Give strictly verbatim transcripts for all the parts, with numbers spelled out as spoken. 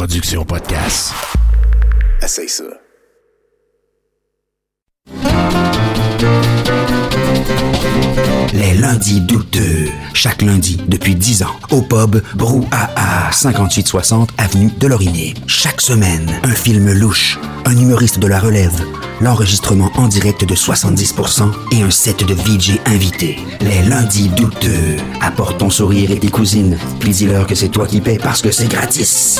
production podcast. Essaye ça. Les lundis douteux. Chaque lundi, depuis dix ans, au pub Brouhaha, cinquante-huit soixante avenue de Lauriné. Chaque semaine, un film louche, un humoriste de la relève, l'enregistrement en direct de soixante-dix pour cent et un set de V J invités. Les lundis douteux. Apporte ton sourire et tes cousines, puis dis-leur que c'est toi qui paies parce que c'est gratis.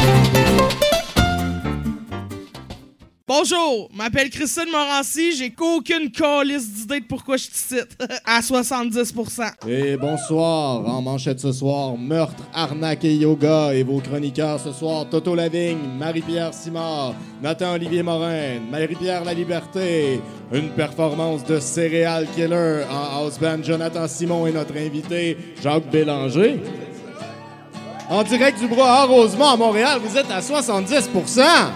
Bonjour, je m'appelle Christine Morancy, j'ai qu'aucune calisse d'idée de pourquoi je te cite. À soixante-dix pour cent. Et bonsoir, en manchette ce soir, meurtre, arnaque et yoga. Et vos chroniqueurs ce soir, Toto Lavigne, Marie-Pierre Simard, Nathan-Olivier Morin, Marie-Pierre La Liberté. Une performance de Céréal Killer en house band. Jonathan Simon est notre invité, Jacques Bélanger. En direct du Brouhaha Rosemont à Montréal, vous êtes à soixante-dix pour cent.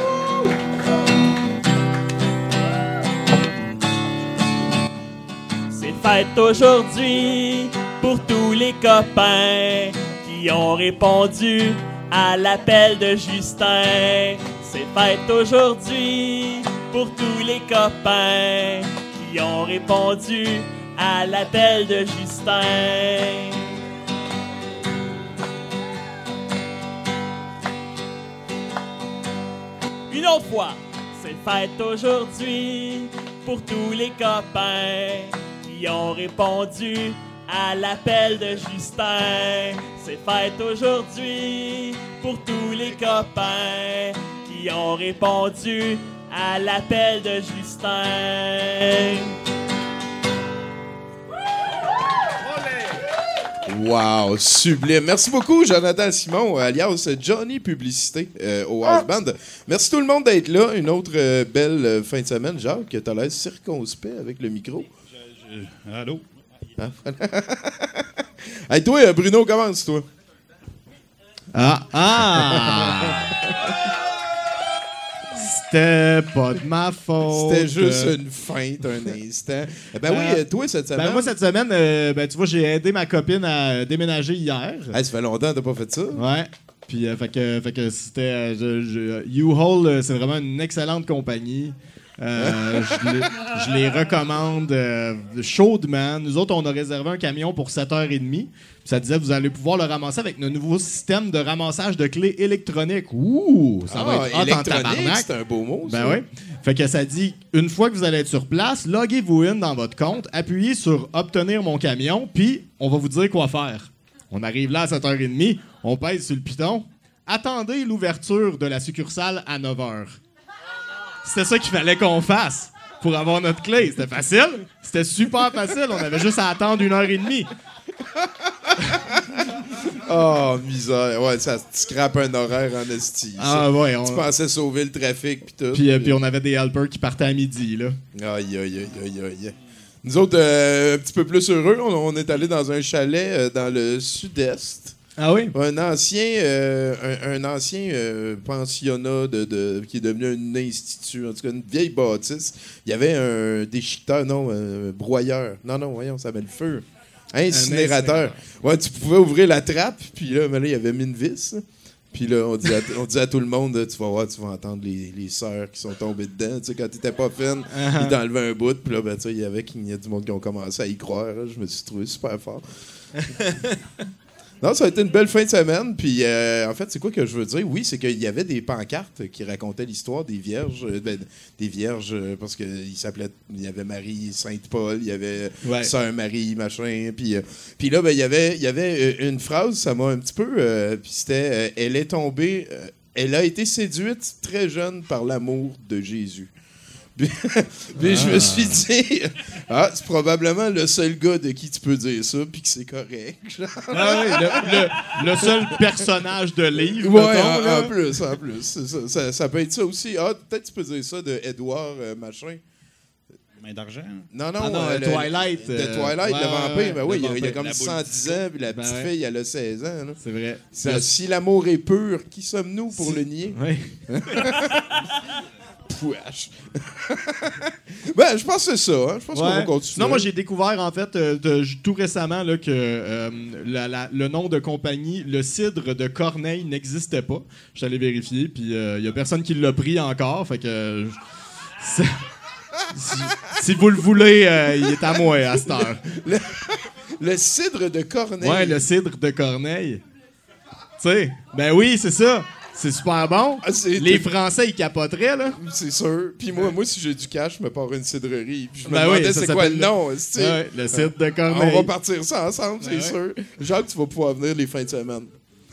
Fête aujourd'hui pour tous les copains qui ont répondu à l'appel de Justin. C'est fête aujourd'hui pour tous les copains qui ont répondu à l'appel de Justin. Une autre fois, c'est fête aujourd'hui pour tous les copains qui ont répondu à l'appel de Justin. C'est fête aujourd'hui pour tous les copains qui ont répondu à l'appel de Justin. Wow, sublime. Merci beaucoup, Jonathan Simon, alias Johnny Publicité euh, au House Band. Merci tout le monde d'être là. Une autre euh, belle euh, fin de semaine. Jacques, t'as l'air circonspect avec le micro. Euh, allô? Ah, voilà. Hey, toi, Bruno, commence, toi. Ah! Ah! C'était pas de ma faute. C'était juste une feinte, un instant. Ben euh, oui, toi, cette semaine... Ben moi, cette semaine, euh, ben tu vois, j'ai aidé ma copine à déménager hier. Hey, ça fait longtemps que t'as pas fait ça. Ouais. Puis, euh, fait que, fait que c'était... Euh, U-Haul, c'est vraiment une excellente compagnie. Euh, je, les, je les recommande euh, chaudement. Nous autres, on a réservé un camion pour sept heures trente. Ça disait vous allez pouvoir le ramasser avec notre nouveau système de ramassage de clés électroniques. Ouh! Ça ah, va être hot en tabarnak. C'est un beau mot, ça. Ben oui. Fait que ça dit, une fois que vous allez être sur place, loguez-vous in dans votre compte, appuyez sur « Obtenir mon camion », puis on va vous dire quoi faire. On arrive là à sept heures trente, on pèse sur le piton. Attendez l'ouverture de la succursale à neuf heures. C'était ça qu'il fallait qu'on fasse pour avoir notre clé. C'était facile. C'était super facile. On avait juste à attendre une heure et demie. Oh, misère. Ouais, ça te scrape un horaire en esti. Ah ouais. On... Tu pensais sauver le trafic pis tout. Puis, euh, puis on avait des helpers qui partaient à midi, là. Aïe, aïe, aïe, aïe, aïe. Nous autres, euh, un petit peu plus heureux, on, on est allé dans un chalet euh, dans le sud-est. Ah oui? Un ancien, euh, un, un ancien euh, pensionnat de, de, qui est devenu un institut, en tout cas une vieille bâtisse. Il y avait un déchiqueteur, non, un broyeur. Non, non, voyons, ça s'appelle le feu. Un incinérateur. Ouais, tu pouvais ouvrir la trappe, puis là, mais là, il y avait mis une vis. Puis là, on disait, à, on disait à tout le monde, tu vas voir, tu vas entendre les, les sœurs qui sont tombées dedans. Tu sais, quand t'étais pas fine, uh-huh. Ils t'enlevaient un bout. Puis là, ben, tu sais, il y avait il y a du monde qui ont commencé à y croire. Là. Je me suis trouvé super fort. Non, ça a été une belle fin de semaine. Puis, euh, en fait, c'est quoi que je veux dire? Oui, c'est qu'il y avait des pancartes qui racontaient l'histoire des vierges. Euh, ben, des vierges, euh, parce qu'il s'appelait... Il y avait Marie Sainte-Paul, il y avait ouais. Sœur Marie, machin. Puis, euh, puis là, ben, il y avait, il y avait une phrase, ça m'a un petit peu... Euh, puis c'était... Euh, elle est tombée... Euh, elle a été séduite très jeune par l'amour de Jésus. Puis, puis ah. je me suis dit, ah, c'est probablement le seul gars de qui tu peux dire ça, puis que c'est correct. Ah oui, le, le, le seul personnage de livre. Ouais, mettons, en, en plus, en plus. Ça, ça, ça peut être ça aussi. Ah, peut-être tu peux dire ça de Edouard euh, machin. Main d'argent? Non, non, ah non euh, le, Twilight. De Twilight, euh, le vampire. ouais, Ben oui, le il, il a comme la soixante-dix ans, puis la ben petite ouais. fille, elle a seize ans. Là. C'est vrai. Ça, si l'amour est pur, qui sommes-nous pour si... le nier? Oui. fouache. Ben, je pense que c'est ça. Hein. Je pense qu'on va Ouais. continuer. Non, moi j'ai découvert en fait euh, de- tout récemment là, que euh, la- la- le nom de compagnie, le cidre de Corneille n'existait pas. Je suis allé vérifier, puis il y a personne qui l'a pris encore. Fait que euh, c'est- si, si vous le voulez, euh, il est à moi à cette heure. Le, le cidre de Corneille. Ouais, le cidre de Corneille. Tu sais, ben oui, c'est ça. C'est super bon. Ah, c'est- Les Français, ils capoteraient, là. C'est sûr. Puis moi, moi, si j'ai du cash, je me pars une cidrerie. Puis je me Ben oui, demandais ça c'est quoi le s'appelle nom. est-ce que- Ouais, le cidre de On Corneille. va partir ça ensemble, c'est Ouais. sûr. Jacques, tu vas pouvoir venir les fins de semaine.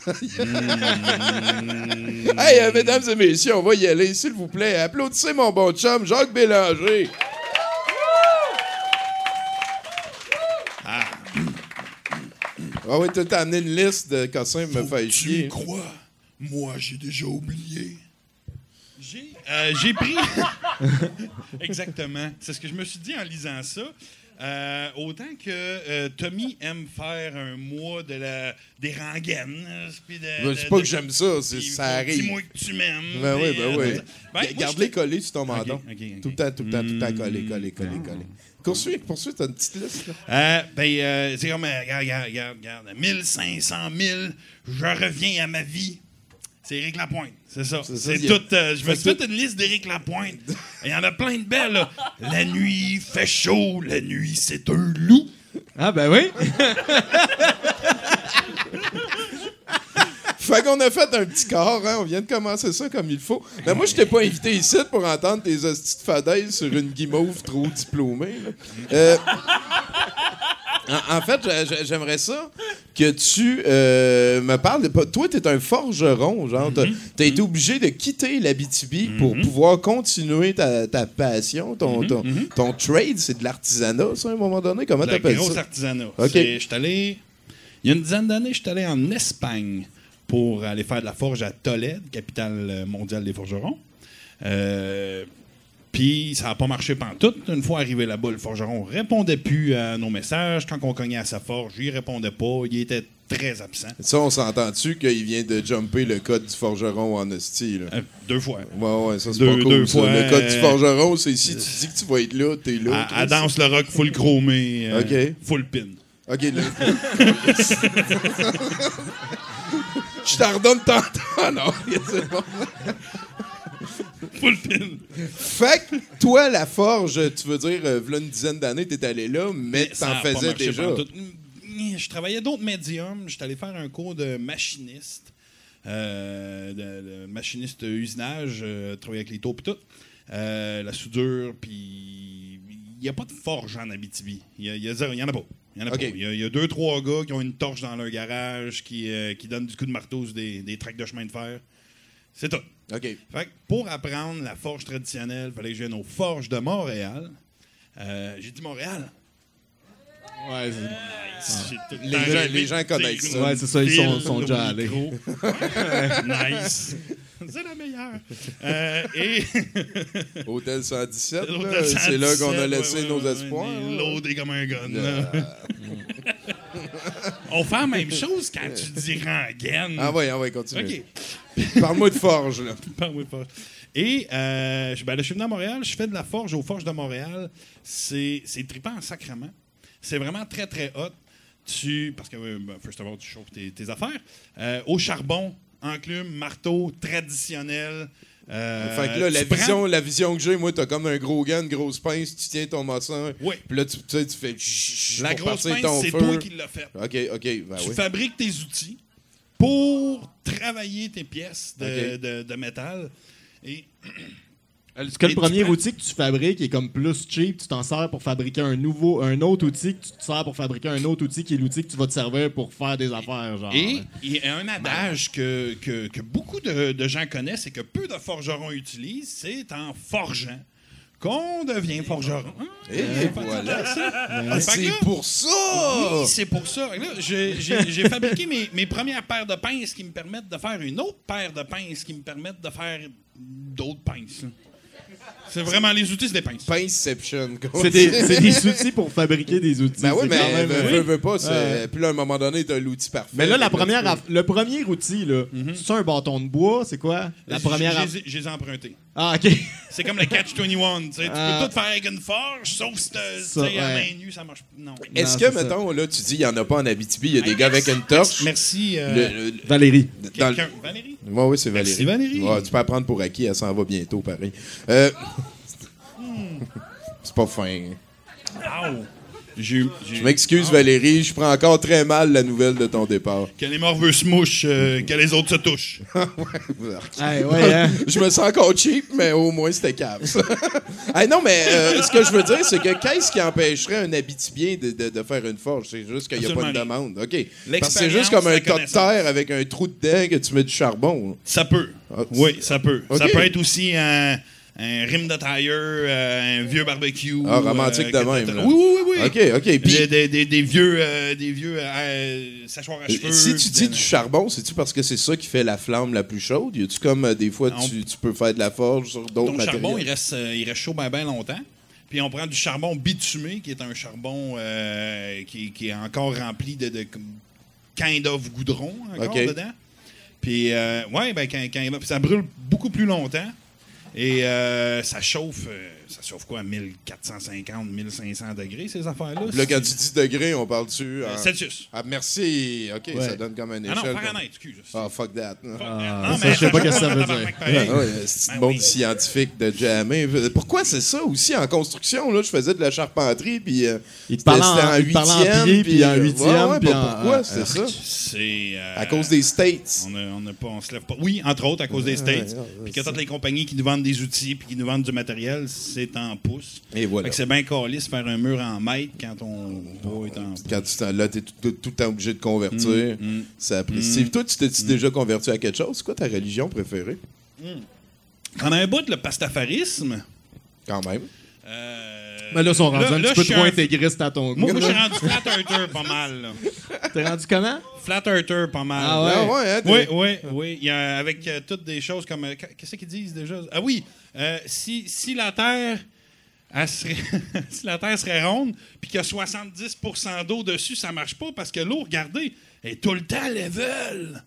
Hey, euh, mesdames et messieurs, on va y aller, s'il vous plaît. Applaudissez mon bon chum, Jacques Bélanger. Ah. Ah oui, t'as amené une liste de cossins me fait Tu chier. me crois? Moi, j'ai déjà oublié. J'ai euh, j'ai pris... Exactement. C'est ce que je me suis dit en lisant ça. Euh, autant que euh, Tommy aime faire un mois de la, des rengaines. puis de- Ben, de- c'est pas de- que j'aime ça, c'est- puis ça faut- arrive. Dis-moi que tu m'aimes. Ben oui, puis, ben euh, oui. tout ça. Ben, moi, Garde-les j'étais- collés sur ton menton. ok, ok. Tout le temps, tout le temps, tout le temps collés, collés, collés, collés. Poursuis, poursuis, t'as une petite liste, là. Euh, ben, euh, c'est comme, euh, regarde, regarde, regarde, regarde, mille cinq cent mille, je reviens à ma vie. C'est Éric Lapointe, c'est ça. C'est ça, C'est il y a- tout. euh, je me suis fait fait une liste d'Éric Lapointe. Il y en a plein de belles, là. La nuit fait chaud, la nuit c'est un loup. Ah, ben oui. Fait qu'on a fait un petit corps, hein? On vient de commencer ça comme il faut. Mais moi, je t'ai pas invité ici pour entendre tes hosties de fadaises sur une guimauve trop diplômée. là. Euh, en, en fait, j'a- j'a- j'aimerais ça que tu euh, me parles. De, toi, t'es un forgeron, genre. T'as t'as été obligé de quitter l'Abitibi pour pouvoir continuer ta, ta passion, ton, ton, ton trade. C'est de l'artisanat, ça, à un moment donné? Comment Le t'appelles gros ça? artisanat. Ok. C'est- j'étais allé- Il y a une dizaine d'années, je suis allé en Espagne pour aller faire de la forge à Tolède, capitale mondiale des forgerons. Euh, Puis ça n'a pas marché pantoute. Une fois arrivé là-bas, le forgeron répondait plus à nos messages. Quand on cognait à sa forge, il répondait pas. Il était très absent. Ça, on s'entend-tu qu'il vient de jumper le code du forgeron en hostie, là? Euh, deux fois. Ouais, ouais, ça, c'est Deux- pas cool, deux ça. fois, Le code du euh, forgeron, c'est si tu dis que tu vas être là, t'es là. Elle, elle danse le rock full chromé, euh, Ok. full pin. OK, là. Je t'en redonne tantôt. Non, c'est bon. Full pin. Fait que toi, la forge, tu veux dire, euh, v'là une dizaine d'années, t'es allé là, mais Ça t'en a pas faisais marché déjà. pantoute. Mm, Je travaillais d'autres médiums. J'étais allé faire un cours de machiniste, euh, de, de machiniste usinage, euh, travailler avec les taux et tout. Euh, la soudure, puis il n'y a pas de forge en Abitibi. Il y, a- il y a zéro- il y en a pas. Il y en a Ok. pas. Il y a, il y a deux, trois gars qui ont une torche dans leur garage, qui, euh, qui donnent du coup de marteau sur des, des tracts de chemin de fer. C'est tout. OK. Fait que pour apprendre la forge traditionnelle, il fallait que je vienne aux forges de Montréal. Euh, J'ai dit Montréal. Ouais, c'est- J'ai tout le Les temps gens- rêvé les gens de connaissent dire ça. une Ouais, c'est ça, ils sont- ville sont au déjà allés. micro. Nice. C'est la meilleure. Euh, et Hôtel cent dix-sept, là, L'hôtel c'est là qu'on a cent dix-sept, laissé ouais, nos ouais, espoirs. ouais, là. Loadé comme un gun. là. On fait la même chose quand tu dis rengaine. Ah ouais, ah ouais, continue. OK. Parle-moi de forge, là. Parle-moi de forge. Et euh, je, ben, là, je suis venu à Montréal, je fais de la forge aux Forges de Montréal. C'est c'est trippant en sacrement. C'est vraiment très, très hot. Tu, parce que, euh, ben, first of all, tu chauffes tes, tes affaires. Euh, au charbon, enclume, marteau, traditionnel. Euh, Fait que là, la tu prends- vision, la vision que j'ai, moi, t'as comme un gros gun, une grosse pince, tu tiens ton maçon. Oui. Puis là, tu, tu sais, tu fais chut, La pour grosse partir pince, ton c'est feu. toi qui l'as fait. OK, OK, ben Tu oui. fabriques tes outils pour travailler tes pièces de, Ok. de- de métal. Et Est-ce que Et le tu premier prends- outil que tu fabriques est comme plus cheap, tu t'en sers pour fabriquer un nouveau, un autre outil que tu te sers pour fabriquer un autre outil qui est l'outil que tu vas te servir pour faire des affaires, genre. Et il y a un adage que, que, que beaucoup de, de gens connaissent et que peu de forgerons utilisent, c'est en forgeant qu'on devient forgeron. Hein? Et voilà. Ah, Fait que c'est là- pour ça! Oui, c'est pour ça. Là, j'ai, j'ai- j'ai fabriqué mes, mes premières paires de pinces qui me permettent de faire une autre paire de pinces qui me permettent de faire d'autres pinces. là. C'est vraiment les outils, c'est des pinces. Pinceception. comme C'est on des, dit. c'est des outils pour fabriquer des outils. Ben oui, C'est mais quand même- veux, oui. veux, veux pas, c'est... Ouais. Puis là, à un moment donné, t'as l'outil parfait. Mais là, la Fait que première tu peux- aff- le premier outil, là, c'est un bâton de bois, c'est quoi? La première J'ai- aff- j'ai- j'ai les ai empruntés. Ah, OK. C'est comme le catch vingt et un. Tu sais, tu Ah. peux tout faire avec une forge, sauf si t'as- tu Ça, sais, à ouais. main nue, ça marche. Non. Est-ce Non, que, c'est ça. mettons, là, tu dis, il n'y en a pas en Abitibi, il y a des Hey, gars avec merci, une torche. Merci. euh, Le- le- Valérie. dans le- quelqu'un. Valérie? Ouais, oui, c'est Valérie. Merci, Valérie. Ouais, tu peux apprendre pour acquis, elle s'en va bientôt, pareil. Euh... c'est pas fin. Wow. J'ai, j'ai... Je m'excuse, Valérie, je prends encore très mal la nouvelle de ton départ. Que les morveux se mouchent, euh, que les autres se touchent. Hey, ouais, hein? Je me sens encore cheap, mais au moins c'était cap. ça. Hey, non, mais euh, ce que je veux dire, c'est que qu'est-ce qui empêcherait un Abitibien de, de, de faire une forge? C'est juste qu'il n'y a pas de Absolument demande. OK. Parce que c'est L'expérience, juste comme un la tas de connaissance. terre avec un trou dedans que tu mets du charbon. Ça peut. Ah, Oui, ça peut. OK. Ça peut être aussi un, un rim de tire, euh, un vieux barbecue. Ah, romantique euh, de que même, t'as- là. Oui, oui, oui. oui. OK, OK. Puis, Des, des, des, des vieux, euh, des vieux euh, sachoirs à cheveux. si tu puis dis de- du charbon, c'est-tu parce que c'est ça qui fait la flamme la plus chaude? Y a-tu comme euh, des fois, Non. tu, tu peux faire de la forge sur d'autres Ton matériaux? charbon, il reste, euh, il reste chaud bien ben longtemps. Puis on prend du charbon bitumé, qui est un charbon euh, qui, qui est encore rempli de, de comme kind of goudron encore OK. dedans. Puis, euh, ouais, ben, quand, quand il va- puis ça brûle beaucoup plus longtemps. Et euh, ça chauffe, euh, ça chauffe quoi, mille quatre cent cinquante, mille cinq cents degrés, ces affaires-là? Là, quand tu dis degrés, on parle-tu? Euh, en- Celsius. Ah, merci. OK, Ouais. ça donne comme une Ah non, échelle. Fahrenheit, excuse. Ah, fuck that. Non, ça, mais je sais pas qu'est-ce que ça veut tabarnak, dire. pareil. Ah ouais, c'est Ben une monde oui. scientifique de jammer. Pourquoi c'est ça aussi en construction? Là, je faisais de la charpenterie, puis euh, Il te c'était parle c'était en, il te parle en huitième, pied, puis en euh, huitième, ouais, ouais, puis bah, en... pourquoi euh, c'est ça? C'est. euh, À cause des States. On, a, on, a pas, on se lève pas. Oui, entre autres, à cause des States. ouais, ouais, Puis que c'est- toutes les compagnies qui nous vendent des outils puis qui nous vendent du matériel, c'est en pouces. Et voilà. Fait que c'est bien caliste faire un mur en mètre quand on va est en pouces. Quand tu t'en- là, t'es tout, tout, tout le temps obligé de convertir. mm. Ça a pris- Steve, toi, tu t'es-tu déjà converti à quelque chose? C'est quoi ta religion préférée? On a un bout, le pastafarisme. Quand même. Euh, Mais là, ils sont rendus un là, petit peu je suis trop un- intégriste à ton Moi, goût. moi, je suis là. rendu flat earther pas mal. Là. T'es rendu comment? Flat earther pas mal. Ah ouais? Ah ouais, hein, Oui, t'es- oui, oui. Il y a, avec euh, toutes des choses comme. euh, Qu'est-ce qu'ils disent déjà? Ah oui, euh, si, si la Terre. elle serait, si la Terre serait ronde, puis qu'il y a soixante-dix pour cent d'eau dessus, ça marche pas parce que l'eau, regardez, est tout le temps level.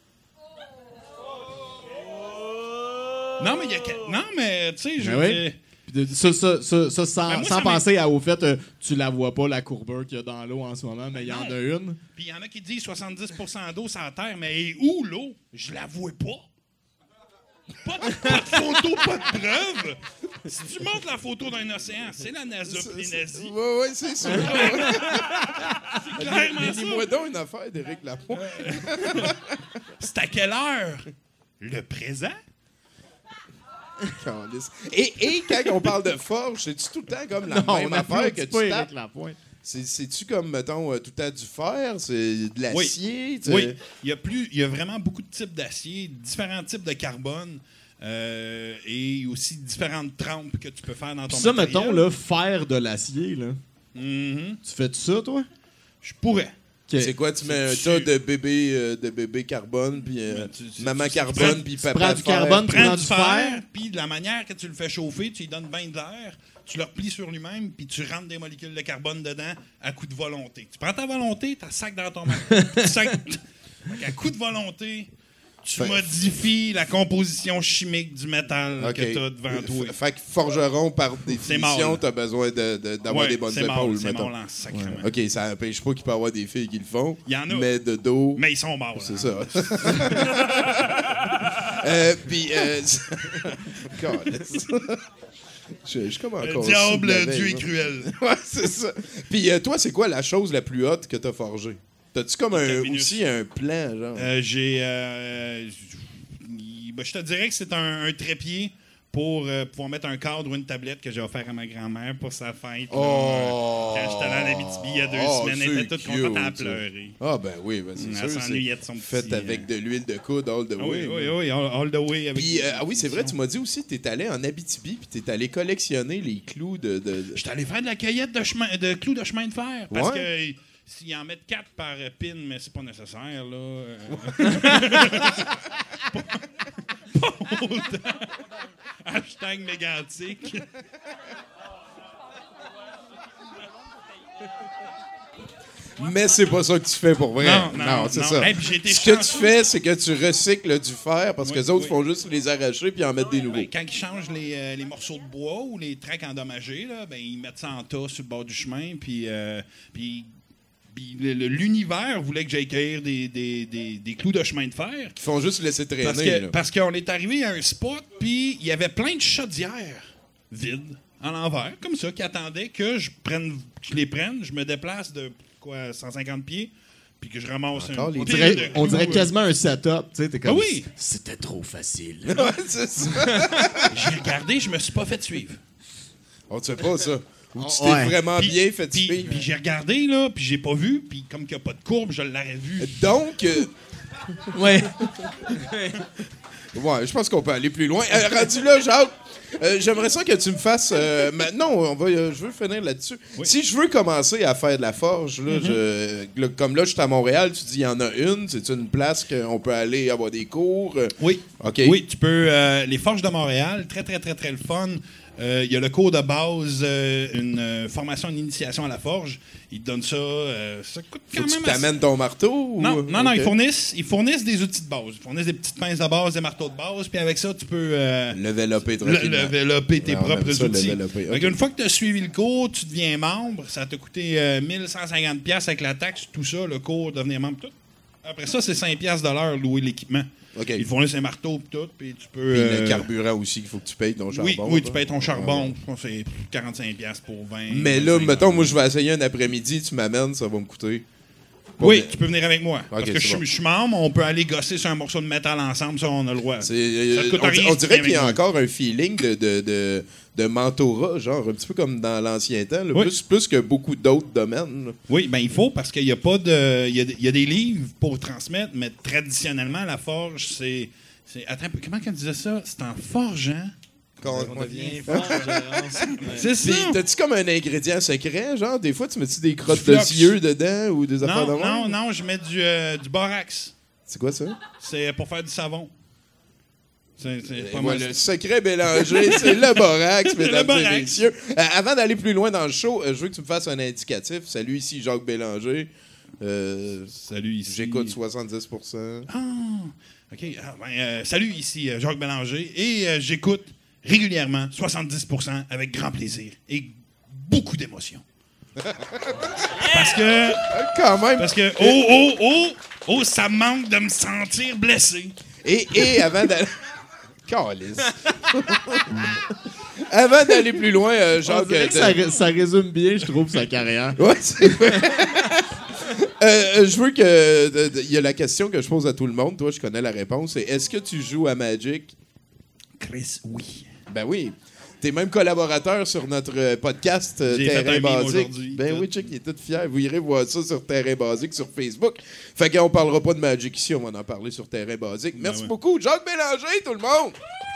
Non, mais il y a. que- Non, mais, tu sais, je Ben veux oui. dire- Puis de- Ça, ça, ça, ça, sans, Ben moi, sans ça penser à, au fait, euh, tu la vois pas, la courbeur qu'il y a dans l'eau en ce moment, mais il y en Non. a une. Puis il y en a qui disent soixante-dix pour cent d'eau sur la Terre, mais est où l'eau? Je la vois pas. Pas de, pas de photo, pas de preuve. Si tu montres la photo d'un océan, c'est la NASA pis les nazis. Ouais, ouais, c'est sûr. C'est clairement ça. Dis-moi donc une affaire d'Éric Lapointe. C'est à quelle heure? Le présent? Calisse. Et, et quand on parle de forge, c'est-tu tout le temps comme la Non, même on affaire que applaudit pas tu Éric tapes? Lapointe. C'est- C'est-tu comme, mettons, euh, tout le temps du fer? C'est de l'acier? tu- Oui. Il y, a plus, il y a vraiment beaucoup de types d'acier, différents types de carbone euh, et aussi différentes trempes que tu peux faire dans ton Puis ça, matériel. mettons, là, faire de l'acier, là. Mhm. Tu fais ça, toi? Je pourrais. Ok. C'est quoi, tu mets un Tu- tas de bébés euh, de bébé carbone, puis euh, Ouais, tu- tu- maman tu- tu carbone, prends- puis tu papa prends du fer. carbone, tu Prends prends du du fer, fer, puis de la manière que tu le fais chauffer, tu lui donnes bien de l'air, tu le replies sur lui-même, puis tu rentres des molécules de carbone dedans à coup de volonté. Tu prends ta volonté, tu sac dans ton matériel. tu sac... À coup de volonté, tu Fait- modifies la composition chimique du métal OK. que tu as devant toi. F- Fait que forgeron, par mort, définition, là. t'as besoin de- de- d'avoir Ouais, des bonnes c'est mort, épaules, c'est mettons. mort, là, sacrément. OK, ça n'empêche pas qu'il peut y avoir des filles qui le font. Il y en a. Mais de dos, Mais ils sont morts. c'est là. ça. euh, Puis, euh, Calisse. je, je suis comme Le encore diable, sous de la Dieu veille, est là. cruel. Ouais, c'est ça. Puis euh, toi, c'est quoi la chose la plus haute que t'as forgée? T'as-tu comme un, Terminus. aussi un plan, genre? Euh, J'ai. euh, j- ben, je te dirais que c'est un, un trépied pour euh, pouvoir mettre un cadre ou une tablette que j'ai offert à ma grand-mère pour sa fête. là. Oh! Quand j'étais allé en Abitibi il y a deux Oh, semaines, elle était toute c'est contente à cute, ça. pleurer. Ah, ben oui, ben c'est Elle sûr. s'ennuyait c'est de son petit, fait avec euh, de l'huile de coude all the Ah way. oui, oui, là. oui, all, all the way. Avec Puis, euh, ah oui, c'est vrai, tu tu m'as dit aussi que t'es allé en Abitibi puis t'es allé collectionner les clous de... de- de- J'étais allé faire de la cueillette de, chemin, de clous de chemin de fer. Parce Ouais. que s'ils en mettent quatre par euh, pin, mais c'est pas nécessaire, là. euh, pas, pas autant. Hashtag mégantique. Mais c'est pas ça que tu fais pour vrai. Non, non, c'est non. ça. Hey, puis j'ai été Ce que tu chanceux. fais, c'est que tu recycles du fer parce Oui, que les autres oui. font juste les arracher puis en mettre des nouveaux. Ben, quand ils changent les, euh, les morceaux de bois ou les tracks endommagés, là, ben, ils mettent ça en tas sur le bord du chemin. Puis, euh, puis, puis le- le- l'univers voulait que j'aille cueillir des, des, des, des clous de chemin de fer. Ils font juste laisser traîner. Parce que- là. parce qu'on est arrivé à un spot, puis il y avait plein de chaudières vides, en l'envers, comme ça, qui attendaient que je, prenne, que je les prenne. Je me déplace de quoi, cent cinquante pieds, puis que je ramasse Encore un les- On pile dirait, de on clous, dirait euh, quasiment un setup. Tu sais, t'es comme. Ah oui! C'était trop facile. Ouais, c'est ça. J'ai regardé, je me suis pas fait suivre. On ne sait pas ça. Ou tu t'es Ouais. vraiment Puis- bien fait Puis, suivre. puis j'ai regardé, là, puis j'ai pas vu, puis comme qu'il n'y a pas de courbe, je l'aurais vu. Donc, euh, Ouais. ouais, je pense qu'on peut aller plus loin. Euh, rendu là, Jacques, euh, j'aimerais ça que tu me fasses. Euh, ma- non, on va, euh, je veux finir là-dessus. Oui. Si je veux commencer à faire de la forge, là, je- là, comme là, je suis à Montréal, tu dis il y en a une. C'est une place qu'on peut aller avoir des cours. euh, Oui. OK. Oui, tu peux. euh, les Forges de Montréal, très, très, très, très le fun. Euh, Il y a le cours de base, euh, une euh, formation d'initiation à la forge. Ils te donnent ça. euh, ça coûte Faut quand que même tu assez- t'amènes ton marteau? ou- Non, non, non, OK. ils fournissent, ils fournissent des outils de base. Ils fournissent des petites pinces de base, des marteaux de base, puis avec ça, tu peux euh, Level-upper le- tranquillement. leveler tes Ouais, on aime propres ça, outils. level-upper, Fait ok. qu'une fois que tu as suivi le cours, tu deviens membre. Ça t'a coûté euh, mille cent cinquante dollars avec la taxe, tout ça, le cours, devenir membre, tout. Après ça, c'est cinq dollars de l'heure louer l'équipement. OK. Ils fournissent un marteau et tout, puis tu peux... Puis euh, le carburant aussi, qu'il faut que tu payes ton charbon. oui, oui, tu là. payes ton charbon. Je pense que c'est quarante-cinq dollars pour vingt. Mais là, vingt-cinq mettons, moi, je vais essayer un après-midi, tu m'amènes, ça va me coûter. Oui, Pas- tu peux venir avec moi. Parce Ok, que c'est je, bon. je suis membre, on peut aller gosser sur un morceau de métal ensemble, ça, on a le droit. C'est, euh, Ça te coûte on, rien on si tu dirait viens qu'il y a avec moi. encore un feeling de, de, de, de mentorat, genre un petit peu comme dans l'ancien temps, là, Oui. plus, plus que beaucoup d'autres domaines. là. Oui, ben il faut parce qu'il n'y a pas de. Il y a, il y a des livres pour transmettre, mais traditionnellement, la forge, c'est. c'est attends, un peu, comment qu'on disait ça? C'est en forgeant. Quand- On devient fort. euh, ensemble. C'est ça. Puis, t'as-tu comme un ingrédient secret, genre, des fois, tu mets-tu des crottes Du de flux. yeux dedans ou des affaires de Non, même? non, non, je mets du, euh, du borax. C'est quoi ça? C'est pour faire du savon. C'est c'est Et pas voilà, mal. le secret mélangé, c'est le borax, mesdames Le et borax. messieurs. Euh, avant d'aller plus loin dans le show, euh, je veux que tu me fasses un indicatif. Salut, ici Jacques Bélanger. Euh, Salut ici. J'écoute soixante-dix pour cent. Ah, OK. Ah, ben, euh, salut, ici euh, Jacques Bélanger. Et euh, j'écoute régulièrement soixante-dix pour cent avec grand plaisir et beaucoup d'émotion. Parce que, Quand même. parce que, oh, oh, oh, oh, ça me manque de me sentir blessé. Et, et avant d'aller. Calisse. Avant d'aller plus loin, euh, On Jacques. dirait que ça, ré- ça résume bien, je trouve, sa carrière. Ouais, c'est vrai. Euh, euh, je veux que. Il y a la question que je pose à tout le monde. Toi, je connais la réponse. C'est est-ce que tu joues à Magic? Chris, oui. Ben oui. T'es même collaborateur sur notre euh, podcast euh, J'ai fait Terrain un meme Basique. aujourd'hui, Ben tout. oui, Chuck, il est tout fier. Vous irez voir ça sur Terrain Basique sur Facebook. Fait qu'on parlera pas de Magic ici, on va en parler sur Terrain Basique. Merci ouais. beaucoup, Jacques Bélanger, tout le monde!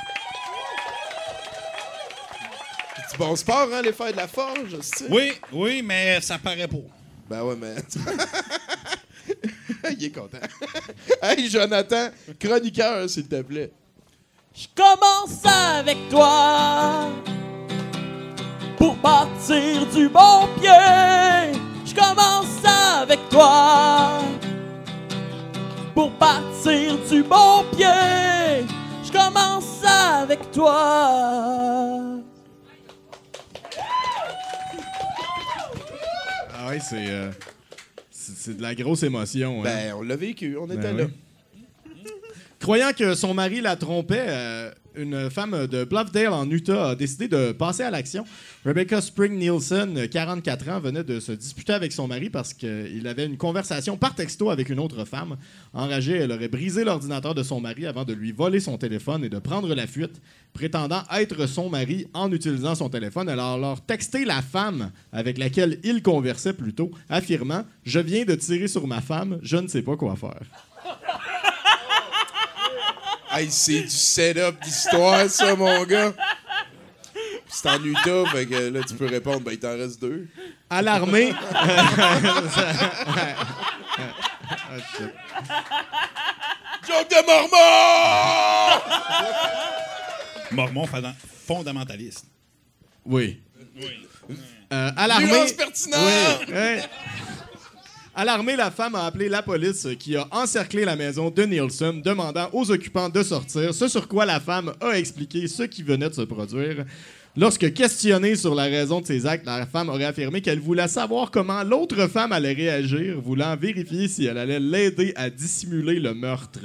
C'est bon sport, hein, les faire de la forge, c'est Oui, oui, mais ça paraît pas. Ben ouais, mais. Il est content. Hey, Jonathan, chroniqueur, s'il te plaît. Je commence avec toi pour partir du bon pied. Je commence avec toi pour partir du bon pied. Je commence avec toi. Ah oui, c'est, euh, c'est, c'est de la grosse émotion. hein. Ben, on l'a vécu, on était Ben là. oui. Croyant que son mari la trompait, euh, une femme de Bluffdale en Utah a décidé de passer à l'action. Rebecca Spring Nielsen, quarante-quatre ans, venait de se disputer avec son mari parce qu'il avait une conversation par texto avec une autre femme. Enragée, elle aurait brisé l'ordinateur de son mari avant de lui voler son téléphone et de prendre la fuite, prétendant être son mari en utilisant son téléphone. Elle a alors texté la femme avec laquelle il conversait plus tôt, affirmant « Je viens de tirer sur ma femme, je ne sais pas quoi faire ». Hey, c'est du setup d'histoire, ça, mon gars. C'est en Utah, fait que là, tu peux répondre, ben, il t'en reste deux. Alarmé. Joke de Mormon! Mormon fada- fondamentaliste. Oui. Oui. Euh, alarmé. Nuance pertinente! Oui, oui. Alarmée, la femme a appelé la police qui a encerclé la maison de Nielsen, demandant aux occupants de sortir, ce sur quoi la femme a expliqué ce qui venait de se produire. Lorsque questionnée sur la raison de ses actes, la femme aurait affirmé qu'elle voulait savoir comment l'autre femme allait réagir, voulant vérifier si elle allait l'aider à dissimuler le meurtre.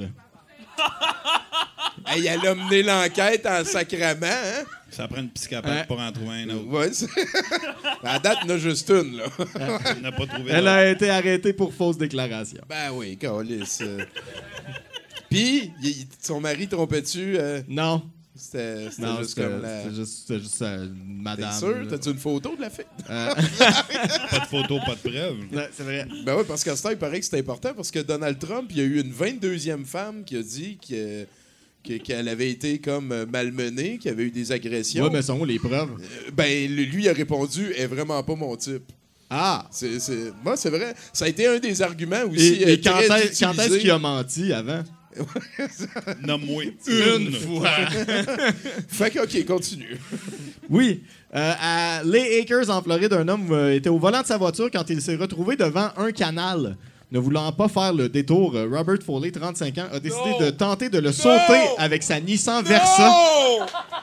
Hey, elle a mené l'enquête en sacrament, hein? Ça prend une psychopathe Ouais. pour en trouver un autre. Ouais, c'est... À date, il y en a juste une, là. On n'a pas trouvé Elle d'autre. a été arrêtée pour fausse déclaration. Ben oui, câlisse. euh. Puis, il- son mari trompait-tu? euh, Non. C'était, c'était Non, juste c'était comme la... c'était juste, c'était juste euh, une madame. T'es sûr? là. T'as-tu une photo de la fille? Euh, Pas de photo, pas de preuve. ouais, c'est vrai. Ben oui, parce qu'à ce temps, il paraît que c'est important parce que Donald Trump, il y a eu une vingt-deuxième femme qui a dit que, que- qu'elle avait été comme euh, malmenée, qu'il y avait eu des agressions. Ouais, mais sont où les preuves? Euh, Ben, lui, il a répondu, est vraiment pas mon type. Ah! C'est, c'est... Moi, c'est vrai. Ça a été un des arguments aussi. Et, euh, et quand, très est, quand est-ce utilisés. qu'il a menti avant? Nomme-moi une fois. Fait que, OK, continue. Oui. Euh, à Lay Acres, en Floride, un homme euh, était au volant de sa voiture quand il s'est retrouvé devant un canal. Ne voulant pas faire le détour, euh, Robert Foley, trente-cinq ans, a décidé Non. de tenter de le sauter avec sa Nissan Versa. Non!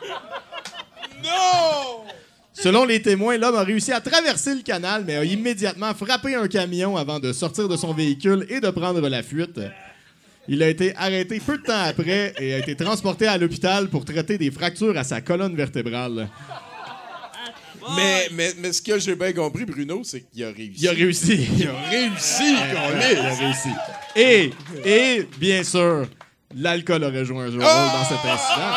Non! Selon les témoins, l'homme a réussi à traverser le canal, mais a immédiatement frappé un camion avant de sortir de son véhicule et de prendre la fuite. Il a été arrêté peu de temps après et a été transporté à l'hôpital pour traiter des fractures à sa colonne vertébrale. Mais, mais, mais ce que j'ai bien compris, Bruno, c'est qu'il a réussi. Il a réussi. Il a réussi, Ouais, il a réussi. Et, et, bien sûr, l'alcool aurait joué un rôle dans cet incident.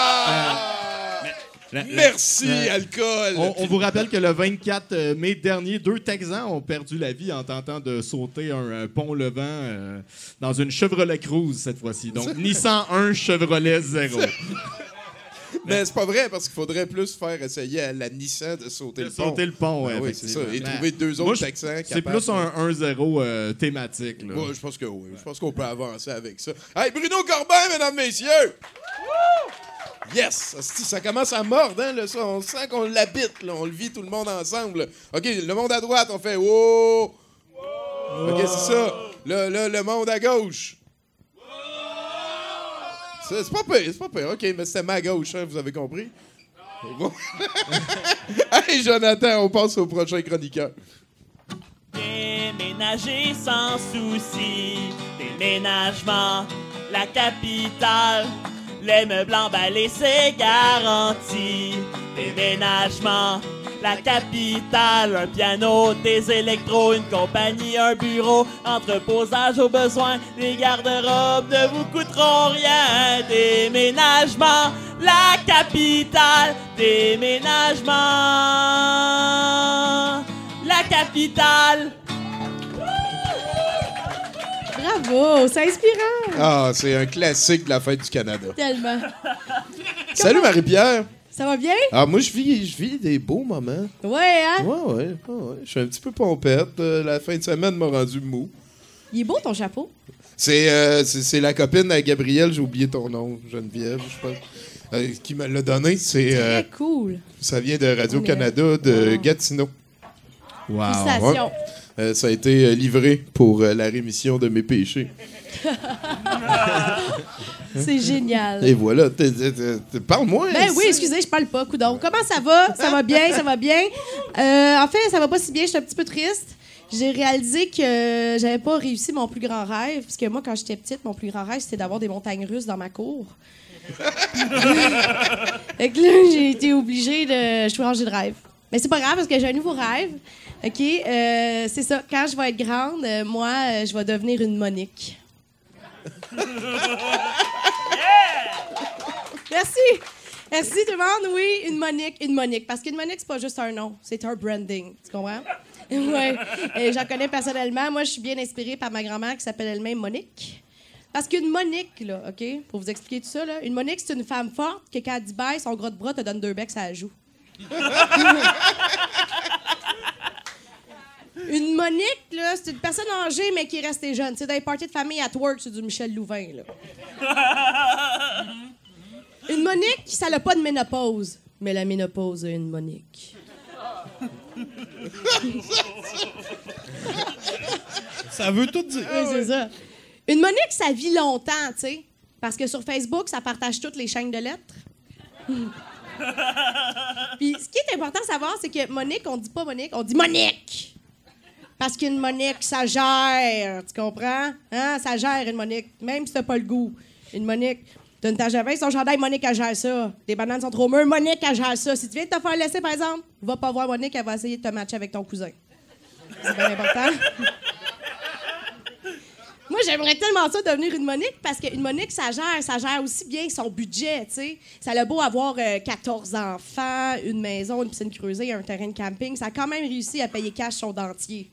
La- la- Merci, euh, alcool! On, on vous rappelle que le vingt-quatre mai dernier, deux Texans ont perdu la vie en tentant de sauter un, un pont levant euh, dans une Chevrolet Cruze cette fois-ci. Donc, Nissan un, Chevrolet zéro. Mais c'est pas vrai, parce qu'il faudrait plus faire essayer à la Nissan de sauter De le pont. sauter le pont, ouais, Ah oui, c'est ça. effectivement. Et Ben, trouver deux moi, autres je- Texans C'est capables. plus un un zéro euh, thématique. Là. Ouais, je pense que oui. Je pense qu'on peut avancer avec ça. Hey, Bruno Corbin, mesdames, messieurs! Yes! Asti, ça commence à mordre, hein, là, ça. On sent qu'on l'habite, là. On le vit tout le monde ensemble. là. OK, le monde à droite, on fait « Wow! » OK, c'est ça. Là, là, le monde à gauche. C'est c'est pas pire, c'est pas pire. OK, mais c'était ma gauche, hein, vous avez compris? C'est bon. Hey, Jonathan, on passe au prochain chroniqueur. Déménager sans souci, déménagement, la capitale, les meubles emballés, c'est garanti. Déménagement, la capitale, un piano, des électros, une compagnie, un bureau, entreposage au besoin, les garde-robes ne vous coûteront rien. Déménagement, la capitale, déménagement, la capitale. Bravo, c'est inspirant. Ah, c'est un classique de la fête du Canada. Tellement. Salut Marie-Pierre! Ça va bien? Ah, moi, je vis, je vis des beaux moments. Ouais, hein? Ouais, ouais, ouais, ouais. Je suis un petit peu pompette. Euh, la fin de semaine m'a rendu mou. Il est beau ton chapeau. C'est euh, c'est c'est la copine à Gabrielle, j'ai oublié ton nom, Geneviève, je pense, euh, qui me l'a donné. C'est euh, Très cool. ça vient de Radio-Canada de Gatineau. Wow. Félicitations. Euh, ça a été euh, livré pour euh, la rémission de mes péchés. C'est génial. Et voilà. T'es- t'es- t'es- Parle-moi. Ben oui, ça. excusez, je parle pas. Coudon. Comment ça va? Ça va bien, ça va bien. Euh, en fait, ça va pas si bien, je suis un petit peu triste. J'ai réalisé que j'avais pas réussi mon plus grand rêve. Parce que moi, quand j'étais petite, mon plus grand rêve, c'était d'avoir des montagnes russes dans ma cour. Fait que là, j'ai été obligée de changer de rêve. Mais c'est pas grave parce que j'ai un nouveau rêve. OK? Euh, c'est ça. Quand je vais être grande, euh, moi, euh, je vais devenir une Monique. Merci. Merci tout le monde. Oui, une Monique, une Monique. Parce qu'une Monique, c'est pas juste un nom, c'est un branding. Tu comprends? Oui. J'en connais personnellement. Moi, je suis bien inspirée par ma grand-mère qui s'appelle elle-même Monique. Parce qu'une Monique, là, OK? Pour vous expliquer tout ça, là, une Monique, c'est une femme forte que quand elle dit bye, son gros de bras te donne deux becs à la joue. Une Monique, là, c'est une personne âgée, mais qui est restée jeune. C'est dans les parties de famille à work, c'est du Michel Louvain, là. Une Monique, ça n'a pas de ménopause. Mais la ménopause a une Monique. Ça veut tout dire. Oui, c'est ça. Une Monique, ça vit longtemps, tu sais. Parce que sur Facebook, ça partage toutes les chaînes de lettres. Puis ce qui est important à savoir, c'est que Monique, on dit pas Monique, on dit Monique. Parce qu'une Monique, ça gère. Tu comprends? Hein? Ça gère une Monique, même si t'as pas le goût. Une Monique, t'as une tache de vin, son chandail, Monique, elle gère ça. Tes bananes sont trop mûres, Monique, elle gère ça. Si tu viens de te faire laisser, par exemple, va pas voir Monique, elle va essayer de te matcher avec ton cousin. C'est bien important. Moi, j'aimerais tellement ça devenir une Monique parce qu'une Monique, ça gère, ça gère aussi bien son budget, tu sais. Ça a beau avoir euh, quatorze enfants, une maison, une piscine creusée, un terrain de camping, ça a quand même réussi à payer cash son dentier.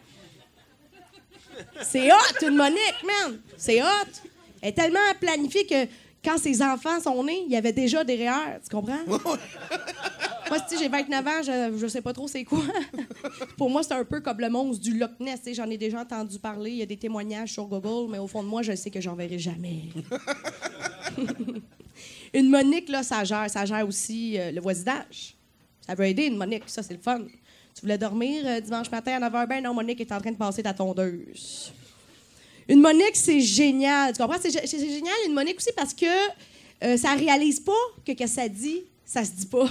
C'est hot, une Monique, man! C'est hot! Elle est tellement planifiée que quand ses enfants sont nés, il y avait déjà des R E E R, tu comprends? Moi, si j'ai vingt-neuf ans, je, je sais pas trop c'est quoi. Pour moi, c'est un peu comme le monstre du Loch Ness. T'sais, j'en ai déjà entendu parler. Il y a des témoignages sur Google, mais au fond de moi, je sais que j'en verrai jamais. Une Monique, là, ça gère. Ça gère aussi euh, le voisinage. Ça veut aider une Monique. Ça, c'est le fun. Tu voulais dormir euh, dimanche matin à neuf heures? Ben non, Monique est en train de passer ta tondeuse. Une Monique, c'est génial. Tu comprends? C'est, c'est, c'est génial, une Monique aussi, parce que euh, ça réalise pas que ce que ça dit, ça se dit pas.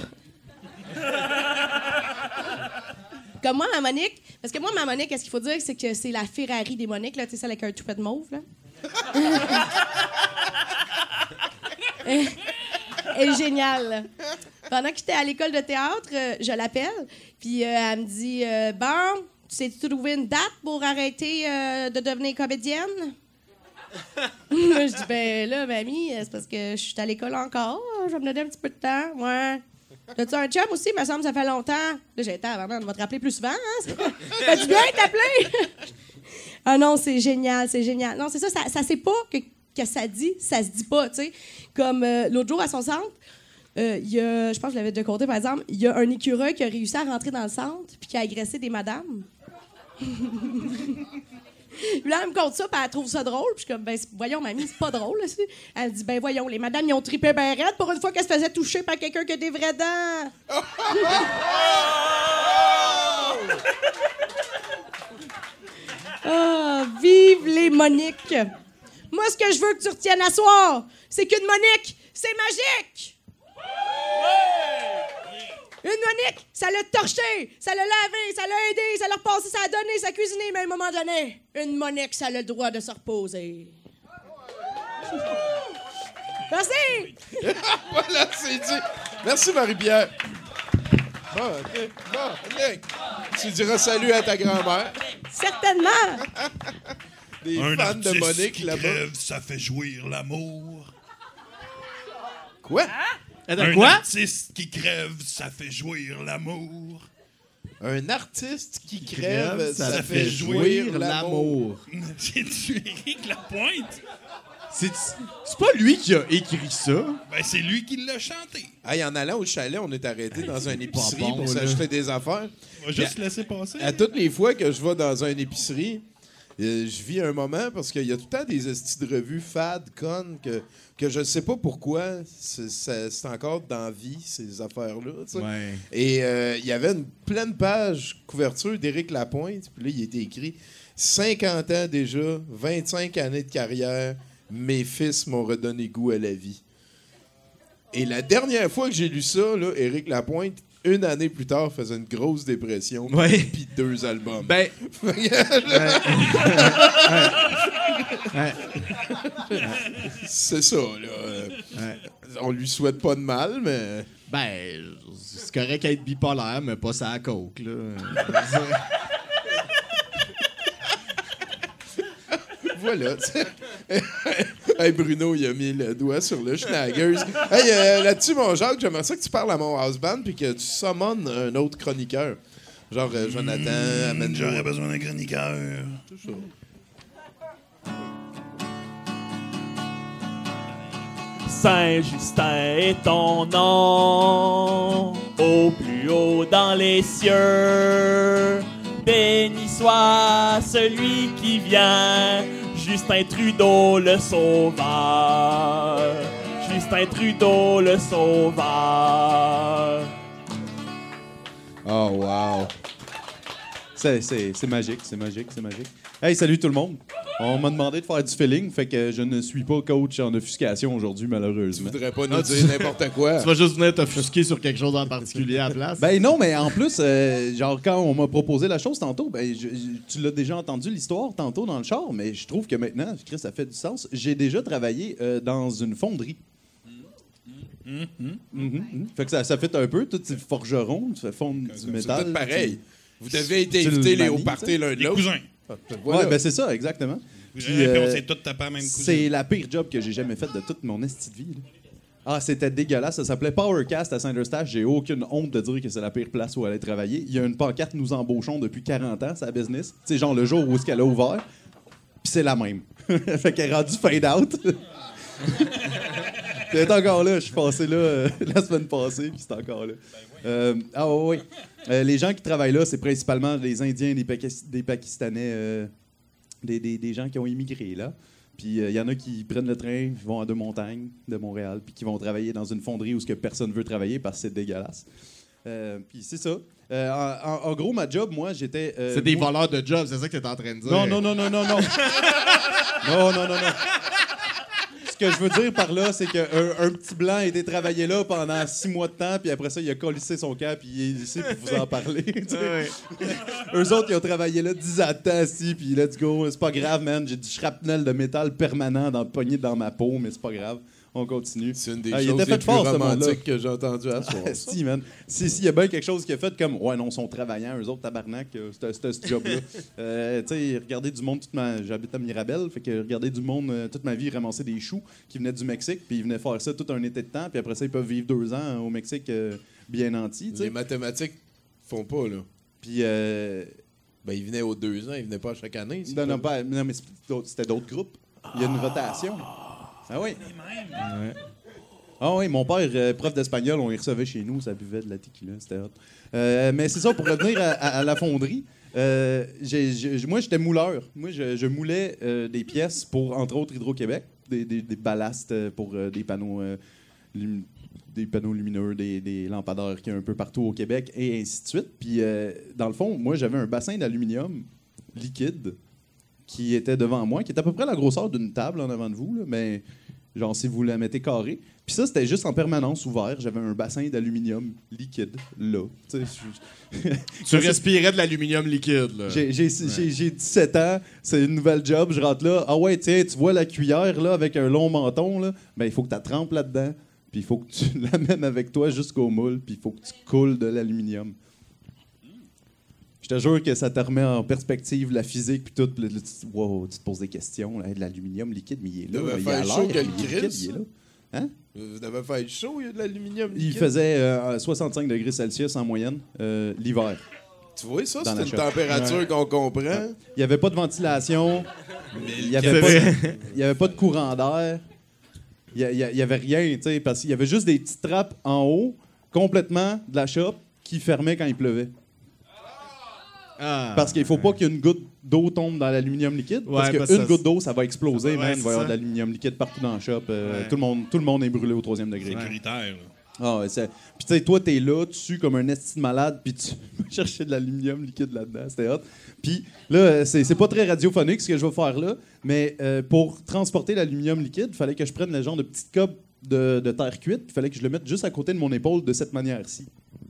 Comme moi, ma Monique, parce que moi, ma Monique, qu'est-ce qu'il faut dire, c'est que c'est la Ferrari des Moniques, là, tu sais, celle avec un toupet de mauve, là. Elle est géniale, là. Pendant que j'étais à l'école de théâtre, euh, je l'appelle, puis euh, elle me dit euh, « Bon, tu sais-tu trouver une date pour arrêter euh, de devenir comédienne? » Moi, je dis « Ben là, mamie, c'est parce que je suis à l'école encore, je vais me donner un petit peu de temps. » Ouais. T'as-tu un chum aussi? Il me semble que ça fait longtemps. Là, j'ai été avant, on va te rappeler plus souvent, hein? Ça fait du bien t'appeler! Ah non, c'est génial, c'est génial. Non, c'est ça, ça, ça sait pas que, que ça dit, ça se dit pas, tu sais. Comme euh, l'autre jour, à son centre, euh, il y a, je pense que je l'avais déjà compté, par exemple, il y a un écureuil qui a réussi à rentrer dans le centre puis qui a agressé des madames. Puis là, elle me compte ça, puis elle trouve ça drôle. Puis je suis comme, ben, voyons, mamie, c'est pas drôle. Là, elle me dit, ben, voyons, les madames, ils ont trippé ben raide pour une fois qu'elles se faisaient toucher par quelqu'un qui a des vraies dents. Ah, vive les Moniques! Moi, ce que je veux que tu retiennes à soir, c'est qu'une Monique, c'est magique! Une Monique, ça l'a torché, ça l'a lavé, ça l'a aidé, ça l'a repassé, ça l'a donné, ça a cuisiné, mais à un moment donné, une Monique, ça a le droit de se reposer. Merci! Voilà, c'est dit. Merci, Marie-Pierre. Bon, OK. Bon, Nick. Tu diras salut à ta grand-mère. Certainement! Des Un fans artiste de Monique qui là-bas. crève, ça fait jouir l'amour. Quoi? Un quoi? artiste qui crève, ça fait jouir l'amour. Un artiste qui crève, ça, ça fait fait jouir l'amour. C'est-tu Éric Lapointe? C'est, c'est pas lui qui a écrit ça. Ben, c'est lui qui l'a chanté. Hey, en allant au chalet, on est arrêté dans une épicerie bon, pour là. s'acheter des affaires. On va juste laisser passer. À toutes les fois que je vais dans une épicerie, euh, je vis un moment parce qu'il y a tout le temps des estis de revues fades, connes, que, que je ne sais pas pourquoi c'est, c'est, c'est encore dans la vie, ces affaires-là. Tu sais. Ouais. Et euh, il y avait une pleine page couverture d'Éric Lapointe, puis là, il était écrit « cinquante ans déjà, vingt-cinq années de carrière, mes fils m'ont redonné goût à la vie. » Et la dernière fois que j'ai lu ça, là, Éric Lapointe, une année plus tard, faisait une grosse dépression, Ouais. puis deux albums. Ben, C'est ça, là. Euh, Ouais. On lui souhaite pas de mal, mais... ben, c'est correct être bipolaire, mais pas ça à coke, là. Voilà, tu sais. Hey, Bruno, il a mis le doigt sur le schnaggers. Hey, euh, là-dessus, mon Jacques, j'aimerais ça que tu parles à mon house band puis que tu summones un autre chroniqueur. Genre euh, Jonathan, amène J'aurais besoin d'un chroniqueur. Saint-Justin est ton nom, au plus haut dans les cieux. Béni soit celui qui vient, Justin Trudeau le sauveur. Justin Trudeau le sauveur. Oh, wow. C'est, c'est, c'est magique, c'est magique, c'est magique. Hey, salut tout le monde. On m'a demandé de faire du filling, fait que je ne suis pas coach en offuscation aujourd'hui, Tu malheureusement. voudrais pas nous Ah, dire tu- n'importe quoi. Tu vas juste venir t'offusquer sur quelque chose en particulier à la place. Ben non, mais en plus, euh, genre quand on m'a proposé la chose tantôt, ben je- je- tu l'as déjà entendu l'histoire tantôt dans le char, mais je trouve que maintenant, Chris, ça fait du sens. J'ai déjà travaillé euh, dans une fonderie. Mhm, mhm. Fait que ça, ça fait un peu, tous ces forgerons, tu fais fondre du C'est métal. tout pareil. Vous devez être tu le invités les manies, au party ça? l'un de Les l'autre. cousins. Voilà. Ouais, ben c'est ça, exactement. Puis, Puis, on euh, s'est tous tapés à la même cousine. C'est la pire job que j'ai jamais faite de toute mon esti de vie. là. Ah, c'était dégueulasse. Ça s'appelait Powercast à Saint-Eustache. J'ai aucune honte de dire que c'est la pire place où aller travailler. Il y a une pancarte « Nous embauchons depuis quarante ans », c'est la business. Tu sais, genre le jour où est-ce qu'elle a ouvert. Puis c'est la même. Fait qu'elle est rendue fade out. Puis elle est encore là. Je suis passé là euh, la semaine passée, puis c'est encore là. Euh, ah oui, oui. Euh, les gens qui travaillent là, c'est principalement des Indiens, des, Pakis- des Pakistanais, euh, des, des, des gens qui ont immigré là. Puis il y en a qui prennent le train, vont à Deux-Montagnes, de Montréal, puis qui vont travailler dans une fonderie où ce que personne veut travailler parce que c'est dégueulasse. Euh, puis c'est ça. Euh, en, en- en gros, ma job, moi, j'étais... euh, C'est des moi- voleurs de jobs, c'est ça que t'es en train de dire. Non, non, non, non, non, non. non, non, non, non. Ce que je veux dire par là, c'est qu'un un petit blanc a été travaillé là pendant six mois de temps, puis après ça, il a collissé son camp, puis il est ici pour vous en parler. tu sais. Eux autres, ils ont travaillé là dix ans de temps, ici, puis let's go. C'est pas grave, man. J'ai du shrapnel de métal permanent dans, pogné dans ma peau, mais c'est pas grave. On continue. C'est une des Ah, il choses était les fait plus fort, ce monde-là. romantiques que j'ai entendues à soir. Ah, si, man. Si, si, il y a bien quelque chose qui a fait comme, ouais, non, ils sont travaillants, eux autres, tabarnak, euh, c'était c'était ce job-là. Euh, tu sais, regardez du monde toute ma. J'habite à Mirabel, fait que regardez du monde euh, toute ma vie ramasser des choux qui venaient du Mexique, puis ils venaient faire ça tout un été de temps, puis après ça, ils peuvent vivre deux ans au Mexique euh, bien nantis, tu Les sais. mathématiques font pas, là. Puis, euh, Ben, ils venaient aux deux ans, ils venaient pas à chaque année. c'est non, non, pas- pas, non, mais c'est d'autres- c'était d'autres groupes. Il y a une rotation. Ah oui. Ouais. Ah oui, mon père, euh, prof d'espagnol, on y recevait chez nous, ça buvait de la tequila, c'était hot. Euh, mais c'est ça, pour revenir à, à- à la fonderie, euh, j'ai- j'ai- moi, j'étais mouleur. Moi, je, je moulais euh, des pièces pour, entre autres, Hydro-Québec, des, des, des ballasts euh, pour euh, des panneaux euh, lum- des panneaux lumineux, des, des lampadaires qu'il y a un peu partout au Québec, et ainsi de suite. Puis, euh, dans le fond, moi, j'avais un bassin d'aluminium liquide qui était devant moi, qui était à peu près la grosseur d'une table en avant de vous, là, mais genre si vous la mettez carrée. Puis ça, c'était juste en permanence ouvert. J'avais un bassin d'aluminium liquide, là. Tu sais, je- Tu respirais de l'aluminium liquide, là. J'ai, j'ai, j'ai- j'ai dix-sept ans, c'est une nouvelle job, je rentre là. Ah ouais, tiens, tu vois la cuillère là avec un long menton, là? Ben, il faut que tu la trempes là-dedans, puis il faut que tu l'amènes avec toi jusqu'au moule, puis il faut que tu coules de l'aluminium. Je te jure que ça te remet en perspective la physique, puis tout. Puis là, tu, wow, tu te poses des questions. Là, de l'aluminium liquide, mais il est là. devait Il faire a chaud l'air, que le il est Christ. liquide, il est là. Hein? Vous devez faire chaud, il y a de l'aluminium. Il liquide. faisait euh, soixante-cinq degrés Celsius en moyenne euh, l'hiver. Tu vois, ça, dans c'est la une shop. température qu'on comprend. Il n'y avait pas de ventilation. Il n'y avait, pas de- il y avait pas de courant d'air. Il n'y avait rien, tu sais, parce qu'il y avait juste des petites trappes en haut, complètement de la shop, qui fermaient quand il pleuvait. Ah. Parce qu'il faut pas qu'une goutte d'eau tombe dans l'aluminium liquide. parce Ouais, parce qu'une que ça- goutte d'eau, ça va exploser, Ouais, man. Il c'est va y avoir ça. de l'aluminium liquide partout dans le shop. Euh, Ouais. tout, le monde, tout le monde est brûlé au troisième degré. Sécuritaire, là. Ah, ouais, c'est- puis tu sais, toi, t'es là, tu sues comme un esti de malade, puis tu vas chercher de l'aluminium liquide là-dedans. C'était hot. Puis là, euh, c'est c'est pas très radiophonique ce que je vais faire là, mais euh, pour transporter l'aluminium liquide, il fallait que je prenne le genre de petite cope de, de terre cuite, il fallait que je le mette juste à côté de mon épaule de cette manière-ci.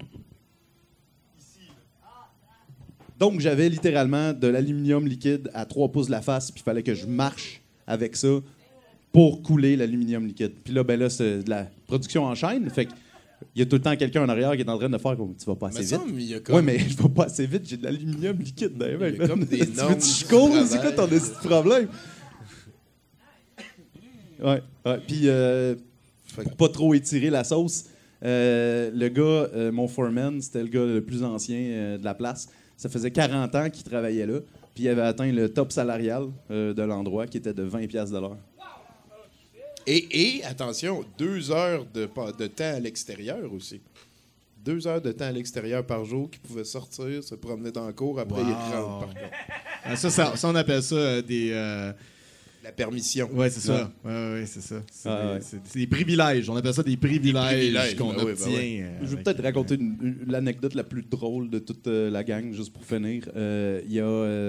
Donc, j'avais littéralement de l'aluminium liquide à trois pouces de la face, puis il fallait que je marche avec ça pour couler l'aluminium liquide. Puis là, ben là, c'est de la production en chaîne. Fait que il y a tout le temps quelqu'un en arrière qui est en train de faire comme tu vas pas assez Mais vite. ça, mais il y a comme... Ouais, mais je vais pas assez vite, j'ai de l'aluminium liquide dans les mains. Il y a comme des Tu normes veux que je du cours? travail. C'est quoi ton esti de problème? Ouais, ouais. Puis, euh, Fait que- pour pas trop étirer la sauce, euh, le gars, euh, mon foreman, c'était le gars le plus ancien euh, de la place. Ça faisait quarante ans qu'il travaillait là. Puis il avait atteint le top salarial euh, de l'endroit, qui était de vingt piastres de l'heure. Et, et, attention, deux heures de, pa- de temps à l'extérieur aussi. Deux heures de temps à l'extérieur par jour qui pouvaient sortir, se promener dans le cours, après Wow. ils rentrent, par contre. Ah, ça, ça, ça, on appelle ça euh, des. euh, La permission. Ouais, c'est ça. Ouais, ouais, ouais, c'est ça. C'est Ah, des, ouais. c'est- c'est des privilèges. On appelle ça des privilèges, Des privilèges, qu'on ben oui, ben obtient. oui. euh, Je vais avec- peut-être raconter une- une- l'anecdote la plus drôle de toute euh, la gang, juste pour finir. Euh, Il y a, euh,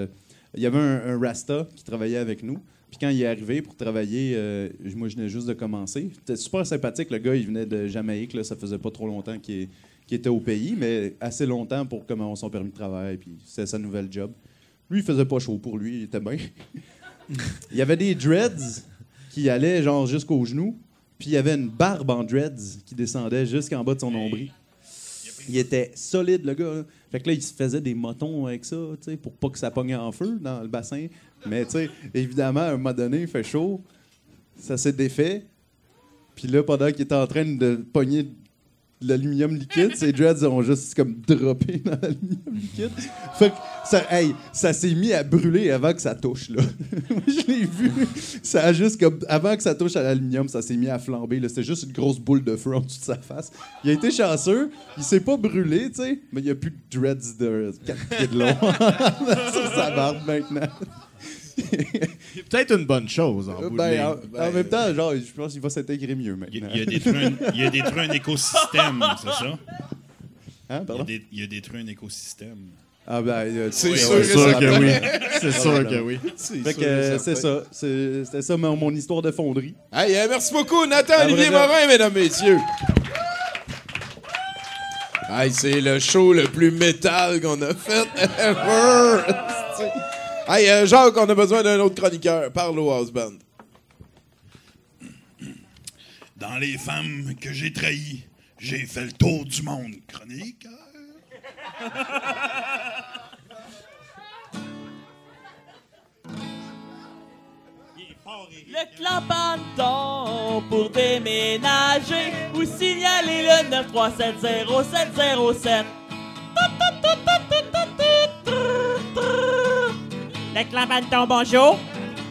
il y avait un, un Rasta qui travaillait avec nous. Puis quand il est arrivé pour travailler, euh, moi, je venais juste de commencer. C'était super sympathique. Le gars, il venait de Jamaïque. Là, ça faisait pas trop longtemps qu'il, qu'il était au pays, mais assez longtemps pour commencer son permis de travail. Puis c'était sa nouvelle job. Lui, il faisait pas chaud pour lui. Il était bien. Il y avait des dreads qui allaient genre jusqu'aux genoux. Puis il y avait une barbe en dreads qui descendait jusqu'en bas de son nombril. Il était solide, le gars. Là. Fait que là, il se faisait des motons avec ça, tu sais, pour pas que ça pogne en feu dans le bassin. Mais, tu sais, évidemment, à un moment donné, il fait chaud. Ça s'est défait. Puis là, pendant qu'il était en train de pogner de l'aluminium liquide, ses dreads ont juste comme droppé dans l'aluminium liquide. Fait que ça, hey, ça s'est mis à brûler avant que ça touche, là. Moi, je l'ai vu. Ça a juste comme... Avant que ça touche à l'aluminium, ça s'est mis à flamber, là. C'était juste une grosse boule de feu en dessous de sa face. Il a été chanceux. Il s'est pas brûlé, tu sais, mais il y a plus de dreads de quatre pieds de long sur sa barbe maintenant. Peut-être une bonne chose, en bout Ben, de ligne. en, Ben, en même temps, genre, je pense qu'il va s'intégrer mieux maintenant. Il, il, a détruit un, il a détruit un écosystème, c'est ça? Hein, Il a, pardon? dé- il a détruit un écosystème. Ah ben, euh, C'est ouais, sûr, ouais. C'est sûr certain. que oui. C'est sûr que oui. C'est Fait sûr que et euh, certain. c'est ça. C'est- C'était ça mon, mon histoire de fonderie. Hey, euh, merci beaucoup, Nathan Olivier vrai, Morin, mesdames, messieurs. Hey, c'est le show le plus métal qu'on a fait ever. Hey, euh, Jacques, on a besoin d'un autre chroniqueur. Parle au house band. Dans les femmes que j'ai trahies, j'ai fait le tour du monde. Chroniqueur. Le clan Banton pour déménager ou signaler le neuf trois sept zéro sept zéro sept. Le clan Banton, bonjour.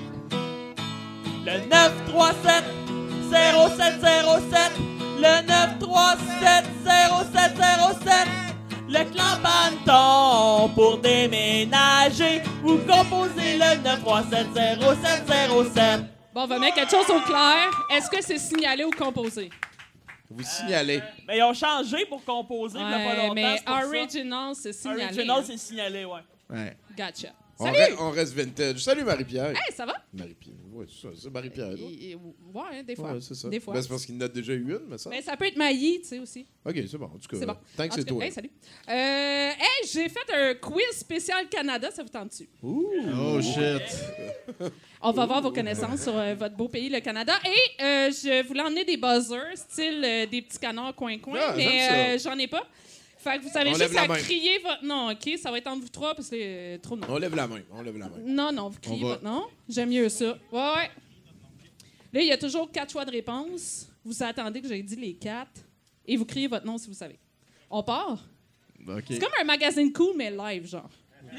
Le neuf trois sept zéro sept zéro sept. Le neuf trois sept zéro sept zéro sept. Le clan Banton pour déménager ou composer le neuf trois sept zéro sept zéro sept. Bon, on va mettre quelque chose au clair. Est-ce que c'est signalé ou composé? Vous signalez. Mais ils ont changé pour composer il y a pas Ouais, longtemps, mais c'est pour ça. original, c'est signalé. Original, hein. c'est signalé, ouais. Ouais. Gotcha. On, Salut! re- on reste vintage. Salut, Marie-Pierre. Hey, ça va? Marie-Pierre. Oui, c'est ça. C'est Marie-Pierre. là. Et- et- Ouais, hein, des fois. Ouais, c'est ça. Des fois. Ben, c'est parce qu'il en a déjà eu une, mais ça. Mais ça peut être Mailly, tu sais, aussi. OK, c'est bon. En tout cas, C'est bon. tant que En c'est tout cas, toi. Hey, salut. Euh, hey, j'ai fait un quiz spécial Canada, ça vous tente-tu? Oh, shit. On va voir vos connaissances sur euh, votre beau pays, le Canada. Et euh, je voulais emmener des buzzers, style euh, des petits canards coin-coin, Ah, j'aime mais ça. euh, j'en ai pas. Fait que vous savez On juste lève la à main. crier votre nom, OK? Ça va être entre vous trois parce que c'est euh, trop de noms. On lève la main. On lève la main. Non, non, vous criez On va- votre nom. J'aime mieux ça. Ouais, ouais. Là, il y a toujours quatre choix de réponse. Vous attendez que j'ai dit les quatre et vous criez votre nom si vous savez. On part? OK. C'est comme un magazine cool, mais live, genre.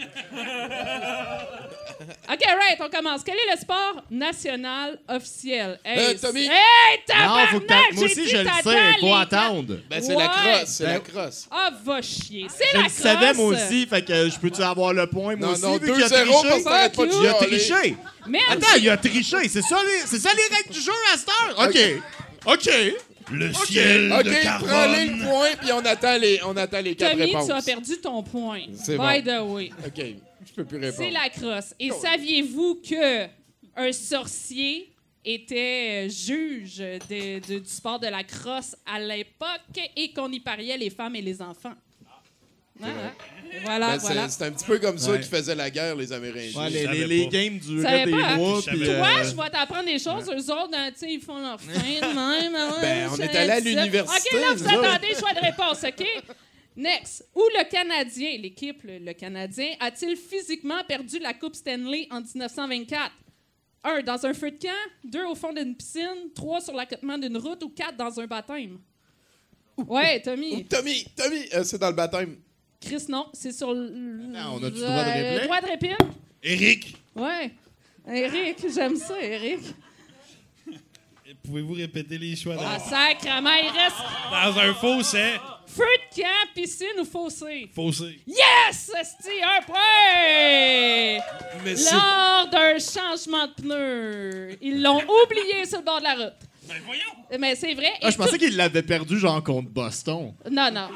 OK, right, on commence. Quel est le sport national officiel? Hey, Euh, Tommy. Hey, Non, faut que t'a- tabarnak, Moi j'ai aussi, dit je le t'attends sais. les Faut quatre. attendre. Ben, c'est la Ouais. crosse. C'est la Ben, crosse. Ah, va chier. C'est Je la le savais, crosse. moi aussi. Fait que je peux-tu avoir le point, moi Non, aussi, non, vu qu'il a deux zéro triché? parce que t'arrêtes pas de Fuck Il a chialer. triché. Man, Attends, il a triché. C'est ça, les, c'est ça les règles du jeu à cette heure? OK. OK. Le ciel OK, de prends-les le carbone. point, puis on attend les, on attend les quatre Tommy, réponses. tu as perdu ton point. C'est By bon. the way. OK, je peux plus répondre. C'est la crosse. Et saviez-vous que un sorcier était euh, juge de- de- du sport de la crosse à l'époque et qu'on y pariait les femmes et les enfants? Ah, ah. Et Voilà, Ben, c'est, voilà. c'est un petit peu comme ça Ouais. qu'ils faisaient la guerre, les Amérindiens. Ouais, les, savais les, les pas. games savais duraient des pas, hein? mois. Je puis, savais euh, Toi, je vais t'apprendre des choses. Eux autres, hein, tu sais, ils font leur fin de même. hein, Ben, on ça, est allé à ça. l'université, OK, là, vous nous autres. attendez, choix de réponse, OK? Next. Où le Canadien, l'équipe, le, le Canadien, a-t-il physiquement perdu la Coupe Stanley en dix-neuf cent vingt-quatre? Un, dans un feu de camp. Deux, au fond d'une piscine. Trois, sur l'accotement d'une route. Ou quatre, dans un baptême. Ouais, Tommy. Tommy, Tommy, euh, c'est dans le baptême. Chris, non. C'est sur le... Attends, on a-tu le droit de euh, réplique? droit de réplique? Éric, Ouais. Eric, j'aime ça, Eric. pouvez-vous répéter les choix? Ah, sacrement, il reste Dans un fossé. feu de camp, piscine ou fossé? Fossé. Yes! Esti, un point! Mais c'est... Lors d'un changement de pneus, ils l'ont oublié sur le bord de la route. Ben voyons. Mais c'est vrai. Ah, et je pensais tout- qu'il l'avait perdu, genre, contre Boston. Non, non.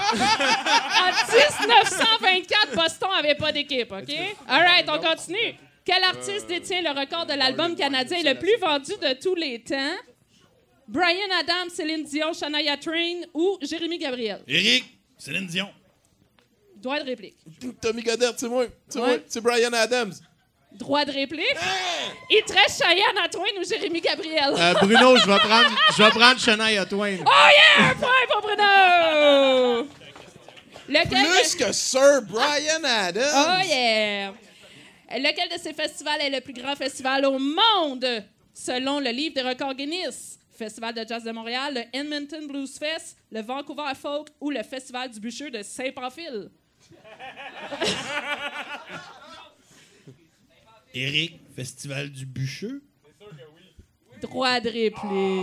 En dix-neuf cent vingt-quatre, Boston avait pas d'équipe, OK? All right, on continue. Quel artiste détient le record de l'album canadien le plus vendu de tous les temps? Bryan Adams, Céline Dion, Shania Twain ou Jérémy Gabriel? Éric, Céline Dion. Droit de réplique. Tommy Goddard, c'est moi. C'est Ouais. moi. C'est Bryan Adams. Droit de réplique. Il te reste Shania Twain ou Jérémy Gabriel? Euh, Bruno, je vais prendre, je vais prendre Shania Twain. Oh yeah! Un point pour Bruno! Lequel Plus que Sir Bryan Adams. Oh yeah! Lequel de ces festivals est le plus grand festival au monde, selon le livre des records Guinness? Festival de jazz de Montréal, le Edmonton Blues Fest, le Vancouver Folk ou le Festival du Bûcheux de Saint-Pamphile? Éric, Festival du Bûcheux. Droit de réplique.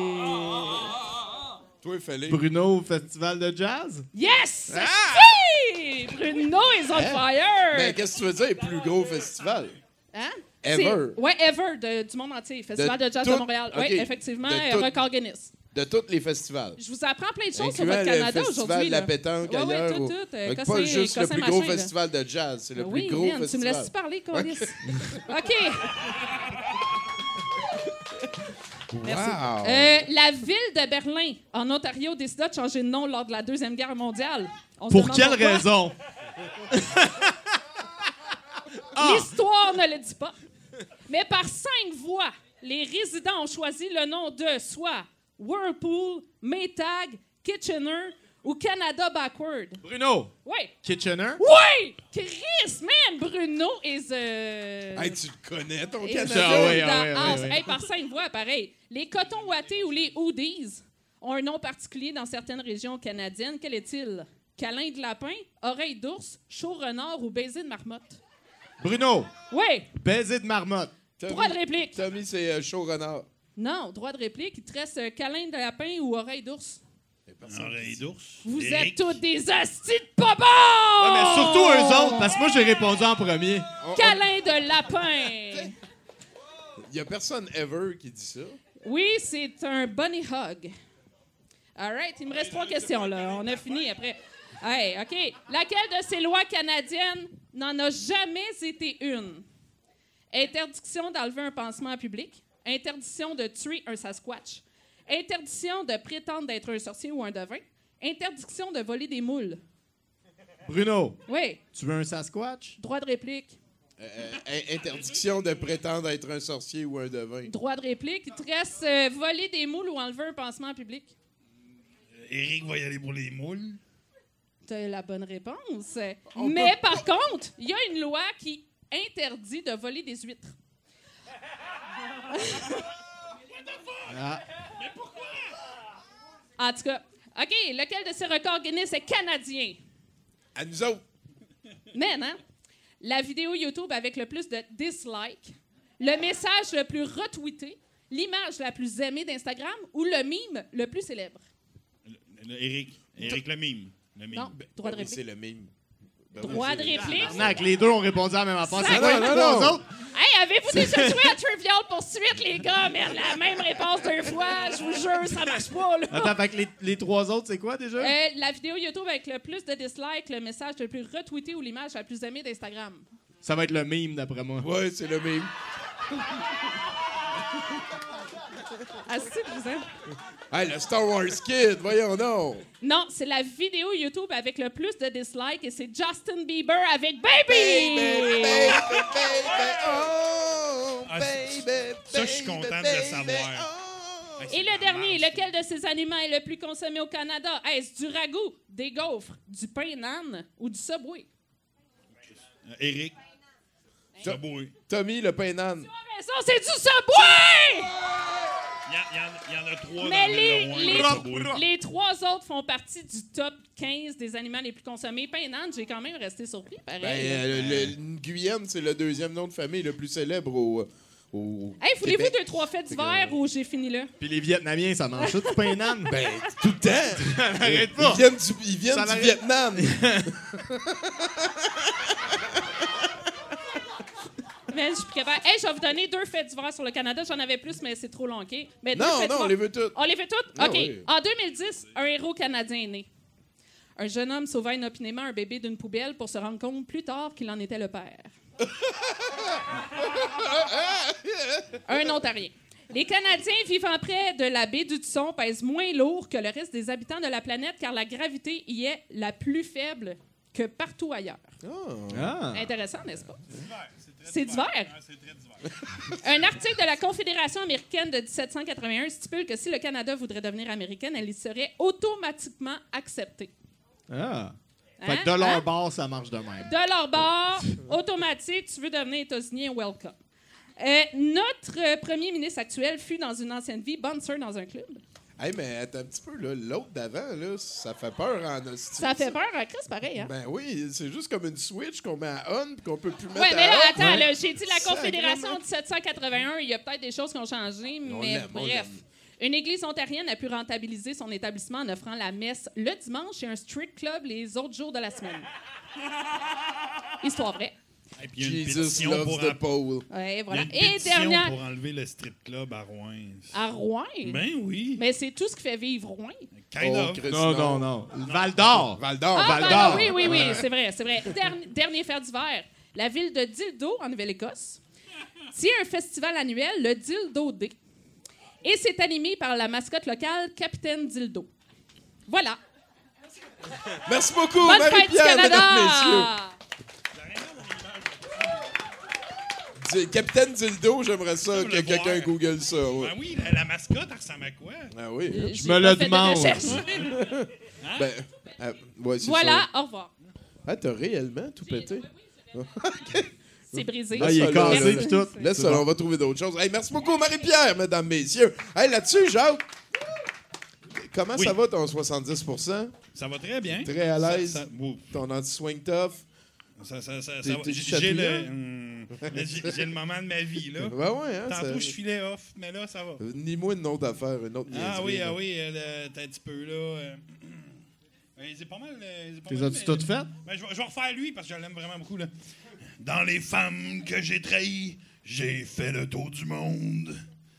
Toi, fallait. Bruno, festival de jazz? Yes! Ah! Si! Bruno is on fire! Ben, qu'est-ce que tu veux dire, plus gros festival? Hein? Ever. Oui, ever, de- du monde entier. Festival de, De jazz tout- de Montréal. Oui, OK. effectivement, De euh, tout- record Guinness. De tous les festivals. Je vous apprends plein de choses sur Incluant votre le Canada festival aujourd'hui. de la là. pétanque Ouais, ouais, ailleurs. tout, ou- tout, euh, Donc, Cossin- pas juste le Cossin plus gros machin, là. festival de jazz, c'est le Oui, plus gros man, festival. tu me laisses parler, Colis. OK. Merci. Wow. Euh, la ville de Berlin, en Ontario, décida de changer de nom lors de la Deuxième Guerre mondiale. On se Pour demande quelle pourquoi. raison? L'histoire ne le dit pas. Mais par cinq voix, les résidents ont choisi le nom de soit Whirlpool, Maytag, Kitchener ou Canada Backward. Bruno, Oui. Kitchener? Oui! Chris, man! Bruno is... Euh... Hey, tu le connais, ton is Canada? Ah oui, in ah the oui, ah house. oui, oui. Hey, par cinq voix, pareil. Les cotons ouatés ou les hoodies ont un nom particulier dans certaines régions canadiennes. Quel est-il? Câlin de lapin, oreille d'ours, chaud renard ou baiser de marmotte? Bruno, Oui! baiser de marmotte. Droit de réplique. Tommy, c'est euh, chaud renard. Non, droit de réplique. Il te reste euh, câlin de lapin ou oreille d'ours. Oreille d'ours. Vous Éric. êtes tous des astis de pas bons! Ouais, mais surtout eux autres, parce que moi, j'ai répondu en premier. Câlin de lapin. Il y a personne ever qui dit ça. Oui, c'est un bunny hug. All right, il me reste trois questions, là. On a fini après. Hey, OK. Laquelle de ces lois canadiennes n'en a jamais été une? Interdiction d'enlever un pansement en public. Interdiction de tuer un Sasquatch. Interdiction de prétendre d'être un sorcier ou un devin. Interdiction de voler des moules. Bruno, Oui, tu veux un Sasquatch? droit de réplique. Euh, euh, interdiction de prétendre être un sorcier ou un devin. Droit de réplique. Il te reste euh, voler des moules ou enlever un pansement en public. Éric va y aller pour les moules. T'as la bonne réponse. On Mais peut par contre, il y a une loi qui interdit de voler des huîtres. Ah. En tout cas, OK, lequel de ces records Guinness est canadien? À nous autres. Mais, hein? La vidéo YouTube avec le plus de dislikes, le message le plus retweeté, l'image la plus aimée d'Instagram ou le meme le plus célèbre? Le- le- Éric. Éric le mime. Le mime. Non, droit de Ben oui, c'est réplique. le mime. Ben Droit oui, de c'est- réplique. Tabarnak, les deux ont répondu à la même affaire. Ça C'est quoi non, les non, trois non. autres? Hey, avez-vous déjà joué à Trivial Poursuite, les gars? Merde, la même réponse deux fois. Je vous jure, ça marche pas, là. Attends, fait que les, les trois autres, c'est quoi déjà? Euh, la vidéo YouTube avec le plus de dislikes, le message le plus retweeté ou l'image la plus aimée d'Instagram. Ça va être le meme, d'après moi. Ouais, c'est le mime. Ah, si, vous aimez? Hey, le Star Wars Kid, voyons donc. Non, c'est la vidéo YouTube avec le plus de dislikes et c'est Justin Bieber avec Baby! Baby, baby, baby, oh, Ah, baby, ça, je suis baby, content de le baby, savoir. oh. Et le dernier, lequel de ces aliments est le plus consommé au Canada? Est-ce du ragoût, des gaufres, du pain nan ou du Subway? Euh, Éric. Subway. Tommy, le pain nan. Mais ça, c'est du Subway! Il y, a- il y en- il y en a trois Mais dans les, le loin, les, le Subway. les trois autres font partie du top quinze des aliments les plus consommés. Pain nan, j'ai quand même resté surpris, pareil. Ben, euh, le- le- Guyane, c'est le deuxième nom de famille le plus célèbre au. au Hey, voulez-vous Québec. deux, trois faits divers ou j'ai fini là? Puis les Vietnamiens, ça mange ça du pain nan? Ben, tout le temps. Arrête Ils pas! viennent du, ils viennent Ça du l'arrête. Vietnam. Mais je suis plus capable. Hey, je vais vous donner deux faits divers sur le Canada. J'en avais plus, mais c'est trop long, OK? Mais deux Non, faits non, on divers. les veut toutes. On les fait toutes? Ah OK. oui. En deux mille dix, un héros canadien est né. Un jeune homme sauva inopinément un bébé d'une poubelle pour se rendre compte plus tard qu'il en était le père. Un Ontarien. Les Canadiens vivant près de la baie d'Hudson pèsent moins lourd que le reste des habitants de la planète car la gravité y est la plus faible que partout ailleurs. Oh. Ah. Intéressant, n'est-ce pas? C'est C'est d'hiver? Ouais, c'est très d'hiver. Un article de la Confédération américaine de dix-sept cent quatre-vingt-un stipule que si le Canada voudrait devenir américaine, elle y serait automatiquement acceptée. Ah. Hein? Fait que de leur Hein? bord, ça marche de même. De leur bord, automatique, tu veux devenir États-Unien, welcome. Euh, notre euh, premier ministre actuel fut dans une ancienne vie bouncer dans un club. Hey, mais attends un petit peu, là. L'autre d'avant, là, ça fait peur en hostie. Ça fait peur à Chris, pareil, hein? Ben oui, c'est juste comme une switch qu'on met à on puis qu'on peut plus mettre Ouais, mais à là, off. attends, Ouais. là, j'ai dit la Sacrément. Confédération dix-sept cent quatre-vingt-un, il y a peut-être des choses qui ont changé, On mais l'aime, on bref. l'aime. Une église ontarienne a pu rentabiliser son établissement en offrant la messe le dimanche et un street club les autres jours de la semaine. Histoire vraie. Et puis il y a une Jesus pétition loves pour the en- pole. Ouais, il y a voilà. une Et pétition dernière. pour enlever le strip club à Rouen. À Rouen? Ben oui. Mais c'est tout ce qui fait vivre Rouen. Kind Oh, of. Christ, Non, non, non. Val d'Or. Val d'Or. Ah, Val ben d'Or. là, oui, oui, oui, c'est vrai, c'est vrai. Derni- dernier fait d'hiver. La ville de Dildo, en Nouvelle-Écosse, tient un festival annuel, le Dildo Day. Et c'est animé par la mascotte locale, Capitaine Dildo. Voilà. Merci beaucoup, Bonne fête du Marie-Pierre, mesdames, Canada! messieurs. Di- Capitaine Dildo, j'aimerais ça Je que veux le quelqu'un voir. google ça. ouais. Ben oui, la, la mascotte, elle ressemble à quoi? Ah oui. Euh, Je j'ai me pas le fait de demande. recherche. Ben, euh, ouais, c'est Voilà, ça. au revoir. Ah, t'as réellement tout pété? C'est brisé. Ah, il est Ça, là, cassé là, pis tout. Laisse C'est ça, là, bon. on va trouver d'autres choses. Hey, merci beaucoup, Marie-Pierre, mesdames, messieurs. Hey, là-dessus, Jacques, comment Oui. ça va ton soixante-dix pour cent? Ça va très bien. Très à l'aise. Ça- ça- ouf. Ton anti-swing tough? Ça, ça, ça, T'es- ça va. t'es J'ai chatouillant? le, hum, là, j'ai j'ai le moment de ma vie, là. Ben ouais, hein? Tantôt, ça- je filais off, mais là, ça va. Ni moi, une autre affaire, une autre Ah niaiserie, oui, là. ah oui, euh, le- t'as un petit peu, là. euh, ben, c'est pas mal. euh, c'est pas T'es mal, as-tu mais- toutes faites? Ben, je, vais, je vais refaire lui parce que je l'aime vraiment beaucoup, là. Dans les femmes que j'ai trahies, j'ai fait le tour du monde.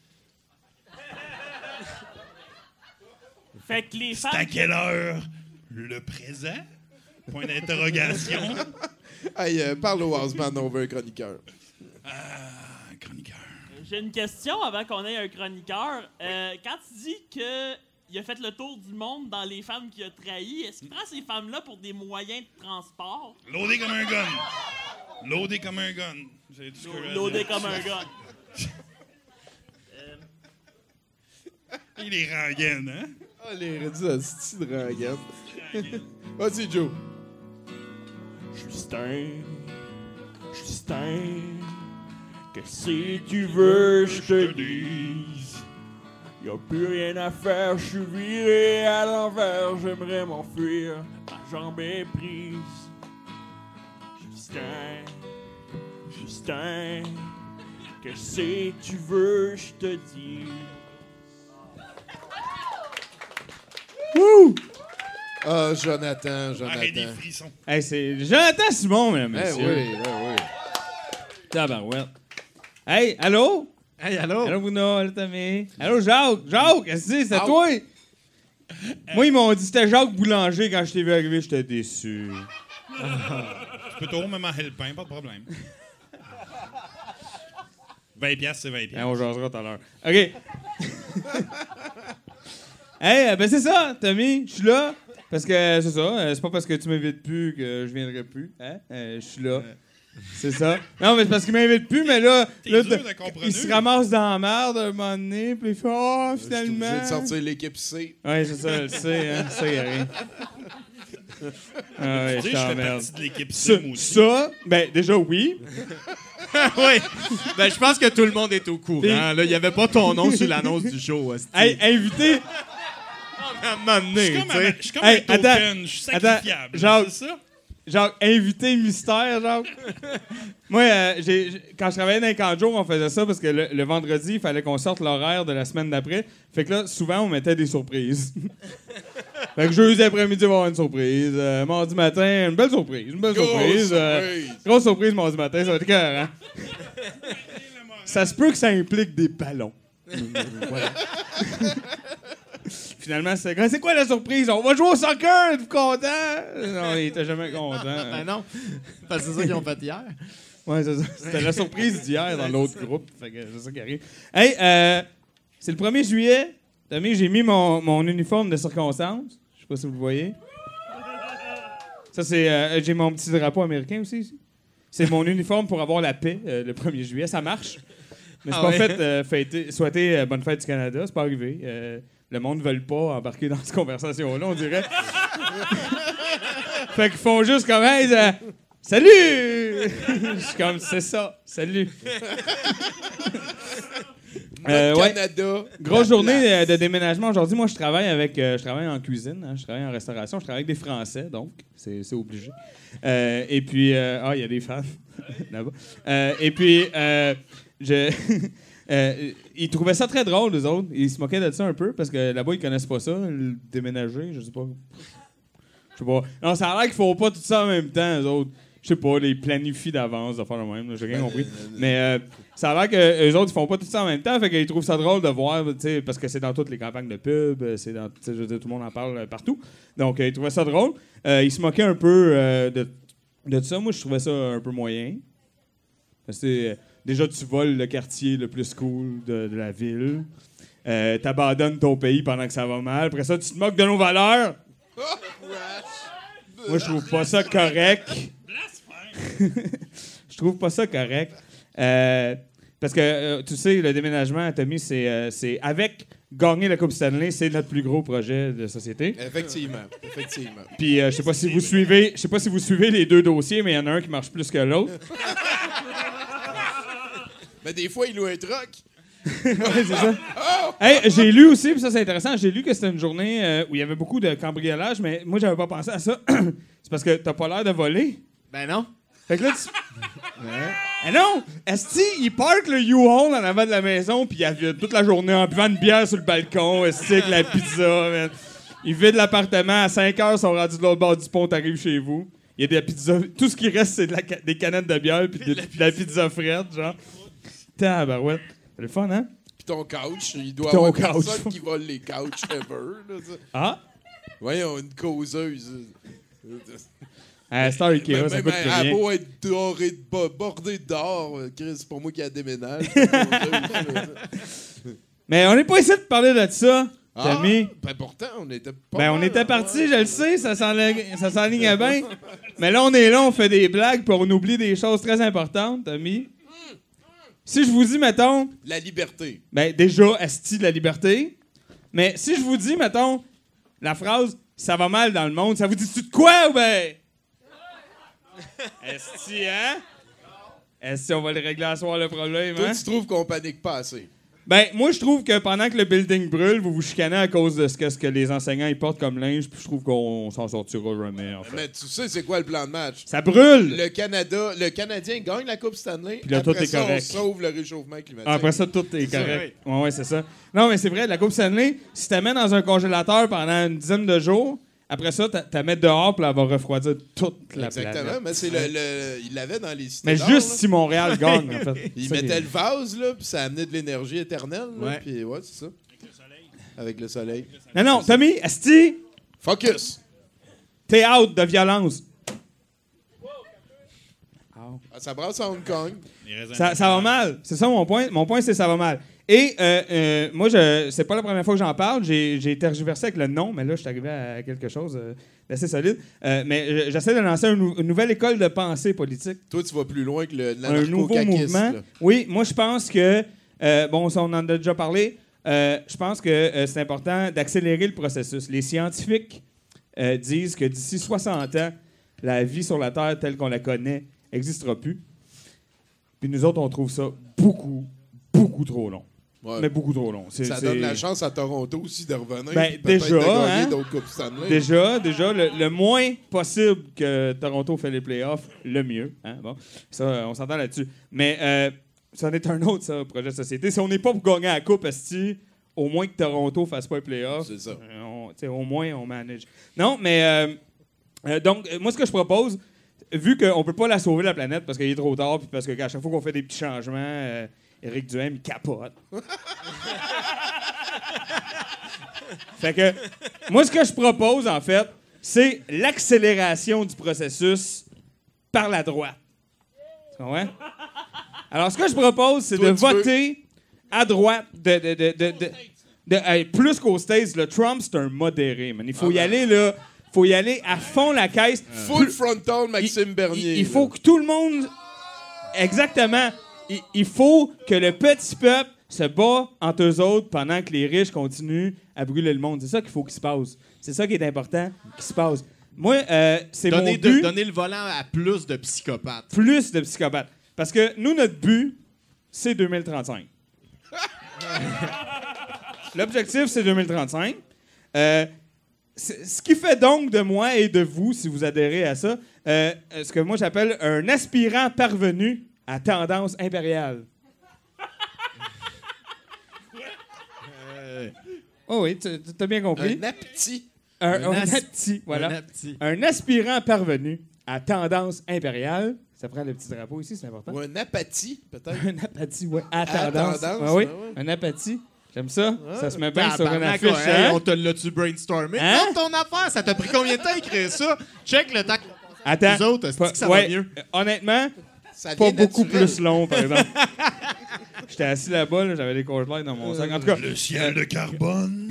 Fait que les C'est à femmes. quelle heure? Le présent? Point d'interrogation. Hey, euh, parle au Houseman Over chroniqueur. Ah, chroniqueur. J'ai une question avant qu'on ait un chroniqueur. Euh, quand tu dis qu'il a fait le tour du monde dans les femmes qu'il a trahies, est-ce qu'il prend ces femmes-là pour des moyens de transport? Loadé comme un gun. Loadé comme un gun. C'est tout ce que j'ai à Loadé dire. comme un gun. Il est rengaine, hein? Ah, les rédits à style de rengaine. Vas-y, Joe. Justin, Justin, qu'est-ce que tu veux je te dise? Y'a plus rien à faire, je suis viré à l'envers, j'aimerais m'enfuir, ma jambe est prise. Justin, Justin, qu'est-ce que tu veux je te dise? Ah, Jonathan, Arrête des Jonathan. frissons. Hey, c'est Jonathan Simon, mesdames, Eh messieurs. oui, eh oui. Tabarouette. Hey, allô? Hey, allô? Allô, Bruno? Allô, Tommy? Allô, Jacques? Jacques, qu'est-ce que c'est? C'est Ah. toi? Moi, ils m'ont dit que c'était Jacques Boulanger. Quand je t'ai vu arriver, j'étais déçu. Tu peux toujours me manger le pain, pas de problème. vingt piastres, c'est vingt Hein, piastres. on jasera tout à l'heure. OK. Hey, euh, ben c'est ça, Tommy. Je suis là. Parce que euh, c'est ça. euh, c'est pas parce que tu m'invites plus que je viendrai plus. Hein? Euh, Je suis là. C'est ça. Non, mais c'est parce qu'il m'invite plus, mais là, T'es là, dur t- de comprendre. il se ramasse dans la merde un moment donné, puis il fait « Oh, Je suis obligé finalement... de » sortir l'équipe C. Ouais, c'est ça, je le sais, hein. Ça, y a rien. Ah ouais, Tu je sais, je fais t'emmerde. partie de l'équipe Ça, Sim aussi. ça, ben déjà oui. Oui. Ben, je pense que tout le monde est au courant. Puis- Là, il n'y avait pas ton nom sur l'annonce du show. hostie. Hey, invité. À un moment Je donné, suis comme, tu sais. un, je suis comme Hey, un attends, token, je suis attends, sacrifiable. Jacques. C'est ça? Genre, invité mystère, genre. Moi, euh, j'ai, j'ai- quand je travaillais dans les camps de jour, on faisait ça parce que le, le vendredi, il fallait qu'on sorte l'horaire de la semaine d'après. Fait que là, souvent, on mettait des surprises. Fait que jeudi après-midi, il va y avoir une surprise. Euh, mardi matin, une belle surprise. Une belle Grosse surprise. euh, surprise. grosse surprise mardi matin, ça va être écœurant. Ça se peut que ça implique des ballons. Voilà. finalement, c'est c'est quoi la surprise? On va jouer au soccer, êtes-vous content? Non, il était jamais content. Ben non, parce que c'est ça qu'ils ont fait hier. Ouais, c'est ça. C'était la surprise d'hier dans l'autre groupe. Fait que c'est ça qui arrive. Hey, euh, c'est le premier juillet. Tommy, j'ai mis mon, mon uniforme de circonstance. Je sais pas si vous le voyez. Ça, c'est... Euh, j'ai mon petit drapeau américain aussi, ici. C'est mon uniforme pour avoir la paix euh, le premier juillet. Ça marche. Mais c'est Ah pas ouais? fait euh, fêter, souhaiter euh, bonne fête du Canada. C'est pas arrivé. Euh, le monde ne veut pas embarquer dans cette conversation-là, on dirait. Fait qu'ils font juste comme... Hey, euh, salut! Je suis comme, c'est ça. Salut. Euh, ouais. Canada. Grosse journée euh, de déménagement aujourd'hui. Moi, je travaille avec, euh, je travaille en cuisine, hein, je travaille en restauration, je travaille avec des Français, donc c'est c'est obligé. Euh, et puis, euh, ah, il y a des fans là-bas. Euh, et puis, euh, je, euh, ils trouvaient ça très drôle, les autres. Ils se moquaient de ça un peu parce que là-bas, ils connaissent pas ça, le déménager, je sais pas. Je sais pas. Non, ça a l'air qu'ils font pas tout ça en même temps, les autres. Je sais pas, les planifient d'avance, de faire le même, là, j'ai rien compris. Mais euh, ça a l'air que les autres, ils font pas tout ça en même temps, fait qu'ils trouvent ça drôle de voir, tu sais, parce que c'est dans toutes les campagnes de pub, c'est dans, tu sais, je veux dire, tout le monde en parle euh, partout. Donc, euh, ils trouvaient ça drôle. Euh, ils se moquaient un peu euh, de, de ça. Moi, je trouvais ça un peu moyen. Parce que euh, déjà, tu voles le quartier le plus cool de, de la ville. Euh, T'abandonnes ton pays pendant que ça va mal. Après ça, tu te moques de nos valeurs. Moi, je trouve pas ça correct. Je trouve pas ça correct. Euh, parce que, euh, tu sais, le déménagement, Tommy, c'est euh, c'est avec gagner la Coupe Stanley, c'est notre plus gros projet de société. Effectivement, effectivement. Puis, euh, je sais pas si vous suivez, je sais pas si vous suivez les deux dossiers, mais il y en a un qui marche plus que l'autre. Mais des fois, il loue un truck. Ouais, c'est ça. Hey, j'ai lu aussi, puis ça c'est intéressant, j'ai lu que c'était une journée euh, où il y avait beaucoup de cambriolage, mais moi j'avais pas pensé à ça. C'est parce que t'as pas l'air de voler. Ben non. Fait que là, tu... Eh non! Esti, il parque le U-Haul en avant de la maison, puis il vide toute la journée en buvant une bière sur le balcon, esti, avec la pizza, man. Il vide l'appartement, à cinq heures, ils sont rendus de l'autre bord du pont, t'arrives chez vous. Il y a des pizzas, tout ce qui reste, c'est de la ca- des canettes de bière, puis de, de la pizza frette, genre. Tabarouette. C'est le fun, hein? Puis ton couch, il doit y Ton avoir couch. personne qui vole les couches ever. Là, ça. Ah? Voyons, une causeuse. À Star Ikea, Même, ça même coûte plus à rien. beau être doré de bo- bordé d'or, Chris, c'est pour moi qui a déménage. Mais on n'est pas ici de parler de ça, Ah, Tommy. ben pourtant, on était pas Ben, on mal, était hein, parti, ouais. je le sais, ça s'enlignait ça s'enlignait bien. Mais là, on est là, on fait des blagues, puis on oublie des choses très importantes, Tommy. Si je vous dis, mettons... La liberté. Ben, déjà, asti de la liberté. Mais si je vous dis, mettons, la phrase « ça va mal dans le monde », ça vous dit-tu de quoi, ou ben? Esti, hein? Esti, on va le régler à soir, le problème, Toi, hein? tu trouves qu'on panique pas assez. Ben, moi, je trouve que pendant que le building brûle, vous vous chicanez à cause de ce que, ce que les enseignants ils portent comme linge, puis je trouve qu'on s'en sortira jamais, en fait. Mais tu sais, c'est quoi le plan de match? Ça brûle! Le Canada, le Canadien gagne la Coupe Stanley. Puis là, après tout est ça, correct. on sauve le réchauffement climatique. Après ça, tout est ça, correct. Ouais, ouais, c'est ça. Non, mais c'est vrai, la Coupe Stanley, si tu la mets dans un congélateur pendant une dizaine de jours, après ça, tu la mets dehors, puis elle va refroidir toute la Exactement, planète. mais c'est le, le- il l'avait dans les cités Mais d'or, juste là. si Montréal gagne, en fait. Il Ça, mettait les- le vase, là, puis ça amenait de l'énergie éternelle. Là, Ouais. Puis ouais, c'est ça. Avec le soleil. Non, non, Tommy, asti, Focus! t'es out de violence. Ah, ça brasse à Hong Kong. Ça, ça va mal. C'est ça mon point. Mon point, c'est ça va mal. Et euh, euh, moi, je, c'est pas la première fois que j'en parle. J'ai, j'ai tergiversé avec le nom, mais là, je suis arrivé à quelque chose euh, d'assez solide. Euh, mais euh, j'essaie de lancer un nou- une nouvelle école de pensée politique. Toi, tu vas plus loin que le Un nouveau l'anarcho-caquiste, mouvement. là. Oui, moi, je pense que... euh, bon, ça, on en a déjà parlé. Euh, je pense que euh, c'est important d'accélérer le processus. Les scientifiques euh, disent que d'ici soixante ans, la vie sur la Terre telle qu'on la connaît n'existera plus. Puis nous autres, on trouve ça beaucoup, beaucoup trop long. Ouais. Mais beaucoup trop long. C'est- Ça c'est- donne la chance à Toronto aussi de revenir. Ben, puis peut-être déjà, de gagner hein? d'autres Coupes Stanley. Déjà, déjà le, le moins possible que Toronto fait les playoffs, le mieux. Hein? Bon, ça, euh, on s'entend là-dessus. Mais euh, ça en est un autre, ça, projet de société. Si on n'est pas pour gagner la Coupe, esti, au moins que Toronto fasse pas les playoffs. C'est ça. euh, on- tu sais, au moins, on manage. Non, mais euh, euh, donc, euh, moi, ce que je propose, vu qu'on peut pas la sauver, la planète, parce qu'il est trop tard, puis parce qu'à chaque fois qu'on fait des petits changements, euh, Éric Duhem, il capote. Fait que, moi, ce que je propose, en fait, c'est l'accélération du processus par la droite. Tu comprends? Alors, ce que je propose, c'est Toi, de tu voter à droite de... de, de, de, de- de- hey, plus qu'aux States, le Trump, c'est un modéré, man. Il faut y aller, là... faut y aller à fond la caisse. Full frontal Maxime il, Bernier. Il, il faut que tout le monde... Exactement. Il, il faut que le petit peuple se bat entre eux autres pendant que les riches continuent à brûler le monde. C'est ça qu'il faut qu'il se passe. C'est ça qui est important qu'il se passe. Moi, euh, c'est mon Donner, but... de- donner le volant à plus de psychopathes. Plus de psychopathes. Parce que nous, notre but, c'est deux mille trente-cinq. L'objectif, c'est deux mille trente-cinq. Euh, c'est- ce qui fait donc de moi et de vous, si vous adhérez à ça, euh, ce que moi j'appelle un aspirant parvenu à tendance impériale. Euh, Oh oui, tu as bien compris. Un apti. Un, Un un as- apti, voilà. un apti. Un aspirant parvenu à tendance impériale. Ça prend le petit drapeau ici, c'est important. Ou un apathie, peut-être. Un apathie, ouais. À À tendance. tendance, Ah oui, ben ouais. un apathie. J'aime ça. Ça se met bien sur une Tabarnak, affiche. ouais, hey, hein? on te l'a-tu brainstormé? Hein? Non, ton affaire, ça t'a pris combien de temps à écrire ça? Check le temps. Attends. Nous autres, est-ce Pas- que ça ouais, va mieux? euh, Honnêtement, Ça pas vient beaucoup naturel. plus long, par exemple. J'étais assis là-bas, là, j'avais des courgettes dans mon sac. En tout cas, Le ciel de carbone.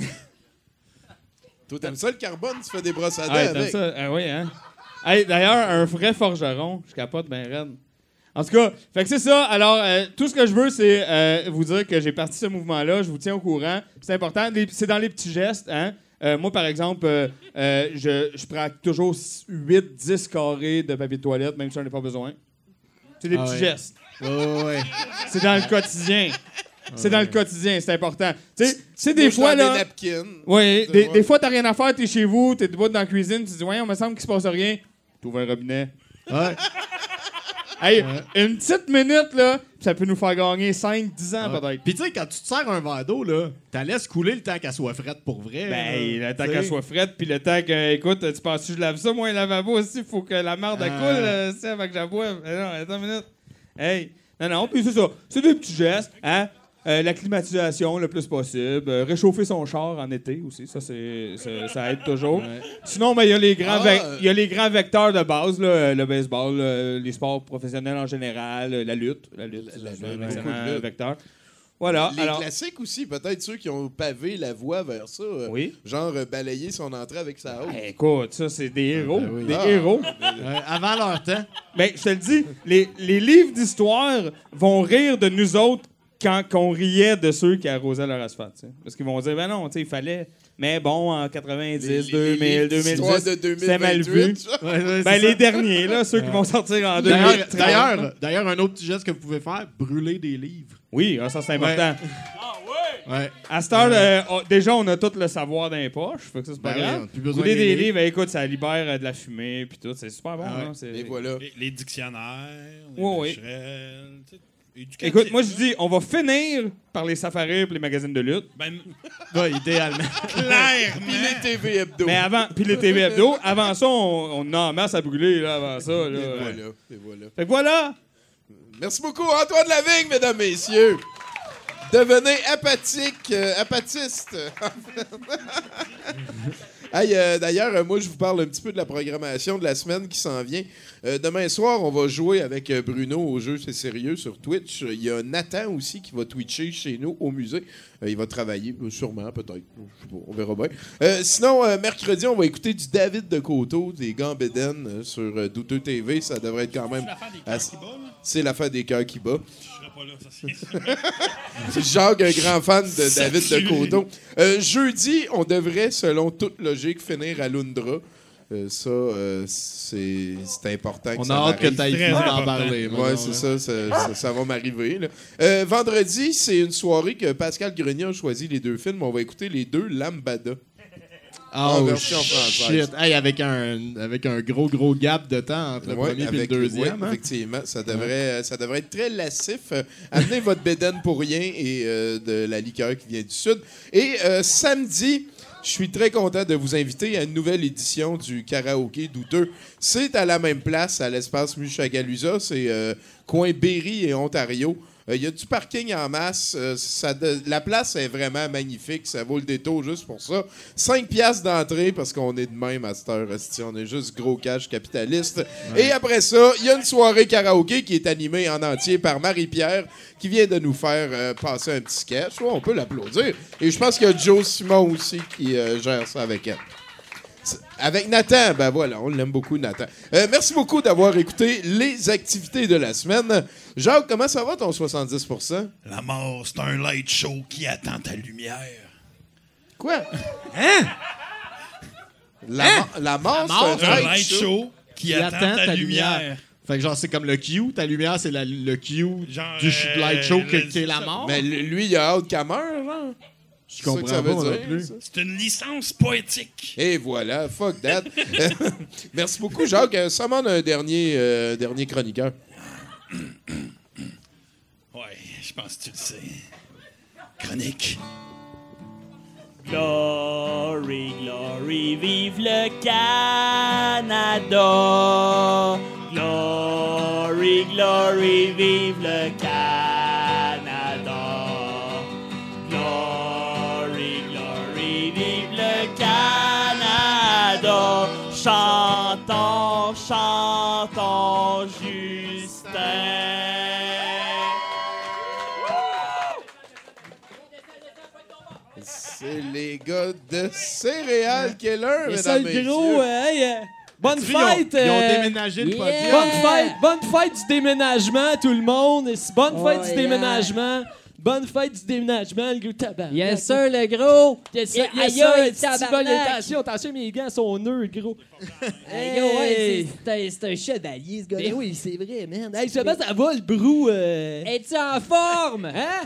Toi, t'aimes ça le carbone? Tu fais des brosses à dents ah, t'aimes avec. ça? Ah oui, hein? Hey, d'ailleurs, un vrai forgeron, je capote ben raide. En tout cas, fait que c'est ça. Alors, euh, tout ce que je veux, c'est euh, vous dire que j'ai parti ce mouvement-là. Je vous tiens au courant. C'est important. Les- c'est dans les petits gestes. Hein? Euh, moi, par exemple, euh, euh, je, je prends toujours huit dix carrés de papier de toilette, même si j'en ai pas besoin. C'est des Ah petits ouais. gestes. Oh, ouais. C'est dans le quotidien. C'est dans le quotidien, c'est important. Tu sais, tu sais, Moi, des je fois, donne là... des napkins. Oui, Tu des, vois. des fois, t'as rien à faire, t'es chez vous, t'es debout dans la cuisine, tu te dis, ouais, on me semble qu'il se passe rien. T'ouvres un robinet. Ouais. Hey, une petite minute, là, ça peut nous faire gagner cinq dix ans, peut-être. Puis tu sais, quand tu te sers un verre d'eau, là, t'as laisses couler le temps qu'elle soit frette pour vrai. Ben, là. le temps Tu qu'elle sais. soit frette, puis le temps que, écoute, tu penses que je lave ça, moi, un lavabo aussi, faut que la merde elle Ah. coule, euh, c'est avant que je la boive. Mais non, attends une minute. Hey, non, non, puis c'est ça. C'est des petits gestes, hein? Euh, la climatisation le plus possible. Euh, réchauffer son char en été aussi, ça, c'est, c'est- ça aide toujours. Sinon, ben, il y a les grands Ah, vec- euh. il y a les grands vecteurs de base, là, euh, le baseball, euh, les sports professionnels en général, euh, la lutte. La lutte, c'est la un lutte, excellent beaucoup de lutte. vecteur. Voilà. Les alors, classiques aussi, peut-être ceux qui ont pavé la voie vers ça. euh, Oui. Genre euh, balayer son entrée avec sa haute. ben, écoute, ça, c'est des héros. ben oui. Des Ah. héros. Ouais, avant leur temps. Ben, je te le dis, les, les livres d'histoire vont rire de nous autres quand on riait de ceux qui arrosaient leur asphalte. tu sais. Parce qu'ils vont dire, ben non, tu sais, il fallait. Mais bon, en quatre-vingt-dix, Les- les- deux mille, les livres d'histoire deux mille dix, de c'était mal vu. deux mille vingt-huit, Ouais, ouais, Ben, c'est les ça. derniers, là, ceux qui vont sortir en D'ailleurs, deux mille trente. d'ailleurs, d'ailleurs, un autre petit geste que vous pouvez faire, brûler des livres. Oui, ah, ça, c'est important. Ouais. À cette heure, euh, on- déjà, on a tout le savoir dans les poches. Fait que ça, c'est pas Ben oui, on grave. a plus besoin Brûler des des livres. livres, ben, écoute, ça libère euh, de la fumée, puis tout. C'est super bon. Ah ouais. hein, c'est- Et voilà. Les, les dictionnaires, les Oui, oui. bécherelles, tu sais, éducatif, Écoute, moi, je là. dis, on va finir par les safaris et les magazines de lutte. Ben, Ouais, idéalement. clairement. Puis les T V hebdo. Mais avant, puis les T V hebdo, avant ça, on, on a en masse à brûler, là, avant ça. Là. Et voilà. Et voilà. Fait que voilà. Merci beaucoup, Antoine Lavigne, mesdames, messieurs. Devenez apathique, euh, apatiste. Hey, euh, d'ailleurs, euh, moi, je vous parle un petit peu de la programmation de la semaine qui s'en vient. Euh, demain soir, on va jouer avec euh, Bruno au jeu C'est sérieux sur Twitch. Il y a Nathan aussi qui va twitcher chez nous au musée. Euh, il va travailler, euh, sûrement, peut-être. Je sais pas, on verra bien. Euh, sinon, euh, mercredi, on va écouter du David de Coteau, des Gambéden euh, sur euh, Douteux T V. Ça devrait être quand même... C'est l'affaire des cœurs assez- qui bat, là? C'est l'affaire des cœurs qui bat. Je serais pas là, ça c'est C'est Jacques, un grand fan de David de Salut. Coteau. Euh, jeudi, on devrait, selon toute logique, finir à Lundra. Euh, ça, euh, c'est c'est important que On ça a hâte que m'arrive. t'ailles Très fini d'en important. parler. Ouais, c'est ça ça, ça, ça va m'arriver. là. Euh, vendredi, c'est une soirée que Pascal Grenier a choisi les deux films. On va écouter les deux Lambada. En Oh, version française. shit. Hey, avec, un, avec un gros, gros gap de temps entre le Ouais, premier et le avec- deuxième. ouais, hein? effectivement, ça devrait, ça devrait être très lassif. Euh, amenez votre bédaine pour rien et euh, de la liqueur qui vient du Sud. Et euh, samedi, je suis très content de vous inviter à une nouvelle édition du Karaoké Douteux. C'est à la même place, à l'espace Mushagalusa. C'est euh, coin Berry et Ontario. Il y a du parking en masse. Euh, ça de- la place est vraiment magnifique. Ça vaut le détour juste pour ça. cinq piastres d'entrée parce qu'on est de même à cette heure. esti. On est juste gros cash capitaliste. Et après ça, il y a une soirée karaoké qui est animée en entier par Marie-Pierre qui vient de nous faire euh, passer un petit sketch. Ouais, on peut l'applaudir. Et je pense qu'il y a Joe Simon aussi qui euh, gère ça avec elle. Avec Nathan, ben voilà, on l'aime beaucoup, Nathan. Euh, merci beaucoup d'avoir écouté les activités de la semaine. Jacques, comment ça va ton soixante-dix pour cent? La mort, c'est un light show qui attend ta lumière. Quoi? Hein? La, Hein? mo- la mort, La mort, c'est un light show. qui attend ta lumière. Fait que genre, c'est comme le Q, ta lumière, c'est la- le Q Genre, du sh- euh, light show que- le- qui est la ça. mort. Mais lui, il a hâte qu'elle meure, genre. Je C'est ça comprends que ça pas veut moi dire, non plus. ça. C'est une licence poétique. Et voilà, fuck that. Merci beaucoup, Jacques. Euh, Ça demande un dernier, euh, dernier chroniqueur. Ouais, je pense que tu le sais. Chronique. Glory, glory, vive le Canada. Glory, glory, vive le Canada. Glory, glory, vive le Canada. Chantons, chantons, Justin. C'est les gars de Céréales Keller, Et ça, mesdames le et gros, messieurs. euh, hey, euh, bonne Ils ont- fête! Ils ont euh, déménagé le yeah. podcast. Bonne fête! Bonne fête du déménagement, tout le monde! Et c'est bonne Oh, fête du yeah. déménagement! Bonne fête du déménagement, le gros tabac! Yes, sir, le gros. Yes, sir! Et Yes, aïe, sir! aïe, Petit vol, tabarnak. attention, attention, mes gants sont nœuds, gros! Hey, yo, ouais, c'est- c'est un- c'est un chevalier, ce Ben gars-là. oui, c'est vrai, man! Hey, comment ça va, le brou? Euh... Es-tu en forme? Hein?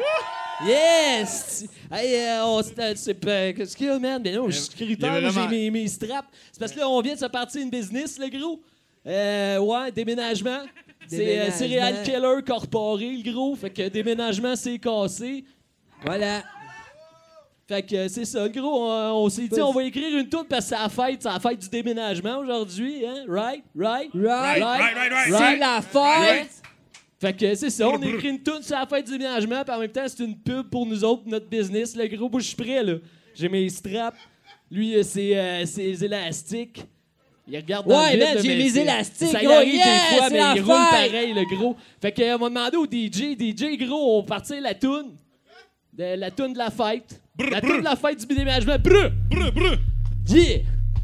Yes! Hey, euh, on s'est- c'est pas- qu'est-ce qu'il y a, man? Ben non, je suis il y scruteur, avait là, j'ai vraiment- mes, mes straps. C'est parce que là, on vient de se partir une business, le gros. Euh, ouais, déménagement. C'est euh, Déménagement. Céréales Keller Corporé, le gros. Fait que déménagement, c'est cassé. Voilà. Fait que euh, c'est ça, le gros. On, on s'est dit, on va écrire une toute parce que c'est la fête, c'est la fête du déménagement aujourd'hui, hein? Right? Right? Right. Right, right, right. C'est la fête. Fait que c'est ça, on a écrit une toune sur la fête du déménagement, puis en même temps, c'est une pub pour nous autres, notre business. Le gros, moi, je suis prêt, là. J'ai mes straps. Lui, euh, c'est euh, ses élastiques. Il regarde dans Ouais, le vide, man, là, j'ai mais mes c'est- élastiques, Ça y gros, arrive yes, des fois, c'est mais la il roule fête. pareil, le gros. Fait que, euh, on m'a demandé au D J, D J, gros, on va partir la toune. De, la toune de la fête. Brr, la brr. toune de la fête du déménagement. Brr! Brr, brr. Yeah!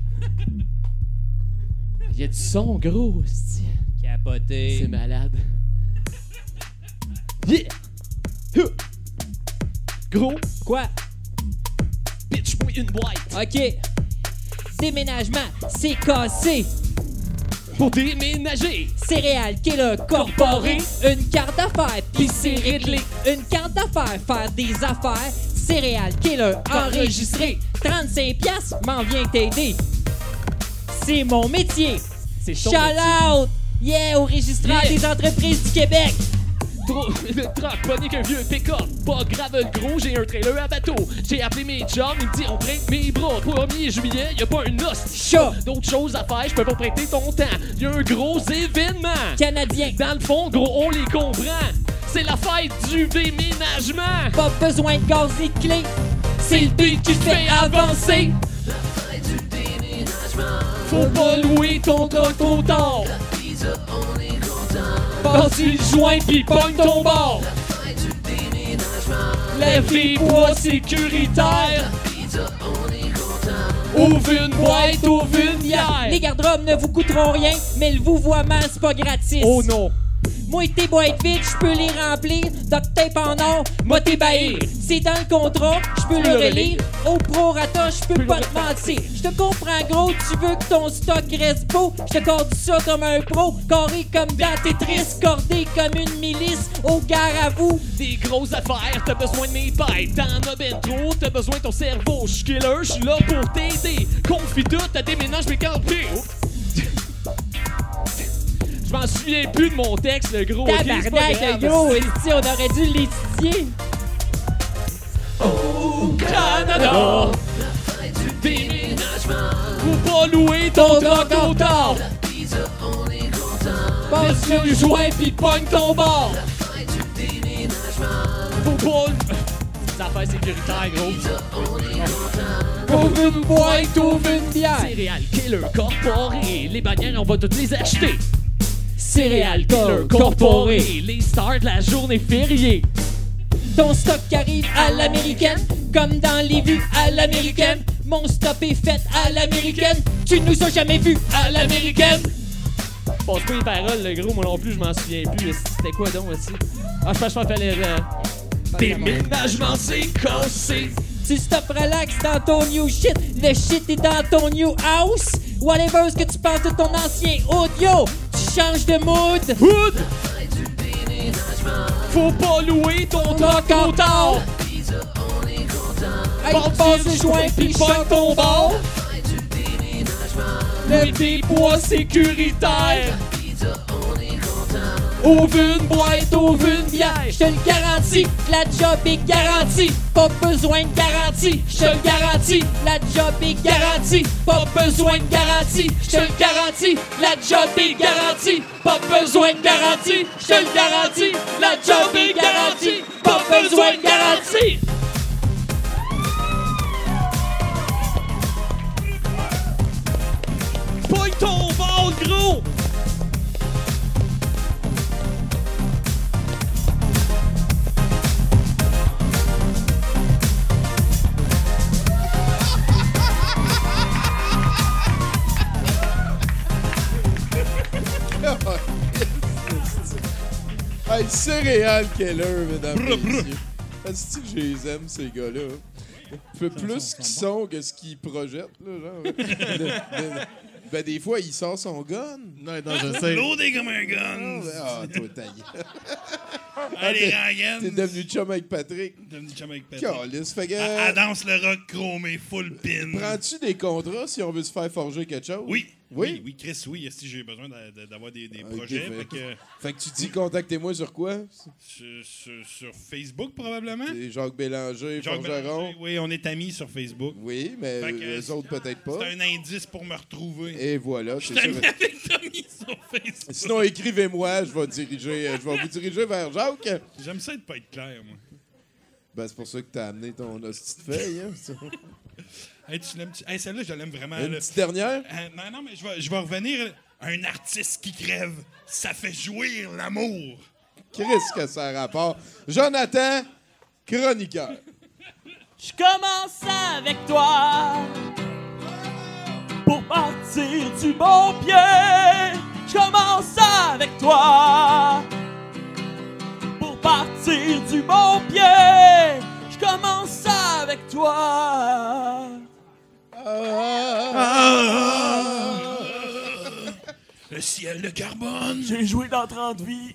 Il y a du son, gros, c'est Capoté. malade. Yeah! Huh! Gros, Quoi? pitch-moi une boîte. OK. Déménagement, c'est cassé. Pour déménager. Céréales Keller Corporé. Une carte d'affaires, puis c'est réglé. Une carte d'affaires, faire des affaires. Céréales Keller enregistré. trente-cinq piastres, m'en viens t'aider. C'est mon métier. C'est Shout ton métier. out! Yeah, au registraire Yeah. des entreprises du Québec. Trop le truck, pas qu'un vieux pick-up. Pas grave le gros, j'ai un trailer à bateau. J'ai appelé mes chums, ils me disent on prête mes bras. premier juillet, y'a pas un os. Chat. D'autres choses à faire, je peux pas prêter ton temps. Y'a un gros événement. Canadien. Dans le fond, gros, on les comprend. C'est la fête du déménagement. Pas besoin de gaz et de clés. C'est le but qui te fait avancer. Faut pas louer ton truck trop tard. Passe le joint pis pogne ton bord. Lève les poids sécuritaires. Ouvre une boîte, ouvre une bière. Les garde-robes ne vous coûteront rien, mais le vouvoiement, c'est pas gratis. Oh non. Moi, tes boîtes vides, je peux les remplir. Duct tape en or, moi t'ébahir. C'est dans le contrat, je peux le relire. Au prorata, je peux pas te mentir. Je te comprends, gros, tu veux que ton stock reste beau. Je te corde ça comme un pro, carré comme dans Tetris, cordé comme une milice. Au gare à vous. Des grosses affaires, t'as besoin de mes bêtes. T'en as ben trop, t'as besoin de ton cerveau. J'suis killer, j'suis là pour t'aider. Confie tout, t'as déménage mes campés. Je m'en souviens plus de mon texte, le gros. ok, c'est pas Tabarnak, grave. le gros, esti, on aurait dû l'étudier. Au Canada, déménagement. Faut pas louer ton truck trop tard. Passe le joint pis pogne ton bord. Faut pas... Des affaires sécuritaires, gros. Ouvre une boîte, ouvre une bière. Céréales Killer Corporé. Les bannières, on va toutes les acheter. Céréales Killer Corporé. Les stars de la journée fériée. Ton stock arrive à l'américaine, comme dans les vues à l'américaine. Mon stop est fait à l'américaine. Tu nous as jamais vus à l'américaine. Passe pas les paroles, le gros, moi non plus, je m'en souviens plus. C'était quoi donc aussi? Ah, je pense que je fallait. Euh, Déménagement, c'est cassé. Tu stop relax dans ton new shit. Le shit est dans ton new house. Whatever ce que tu penses de ton ancien audio, tu changes de mood. Hood! Faut pas louer ton compteur. Hey, passe le joint pis choque ton bord. Le dépoids sécuritaire. Ouvre une boîte, ouvre une bière. Je te le garantis, la job est garantie. Pas besoin de garantie, je te le garantis. La job est garantie, pas besoin de garantie. Je te le garantis, la job est garantie. Pas besoin de garantie, je te le garantis. La job est garantie, pas besoin de garantie. Pouille ton bord, gros! Hey, Céréales Killer, mesdames et messieurs. Est-ce que je les aime, ces gars-là? Peu plus qu'ils sont que ce qu'ils projettent, là, genre. de, de, ben, des fois, il sort son gun. Non, non, je sais. Loadé comme un gun. Ah, toi, taille. Allez, Ryan. T'es devenu chum avec Patrick. Devenu chum avec Patrick. Calice, fait que... Elle, elle danse le rock chromé, full pin. Prends-tu des contrats si on veut se faire forger quelque chose? Oui. Oui? Oui, oui, Chris, oui. Si j'ai besoin d'a- d'avoir des, des Okay, projets. fait, Fait que, fait que tu dis contactez-moi sur quoi? sur, sur, sur Facebook, probablement. C'est Jacques Bélanger, Jacques Forgeron. Bélanger, oui, on est amis sur Facebook. Oui, mais Fait que, les autres peut-être pas. C'est un indice pour me retrouver. Et voilà. Je c'est suis ami ça. avec Tommy sur Facebook. Sinon, écrivez-moi, je vais, diriger, je vais vous diriger vers Jacques. J'aime ça de pas être clair, moi. Ben, c'est pour ça que t'as amené ton hostie de feuille. Hein, Hey, tu l'aimes, tu- hey, celle-là, je l'aime vraiment. Une là. petite dernière? Euh, non, non, mais je vais, je vais revenir. Un artiste qui crève, ça fait jouir l'amour. Qu'est-ce que ça a rapport? Jonathan, chroniqueur. Je commence avec toi pour partir du bon pied. Je commence avec toi pour partir du bon pied. Je commence avec toi. Ah. Le ciel de carbone. J'ai joué dans trente vies.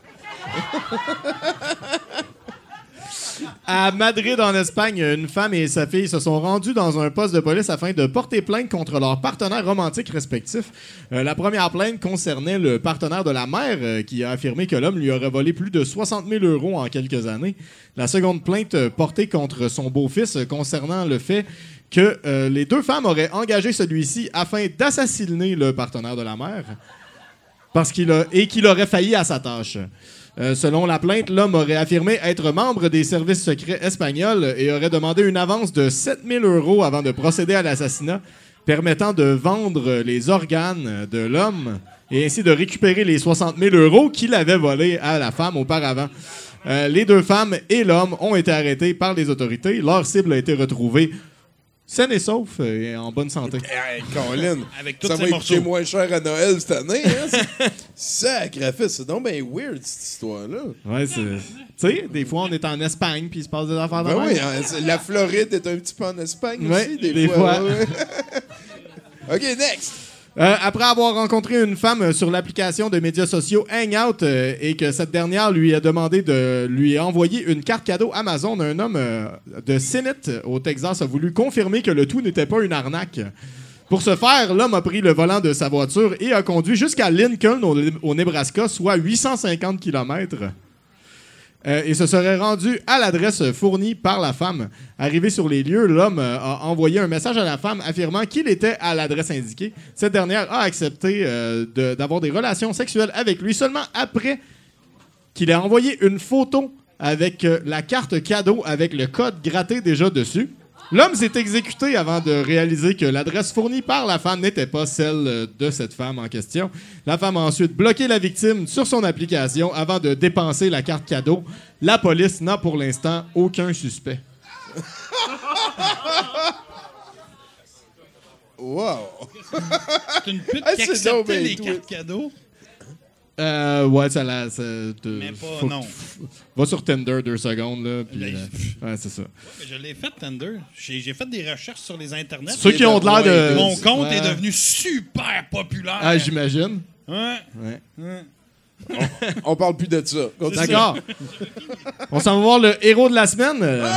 À Madrid, en Espagne, une femme et sa fille se sont rendues dans un poste de police afin de porter plainte contre leurs partenaires romantiques respectifs. Euh, la première plainte concernait le partenaire de la mère euh, qui a affirmé que l'homme lui aurait volé plus de soixante mille euros en quelques années. La seconde plainte euh, portée contre son beau-fils euh, concernant le fait que euh, les deux femmes auraient engagé celui-ci afin d'assassiner le partenaire de la mère parce qu'il a, et qu'il aurait failli à sa tâche. Euh, selon la plainte, l'homme aurait affirmé être membre des services secrets espagnols et aurait demandé une avance de sept mille euros avant de procéder à l'assassinat, permettant de vendre les organes de l'homme et ainsi de récupérer les soixante mille euros qu'il avait volés à la femme auparavant. Euh, les deux femmes et l'homme ont été arrêtés par les autorités. Leur cible a été retrouvée saine et sauf et en bonne santé. Hey, Colin, Avec tous ça ces va coûter morceaux. moins cher à Noël cette année. Hein? Sacré, c'est donc bien weird, cette histoire-là. Ouais, c'est... Tu sais, des fois, on est en Espagne puis il se passe des affaires de Ben même. oui, hein, c'est- la Floride est un petit peu en Espagne Ouais, aussi, des, des fois. fois. ouais, ouais. OK, next. Euh, après avoir rencontré une femme sur l'application de médias sociaux Hangout euh, et que cette dernière lui a demandé de lui envoyer une carte cadeau Amazon, un homme euh, de Senate au Texas a voulu confirmer que le tout n'était pas une arnaque. Pour ce faire, l'homme a pris le volant de sa voiture et a conduit jusqu'à Lincoln, au, au Nebraska, soit huit cent cinquante kilomètres. Euh, et se serait rendu à l'adresse fournie par la femme. Arrivé sur les lieux, l'homme euh, a envoyé un message à la femme affirmant qu'il était à l'adresse indiquée. Cette dernière a accepté euh, de- d'avoir des relations sexuelles avec lui seulement après qu'il ait envoyé une photo avec euh, la carte cadeau avec le code gratté déjà dessus. L'homme s'est exécuté avant de réaliser que l'adresse fournie par la femme n'était pas celle de cette femme en question. La femme a ensuite bloqué la victime sur son application avant de dépenser la carte cadeau. La police n'a pour l'instant aucun suspect. Wow! C'est une pute Ah, qui c'est acceptait donc bien les tout. cartes cadeaux. Euh, ouais, ça la. Ça, te- Mais pas, faut- non. Va sur Tinder deux secondes, là. Puis, Ben, euh, ouais, c'est ça. Mais je l'ai fait, Tinder. J'ai j'ai fait des recherches sur les internets. Ceux qui ont de l'air de. Mon compte Ouais. est devenu super populaire. Ah, j'imagine. Ouais. Ouais. Ouais. On parle plus de ça. Continue. D'accord. On s'en va voir le héros de la semaine. Euh,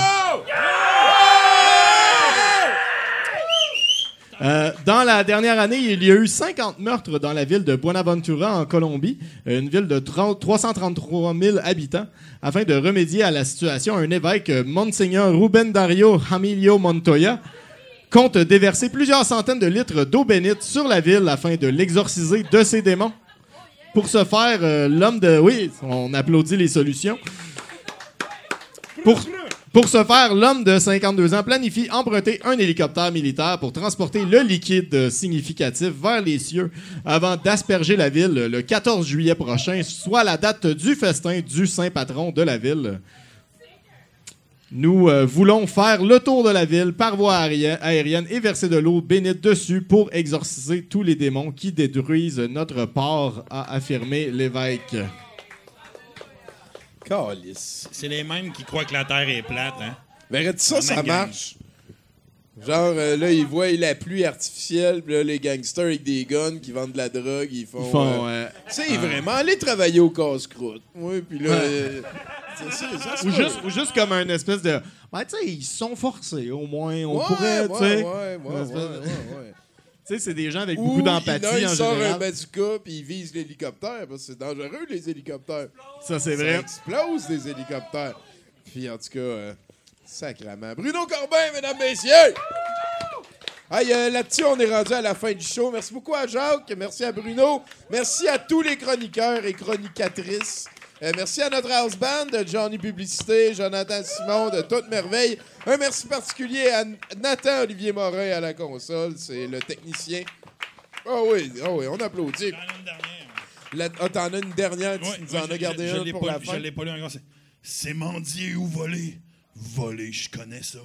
Euh, dans la dernière année, il y a eu cinquante meurtres dans la ville de Buenaventura, en Colombie, une ville de trente trois cent trente-trois mille habitants. Afin de remédier à la situation, un évêque, Monseigneur Rubén Dario Hamilio Montoya, compte déverser plusieurs centaines de litres d'eau bénite sur la ville afin de l'exorciser de ses démons. Pour ce faire, euh, l'homme de... Oui, on applaudit les solutions. Pour... Pour ce faire, l'homme de cinquante-deux ans planifie emprunter un hélicoptère militaire pour transporter le liquide significatif vers les cieux avant d'asperger la ville le quatorze juillet prochain, soit la date du festin du saint patron de la ville. Nous euh, voulons faire le tour de la ville par voie aérien- aérienne et verser de l'eau bénite dessus pour exorciser tous les démons qui détruisent notre port, a affirmé l'évêque. Calice. C'est les mêmes qui croient que la Terre est plate, hein? Verrais-tu ça, La ça même gang. marche? Genre, euh, là, ils voient la pluie artificielle, puis là, les gangsters avec des guns qui vendent de la drogue, ils font... Ils font, euh, euh, C'est euh, vraiment aller travailler au casse-croûte. Oui, puis là... Ouais. euh, c'est ça, ça, ça, Ou juste, ou juste comme un espèce de... Ben, tu sais, ils se sont forcés, au moins. On Ouais, pourrait, tu ouais, sais... ouais, ouais, une espèce ouais, de- ouais, ouais. Tu sais, c'est des gens avec Ou beaucoup d'empathie, il y en a, il en sort général. un bazooka, puis il vise l'hélicoptère, parce que c'est dangereux, les hélicoptères. Ça, c'est Ça vrai. explose, des hélicoptères. Puis, en tout cas, euh, sacrément. Bruno Corbin, mesdames, messieurs! Hey, euh, là-dessus, on est rendu à la fin du show. Merci beaucoup à Jacques, merci à Bruno, merci à tous les chroniqueurs et chronicatrices. Euh, merci à notre house band de Johnny Publicité, Jonathan Simon de Toute Merveille. Un merci particulier à N- Nathan Olivier Morin à la console, c'est le technicien. Oh oui, oh oui, on applaudit. La- ah, t'en as une dernière, tu Ouais, nous ouais, en je- as gardé je- je une l'ai pour pas la lu- fin. Je l'ai pas lu encore. c'est- C'est mendier ou voler? Voler, je connais ça.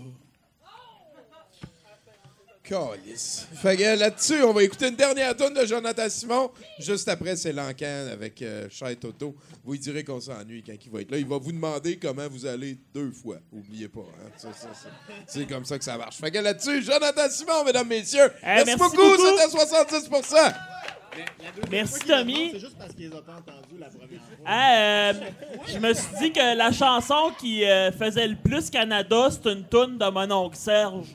Calice. Fait que euh, là-dessus, on va écouter une dernière tune de Jonathan Simon. Juste après, c'est l'encan avec euh, Cher Toto. Vous lui direz qu'on s'ennuie quand il va être là. Il va vous demander comment vous allez deux fois. Oubliez pas. Hein? Ça, ça, ça. C'est comme ça que ça marche. Fait que là-dessus, Jonathan Simon, mesdames, messieurs. Hey, merci, merci beaucoup, beaucoup. c'était soixante-dix pour cent. Merci, Tommy. C'est juste parce qu'ils n'ont pas entendu la première fois. Ah, euh, je me suis dit que la chanson qui euh, faisait le plus Canada, c'est une toune de mon oncle Serge.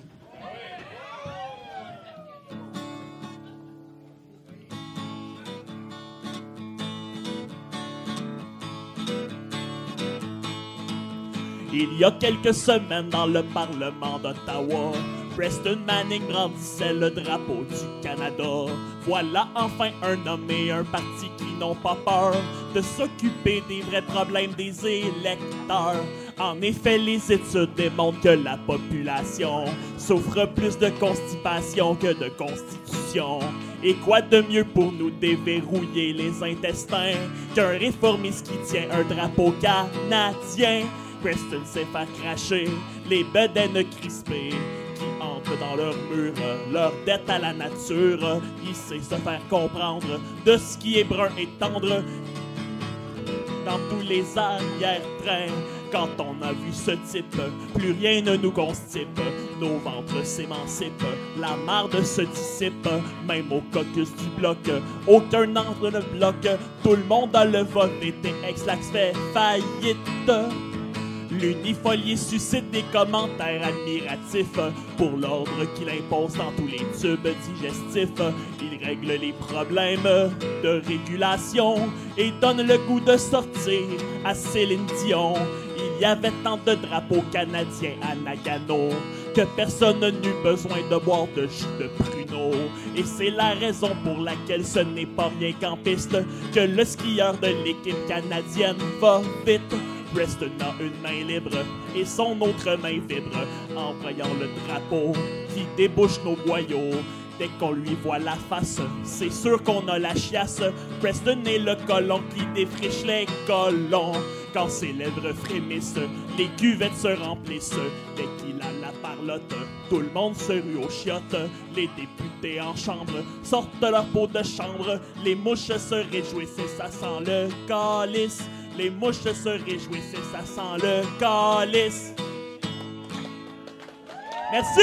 Il y a quelques semaines dans le Parlement d'Ottawa, Preston Manning brandissait le drapeau du Canada. Voilà enfin un homme et un parti qui n'ont pas peur de s'occuper des vrais problèmes des électeurs. En effet, les études démontrent que la population souffre plus de constipation que de constitution. Et quoi de mieux pour nous déverrouiller les intestins qu'un réformiste qui tient un drapeau canadien? Preston sait faire cracher les bedaines crispées qui entrent dans leur mur, leur dette à la nature. Il sait se faire comprendre de ce qui est brun et tendre dans tous les arrière-trains. Quand on a vu ce type, plus rien ne nous constipe. Nos ventres s'émancipent, la marde se dissipe. Même au caucus du bloc, aucun entre ne bloque. Tout le monde a le vote et T-Ex-Lax fait faillite. L'unifolié suscite des commentaires admiratifs pour l'ordre qu'il impose dans tous les tubes digestifs. Il règle les problèmes de régulation et donne le goût de sortir à Céline Dion. Il y avait tant de drapeaux canadiens à Nagano que personne n'eut besoin de boire de jus de pruneau. Et c'est la raison pour laquelle ce n'est pas bien qu'en piste que le skieur de l'équipe canadienne va vite. Preston a une main libre et son autre main vibre en voyant le drapeau qui débouche nos boyaux. Dès qu'on lui voit la face, c'est sûr qu'on a la chiasse. Preston est le colon qui défriche les colons. Quand ses lèvres frémissent, les cuvettes se remplissent. Dès qu'il a la parlotte, tout le monde se rue aux chiottes. Les députés en chambre sortent de leur peau de chambre. Les mouches se réjouissent et ça sent le calice. Les mouches se réjouissent et ça sent le calice. Merci!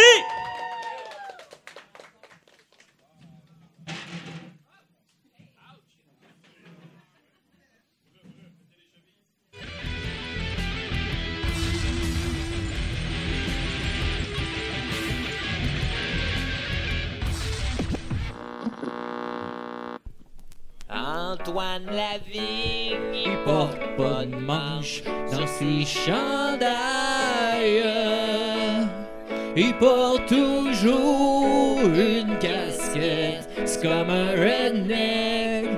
Antoine Lavigne, il porte pas de manche dans ses chandails. Il porte toujours une casquette, c'est comme un redneck.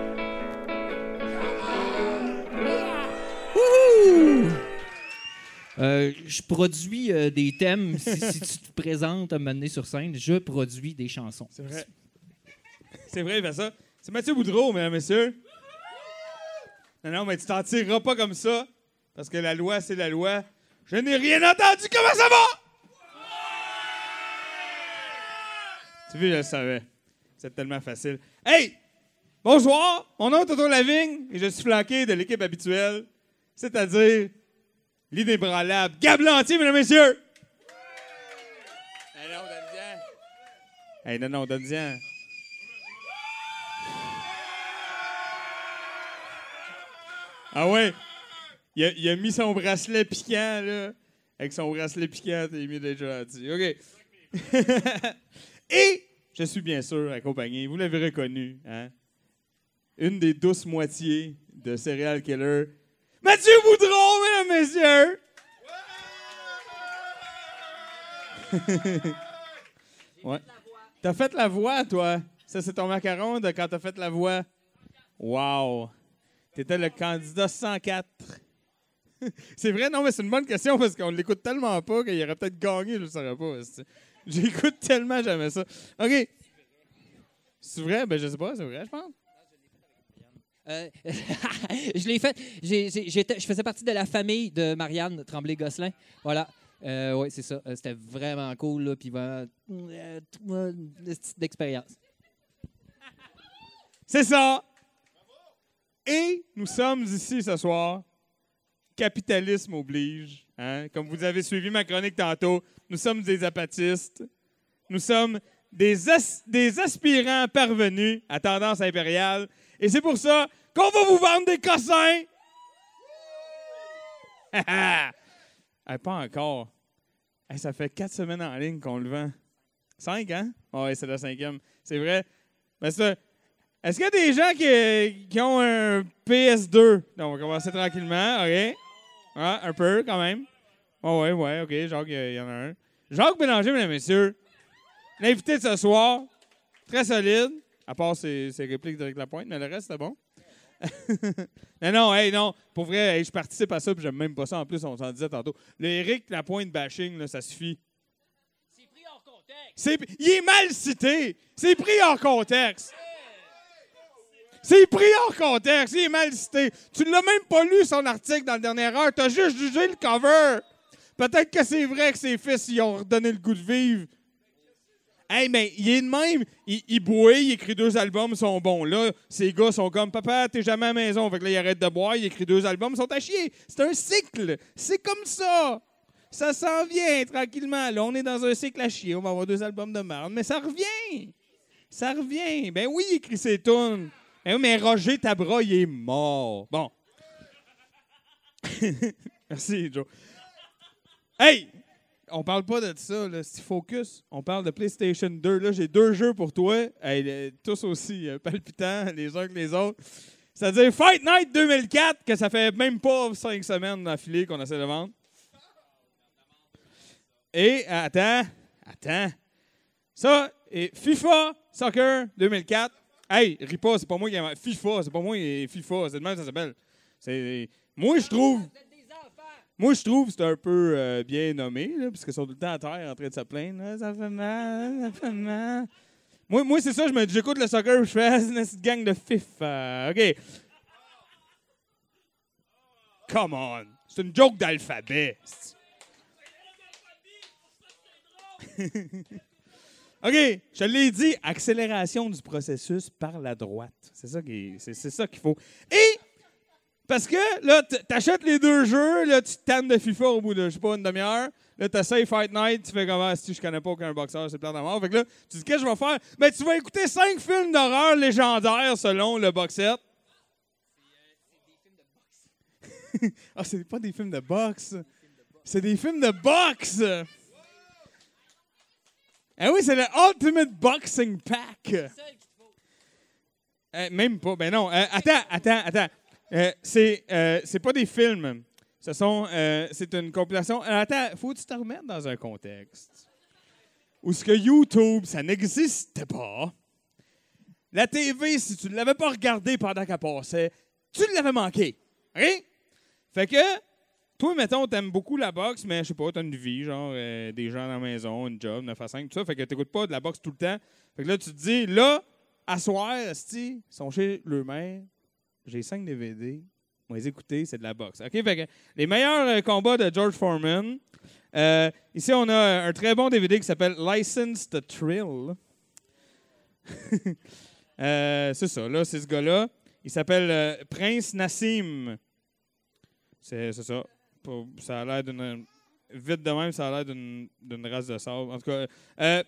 Wouhou! Euh, je produis euh, des thèmes. si, si tu te présentes à m'amener sur scène, je produis des chansons. C'est vrai. C'est vrai, il fait ça. C'est Mathieu Boudreau, mesdames et messieurs. Non, non, mais tu t'en tireras pas comme ça, parce que la loi, c'est la loi. Je n'ai rien entendu. Comment ça va? Tu vois, je le savais. C'est tellement facile. Hey! Bonsoir! Mon nom est Toto Lavigne et je suis flanqué de l'équipe habituelle, c'est-à-dire l'inébranlable Gab Lantier, mesdames et messieurs! Hey, non, donne-y. Hey, non, non, donne-y. Ah ouais? Il a, il a mis son bracelet piquant, là. Avec son bracelet piquant, t'es mieux d'être gentil. OK. Et je suis bien sûr accompagné, vous l'avez reconnu, hein? Une des douces moitiés de Serial Killer, Mathieu Boudreau, mesdames, messieurs! Ouais. T'as fait la voix, toi. Ça, c'est ton macaron de quand t'as fait la voix. Wow! T'étais le candidat cent quatre. C'est vrai? Non, mais c'est une bonne question parce qu'on l'écoute tellement pas qu'il aurait peut-être gagné, je ne saurais pas. J'écoute tellement jamais ça. OK. C'est vrai? Ben, je sais pas, c'est vrai, je pense. Euh, je l'ai fait. J'ai, j'étais, je faisais partie de la famille de Marianne Tremblay-Gosselin. Voilà. Euh, oui, c'est ça. C'était vraiment cool, là. Puis vraiment, euh, d'expérience. C'est ça! Et nous sommes ici ce soir. Capitalisme oblige. Hein? Comme vous avez suivi ma chronique tantôt, nous sommes des apatistes. Nous sommes des, as- des aspirants parvenus à tendance impériale. Et c'est pour ça qu'on va vous vendre des cossins! hey, pas encore. Hey, ça fait quatre semaines en ligne qu'on le vend. Cinq, hein? Oh, ouais, c'est la cinquième. C'est vrai. Ben, c'est un... Est-ce qu'il y a des gens qui, qui ont un P S deux? Donc, on va commencer tranquillement, OK? Ah, un peu, quand même. Oh, ouais, ouais, OK, Jacques, il y en a un. Jacques Bélanger, mesdames et messieurs, l'invité de ce soir, très solide, à part ses, ses répliques d'Éric Lapointe, mais le reste, c'était bon. non, non, hey, non, pour vrai, hey, je participe à ça, puis j'aime même pas ça, en plus, on s'en disait tantôt. Le Éric Lapointe bashing, là, ça suffit. C'est pris hors contexte. C'est, il est mal cité. C'est pris hors contexte. C'est pris hors contexte, il est mal cité. Tu l'as même pas lu, son article, dans la dernière heure. T'as juste jugé le cover. Peut-être que c'est vrai que ses fils ils ont redonné le goût de vivre. Hey, mais il est de même. Il, il boit, il écrit deux albums, ils sont bons. Là, ces gars sont comme « Papa, t'es jamais à la maison. » Fait que là, il arrête de boire, il écrit deux albums, ils sont à chier. C'est un cycle. C'est comme ça. Ça s'en vient tranquillement. Là, on est dans un cycle à chier. On va avoir deux albums de merde. Mais ça revient. Ça revient. Ben oui, il écrit ses tunes. Eh oui, mais Roger Tabra, il est mort. Bon. Merci, Joe. Hey! On parle pas de ça, là. C'est focus. On parle de PlayStation deux. Là, j'ai deux jeux pour toi. Hey, les, tous aussi euh, palpitants, les uns que les autres. C'est-à-dire Fight Night deux mille quatre, que ça fait même pas cinq semaines d'affilée qu'on essaie de vendre. Et, attends, attends. Ça, et FIFA Soccer deux mille quatre. Hey, ris pas, c'est pas moi qui ai... FIFA, c'est pas moi qui ai FIFA, c'est de même que ça s'appelle. C'est... Moi, je trouve... Moi, je trouve que c'est un peu euh, bien nommé, là, parce qu'ils sont tout le temps à terre en train de se plaindre. Ah, ça fait mal, ça fait mal. Moi, moi c'est ça, je me dis, j'écoute le soccer, je fais ah, c'est une petite gang de fif. Euh, OK. Come on. C'est une joke d'alphabet. OK, je l'ai dit, accélération du processus par la droite. C'est ça qui, c'est, c'est ça qu'il faut. Et, parce que, là, t'achètes les deux jeux, là, tu te tannes de FIFA au bout de, je sais pas, une demi-heure. Là, t'essayes Fight Night, tu fais comment, si je connais pas aucun boxeur, c'est plein de mort. Fait que là, tu dis, qu'est-ce que je vais faire? Ben, tu vas écouter cinq films d'horreur légendaires selon le box set. Ah, c'est pas des films de boxe. C'est des films de boxe. Ah oui, c'est le Ultimate Boxing Pack. Euh, même pas. Ben non. Euh, attends, attends, attends. Euh, c'est, euh, c'est pas des films. Ce sont, euh, c'est une compilation. Alors, attends, faut que tu te remettes dans un contexte où ce que YouTube, ça n'existait pas. La T V, si tu ne l'avais pas regardée pendant qu'elle passait, tu l'avais manqué. OK? Fait que, toi, mettons, t'aimes beaucoup la boxe, mais je sais pas, t'as une vie, genre euh, des gens à la maison, une job, neuf à cinq, tout ça. Fait que t'écoutes pas de la boxe tout le temps. Fait que là, tu te dis, là, à soir, esti, ils sont chez leur mère, j'ai cinq D V D, on va les écouter, c'est de la boxe. OK? Fait que les meilleurs euh, combats de George Foreman. Euh, ici, on a un très bon D V D qui s'appelle License to Thrill. euh, c'est ça, là, c'est ce gars-là. Il s'appelle euh, Prince Nassim. C'est, c'est ça. Ça a l'air d'une... Vite de même, ça a l'air d'une, d'une race de sable. En tout cas... Euh...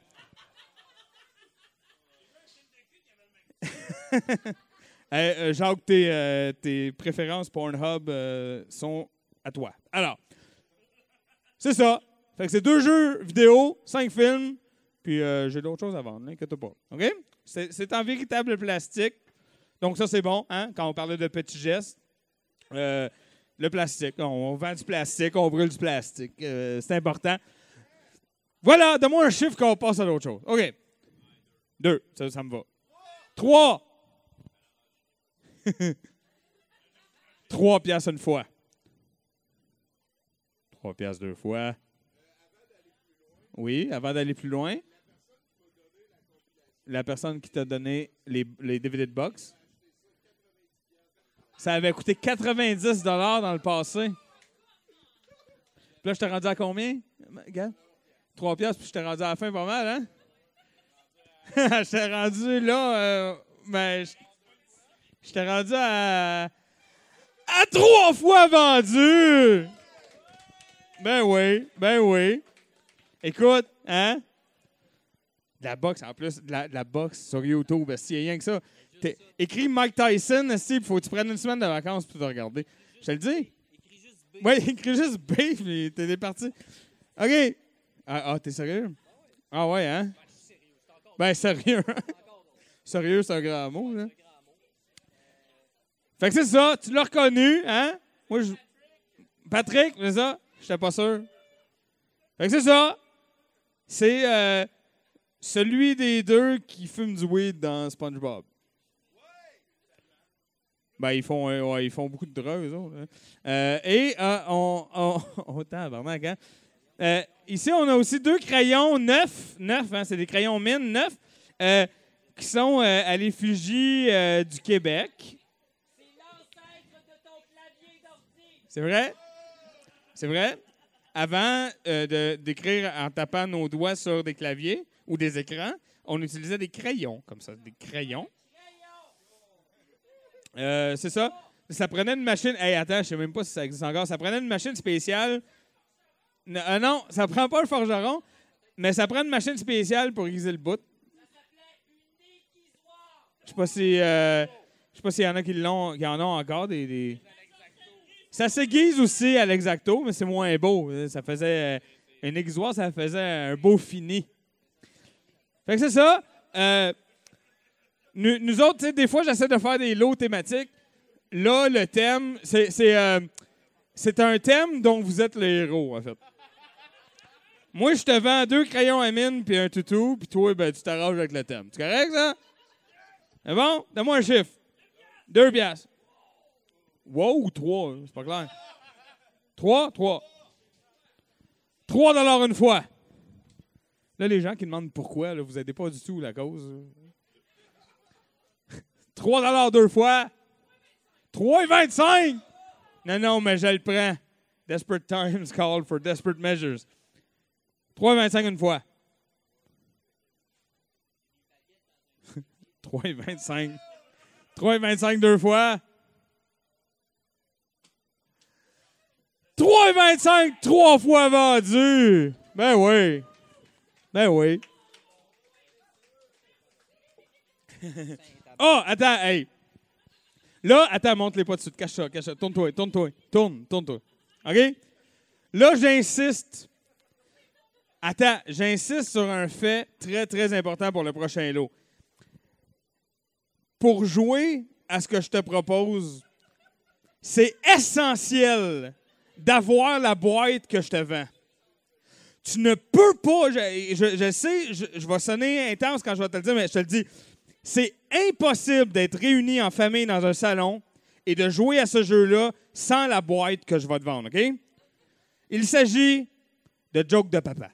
hey, euh, Jacques, tes, euh, tes préférences Pornhub euh, sont à toi. Alors, c'est ça. Fait que c'est deux jeux vidéo, cinq films, puis euh, j'ai d'autres choses à vendre, inquiète pas. OK? C'est, c'est en véritable plastique. Donc ça, c'est bon, hein? Quand on parlait de petits gestes. Euh, Le plastique. On vend du plastique, on brûle du plastique. Euh, c'est important. Voilà, donne-moi un chiffre qu'on passe à l'autre chose. OK. Deux, ça, ça me va. Trois. Trois piastres une fois. Trois piastres deux fois. Oui, avant d'aller plus loin. La personne qui t'a donné les, les D V D de box. Ça avait coûté quatre-vingt-dix dollars dans le passé. Puis là, je t'ai rendu à combien? Regarde. trois piastres, puis je t'ai rendu à la fin pas mal, hein? Je t'ai rendu là... Euh, ben, je, je t'ai rendu à... À trois fois vendu! Ben oui, ben oui. Écoute, hein? De la boxe, en plus, de la, de la boxe sur YouTube, s'il y a rien que ça. T'es, écris Mike Tyson, il faut que tu prennes une semaine de vacances pour te regarder. Je te le dis. Oui, écris juste B, puis t'es parti. OK. Ah, ah, t'es sérieux? Ah ouais, hein? Ben, sérieux. Sérieux, c'est un grand mot, là. Fait que c'est ça, tu l'as reconnu, hein? Moi, je... Patrick, c'est ça? J'étais pas sûr. Fait que c'est ça. C'est euh, celui des deux qui fume du weed dans SpongeBob. Ben, ils font, euh, ouais, ils font beaucoup de drogue, eux autres. Hein. Euh, et euh, on... on, on tabarnak, hein? Euh, ici, on a aussi deux crayons neufs. Neufs, hein? C'est des crayons mine neufs. Euh, qui sont euh, à l'effigie euh, du Québec. C'est l'ancêtre de ton clavier d'ordi. C'est vrai? C'est vrai? Avant euh, de, d'écrire en tapant nos doigts sur des claviers ou des écrans, on utilisait des crayons, comme ça, des crayons. Euh, c'est ça. Ça prenait une machine... Hey, attends, je sais même pas si ça existe encore. Ça prenait une machine spéciale... N- euh, non, ça prend pas le forgeron, mais ça prend une machine spéciale pour aiguiser le bout. Je sais pas si... Euh, je sais pas s'il y en a qui, l'ont, qui en ont encore, des... des... Ça s'aiguise aussi à l'exacto, mais c'est moins beau. Ça faisait... Euh, un aiguisoir, ça faisait un beau fini. Fait que c'est ça. Euh, nous, nous autres, tu sais, des fois, j'essaie de faire des lots thématiques. Là, le thème, c'est... C'est, euh, c'est un thème dont vous êtes les héros, en fait. Moi, je te vends deux crayons à mine puis un toutou, puis toi, ben, tu t'arranges avec le thème. C'est correct, ça? C'est bon? Donne-moi un chiffre. Deux piastres. Wow, trois, c'est pas clair. Trois? Trois. Trois dollars une fois. Là, les gens qui demandent pourquoi, là, vous n'aidez pas du tout la cause. Trois dollars deux fois. Trois et vingt-cinq. Non, non, mais je le prends. Desperate times call for desperate measures. Trois et vingt-cinq une fois. Trois et vingt-cinq. Trois et vingt-cinq deux fois. Trois et vingt-cinq trois fois vendu. Ben oui. Ben oui. Oh, attends, hey. Là, attends, montre-les pas dessus. Cache ça, cache ça. Tourne-toi, tourne-toi. Tourne, tourne-toi. OK? Là, j'insiste. Attends, j'insiste sur un fait très, très important pour le prochain lot. Pour jouer à ce que je te propose, c'est essentiel d'avoir la boîte que je te vends. Tu ne peux pas, je, je, je sais, je, je vais sonner intense quand je vais te le dire, mais je te le dis, c'est impossible d'être réunis en famille dans un salon et de jouer à ce jeu-là sans la boîte que je vais te vendre, OK? Il s'agit de Joke de papa.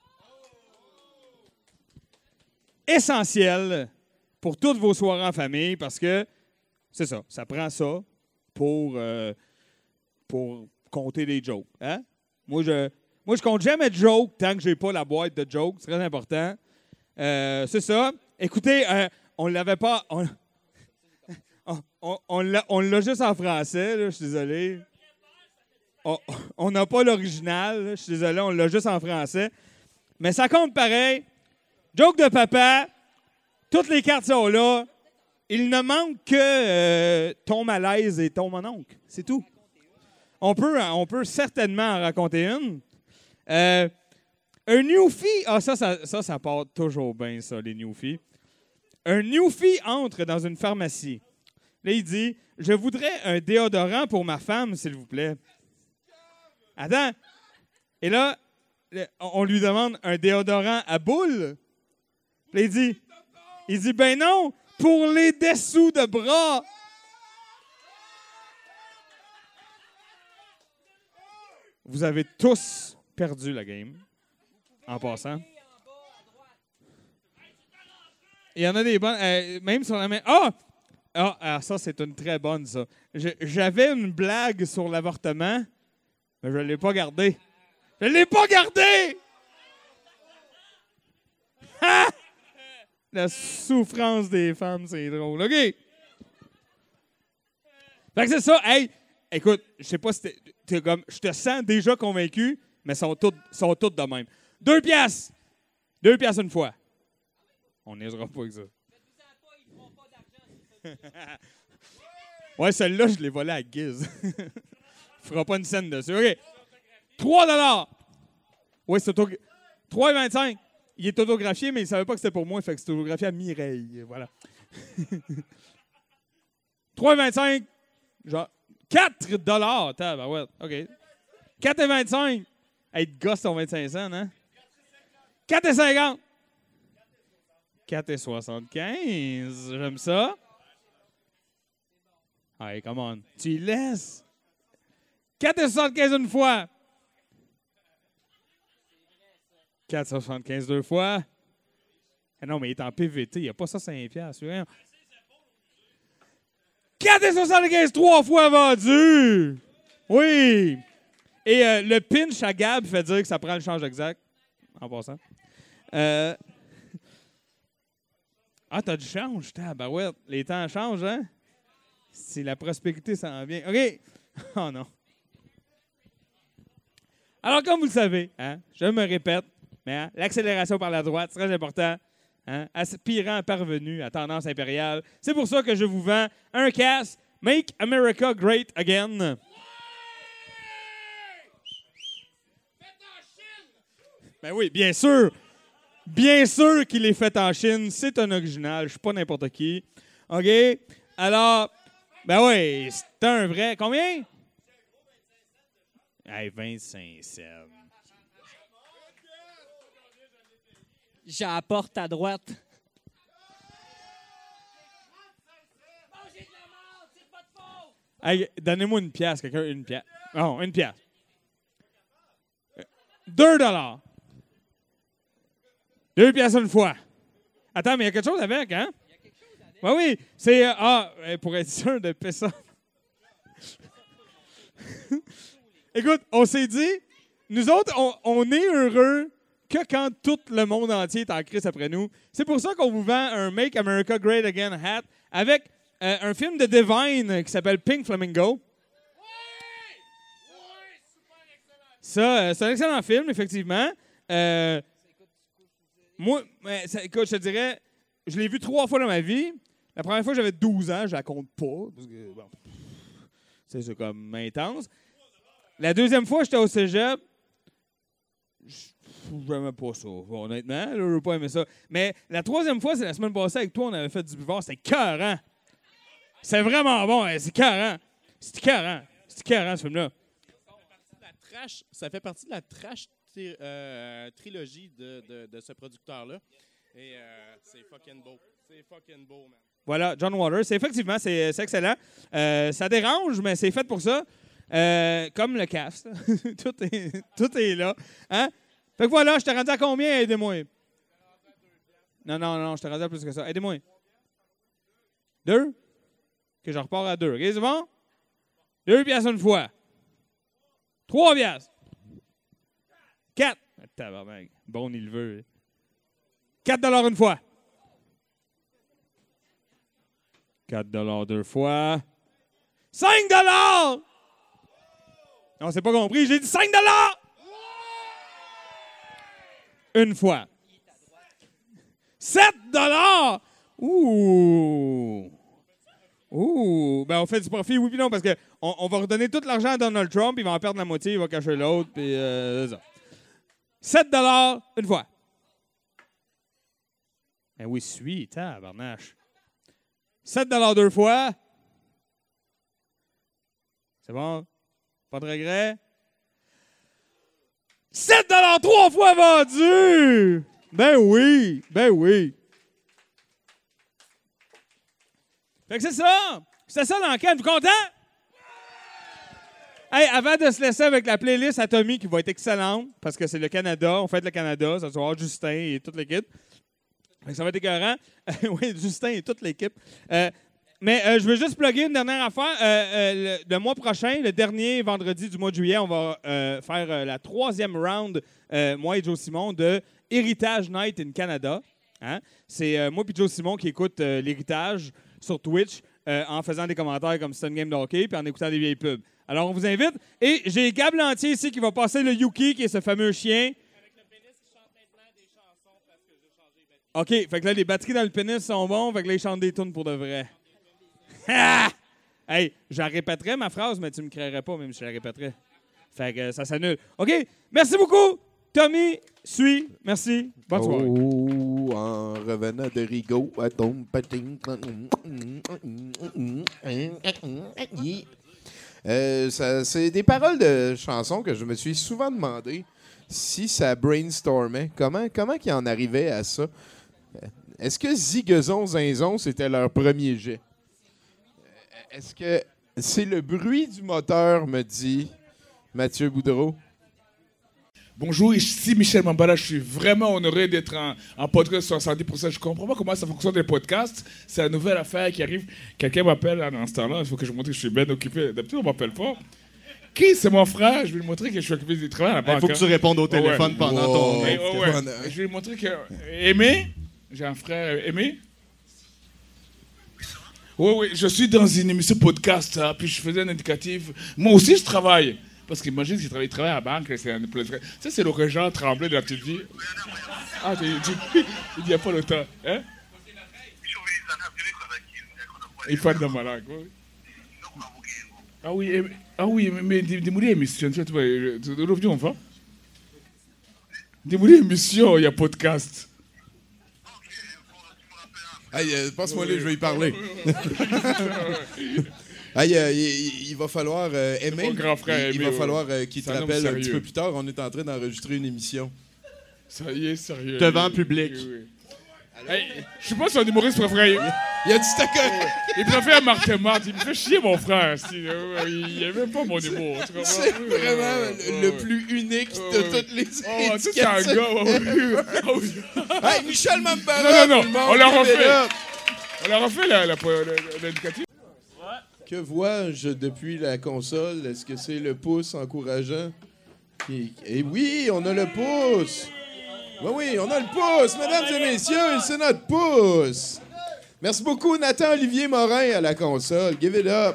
Essentiel pour toutes vos soirées en famille parce que, c'est ça, ça prend ça pour, euh, pour compter des jokes. Hein? Moi, je moi, je compte jamais de jokes tant que j'ai pas la boîte de jokes. C'est très important. Euh, c'est ça. Écoutez, euh, on l'avait pas... On, on, on, l'a, on l'a juste en français, là, je suis désolé. On n'a pas l'original, là, je suis désolé, on l'a juste en français. Mais ça compte pareil. Joke de papa, toutes les cartes sont là. Il ne manque que euh, ton malaise et ton mononcle. C'est tout. On peut, on peut certainement en raconter une. Euh, un newfie, ah ça, ça, ça, ça part toujours bien, ça, les newfies. Un newfie entre dans une pharmacie. Là, il dit, « Je voudrais un déodorant pour ma femme, s'il vous plaît. » Attends. Et là, on lui demande un déodorant à boule. Là, il dit, il dit, « Ben non, pour les dessous de bras. » Vous avez tous perdu la game, en passant. Il y en a des bonnes, euh, même sur la main. Ah! Ah, ah, ça, c'est une très bonne, ça. Je, j'avais une blague sur l'avortement, mais je ne l'ai pas gardée. Je ne l'ai pas gardée! Ha! La souffrance des femmes, c'est drôle. OK? Fait que c'est ça. Hey, écoute, je sais pas si t'es, t'es comme... Je te sens déjà convaincu, mais sont toutes, sont toutes de même. Deux piastres. Deux piastres une fois. On n'ira pas avec ça. Ouais, celle-là, je l'ai volée à Guise. Il ne fera pas une scène dessus. OK. trois dollars. Oui, c'est auto... trois vingt-cinq. Il est autographié, mais il ne savait pas que c'était pour moi. Fait que c'est autographié à Mireille. Voilà. trois vingt-cinq. Genre, quatre dollars. Ouais, OK. quatre vingt-cinq. Hey, de gosse ton vingt-cinq cents, hein? quatre cinquante. quatre soixante-quinze. J'aime ça. Allez, come on. Tu y laisses. quatre soixante-quinze une fois. quatre soixante-quinze deux fois. Ah non, mais il est en P V T. Il n'y a pas ça cinq piastres. quatre soixante-quinze trois fois vendu. Oui. Et euh, le pinch à Gab fait dire que ça prend le change exact. En passant. Euh... Ah, t'as du change. Ben ouais, les temps changent, hein? Si la prospérité s'en vient. OK. Oh non. Alors, comme vous le savez, hein, je me répète, mais hein, l'accélération par la droite, c'est très important. Hein, aspirant parvenu à tendance impériale. C'est pour ça que je vous vends un casque Make America Great Again. Ben oui, bien sûr. Bien sûr qu'il est fait en Chine. C'est un original. Je suis pas n'importe qui. OK? Alors, ben oui, c'est un vrai. Combien? Hey, vingt-cinq cents. J'apporte à droite. Hey, donnez-moi une pièce, quelqu'un, une pièce. Non, une pièce. deux dollars. Deux piastres une fois. Attends, mais il y a quelque chose avec, hein? Il y a quelque chose avec. Oui, oui. C'est... Euh, ah, pour être sûr de payer ça. Écoute, on s'est dit, nous autres, on, on est heureux que quand tout le monde entier est en crise après nous. C'est pour ça qu'on vous vend un Make America Great Again hat avec euh, un film de Divine qui s'appelle Pink Flamingo. Ça, euh, c'est un excellent film, effectivement. Euh, moi, ça, écoute, je te dirais, je l'ai vu trois fois dans ma vie. La première fois, j'avais douze ans, je la compte pas. Parce que, bon, c'est, c'est comme intense. La deuxième fois, j'étais au cégep. J'aimais pas ça, honnêtement. Là, je veux pas aimer ça. Mais la troisième fois, c'est la semaine passée avec toi, on avait fait du buvard. C'était écœurant. C'est vraiment bon. Hein, c'est écœurant. C'est écœurant. C'est écœurant, ce film-là. Trash, ça fait partie de la trash tri- euh, trilogie de, de, de ce producteur-là. Et euh, c'est fucking beau. C'est fucking beau, man. Voilà, John Waters. C'est effectivement, c'est, c'est excellent. Euh, ça dérange, mais c'est fait pour ça. Euh, comme le cast. tout, est, tout est là. Hein? Fait que voilà, je t'ai rendu à combien? Aidez-moi. Non, non, non, je t'ai rendu à plus que ça. Aidez-moi. Deux? Que je repars à deux. OK, c'est bon? Deux piastres une fois. Trois piastres. Quatre. Tabarnak. Bon, il le veut. Quatre dollars une fois. Quatre dollars deux fois. Cinq dollars! Non, c'est pas compris. J'ai dit cinq dollars! Une fois. Sept dollars! Ouh! Ouh! Ben, on fait du profit, oui puis non, parce qu'on on va redonner tout l'argent à Donald Trump, il va en perdre la moitié, il va cacher l'autre, puis euh, c'est ça. sept dollars une fois. Ben oui, suis, tabarnache. sept dollars deux fois. C'est bon? Pas de regret? sept dollars trois fois vendu! Ben oui, ben oui. Fait que c'est ça. C'est ça dans le cadre. Vous content? Hey, avant de se laisser avec la playlist à Tommy qui va être excellente, parce que c'est le Canada, on fait le Canada, ça va avoir Justin et toute l'équipe. Fait que ça va être écœurant. Oui, Justin et toute l'équipe. Euh, mais euh, je veux juste plugger une dernière affaire. Euh, euh, le, le mois prochain, le dernier vendredi du mois de juillet, on va euh, faire euh, la troisième round, euh, moi et Joe Simon, de Héritage Night in Canada. Hein? C'est euh, moi et Joe Simon qui écoute euh, l'Héritage sur Twitch euh, en faisant des commentaires comme c'est une game de hockey puis en écoutant des vieilles pubs. Alors, on vous invite. Et j'ai Gab Lantier ici qui va passer le Yuki, qui est ce fameux chien. Avec le pénis qui chante maintenant des chansons parce que j'ai changé les batteries. OK, fait que là, les batteries dans le pénis sont bons, fait que là, ils chantent des tunes pour de vrai. Hey, je la répéterais ma phrase, mais tu me créerais pas même si je la répéterais. Fait que ça s'annule. OK, merci beaucoup. Tommy, suis. Merci. Bonne soirée. Oh, en revenant de Rigaud à ton patin. Euh, ça, c'est des paroles de chansons que je me suis souvent demandé si ça brainstormait. Comment, comment qu'ils en arrivaient à ça? Est-ce que Zigazon Zinzon, c'était leur premier jet? Est-ce que c'est le bruit du moteur, me dit Mathieu Boudreau? Bonjour, ici Michel Mambala. Je suis vraiment honoré d'être en, en podcast soixante-dix pour cent. Je comprends pas comment ça fonctionne les podcasts. C'est la nouvelle affaire qui arrive. Quelqu'un m'appelle en ce temps-là. Il faut que je montre que je suis bien occupé. D'habitude, on m'appelle pas. Qui? C'est mon frère. Je vais lui montrer que je suis occupé du travail à la banque. Il faut que tu répondes au téléphone ouais. pendant wow. ton... Et, oh, ouais. Je vais lui montrer que... Aimé? J'ai un frère. Aimé? Oui, oui. Je suis dans une émission podcast. Hein, puis je faisais un indicatif. Moi aussi, je travaille. Parce qu'imagine qu'il travaille, travaille à la banque, c'est un peu... Ça, c'est le Régent Tremblay de la petite vie. Ah, tu dis, il n'y a pas le temps. Hein? Il fait de malade, quoi. Ah oui, ah oui, mais dis-moi l'émission, tu vois, tu vois, tu vois, dis-moi l'émission, il y a podcast. Hey, euh, passe-moi là, je vais y parler. Hey, euh, il, il va falloir euh, aimer. Grand frère, il, il Aimé, va falloir euh, qu'il te un rappelle un petit sérieux. peu plus tard. On est en train d'enregistrer une émission. Ça y est, sérieux. Devant public. Oui, oui. Hey, je sais pas si un humoriste préféré. Il a dit ta Il préfère Martin Martin. Il me fait chier, mon frère. Si, euh, il aime pas mon humour. Tu comprends? C'est Oui, vraiment ouais, le, ouais, le ouais. plus unique de Ouais, ouais. toutes les Oh, ça, c'est un gars. Ouais, ouais. Oh, oui. Hey, Michel Mambara! Non, non, tout le non. monde, On leur levez refait. là. On leur refait la, la, la, l'indicatif. Que vois-je depuis la console? Est-ce que c'est le pouce encourageant? Et, et oui, on a le pouce! Ben oui, on a le pouce! Mesdames et messieurs, c'est notre pouce! Merci beaucoup, Nathan-Olivier Morin à la console. Give it up!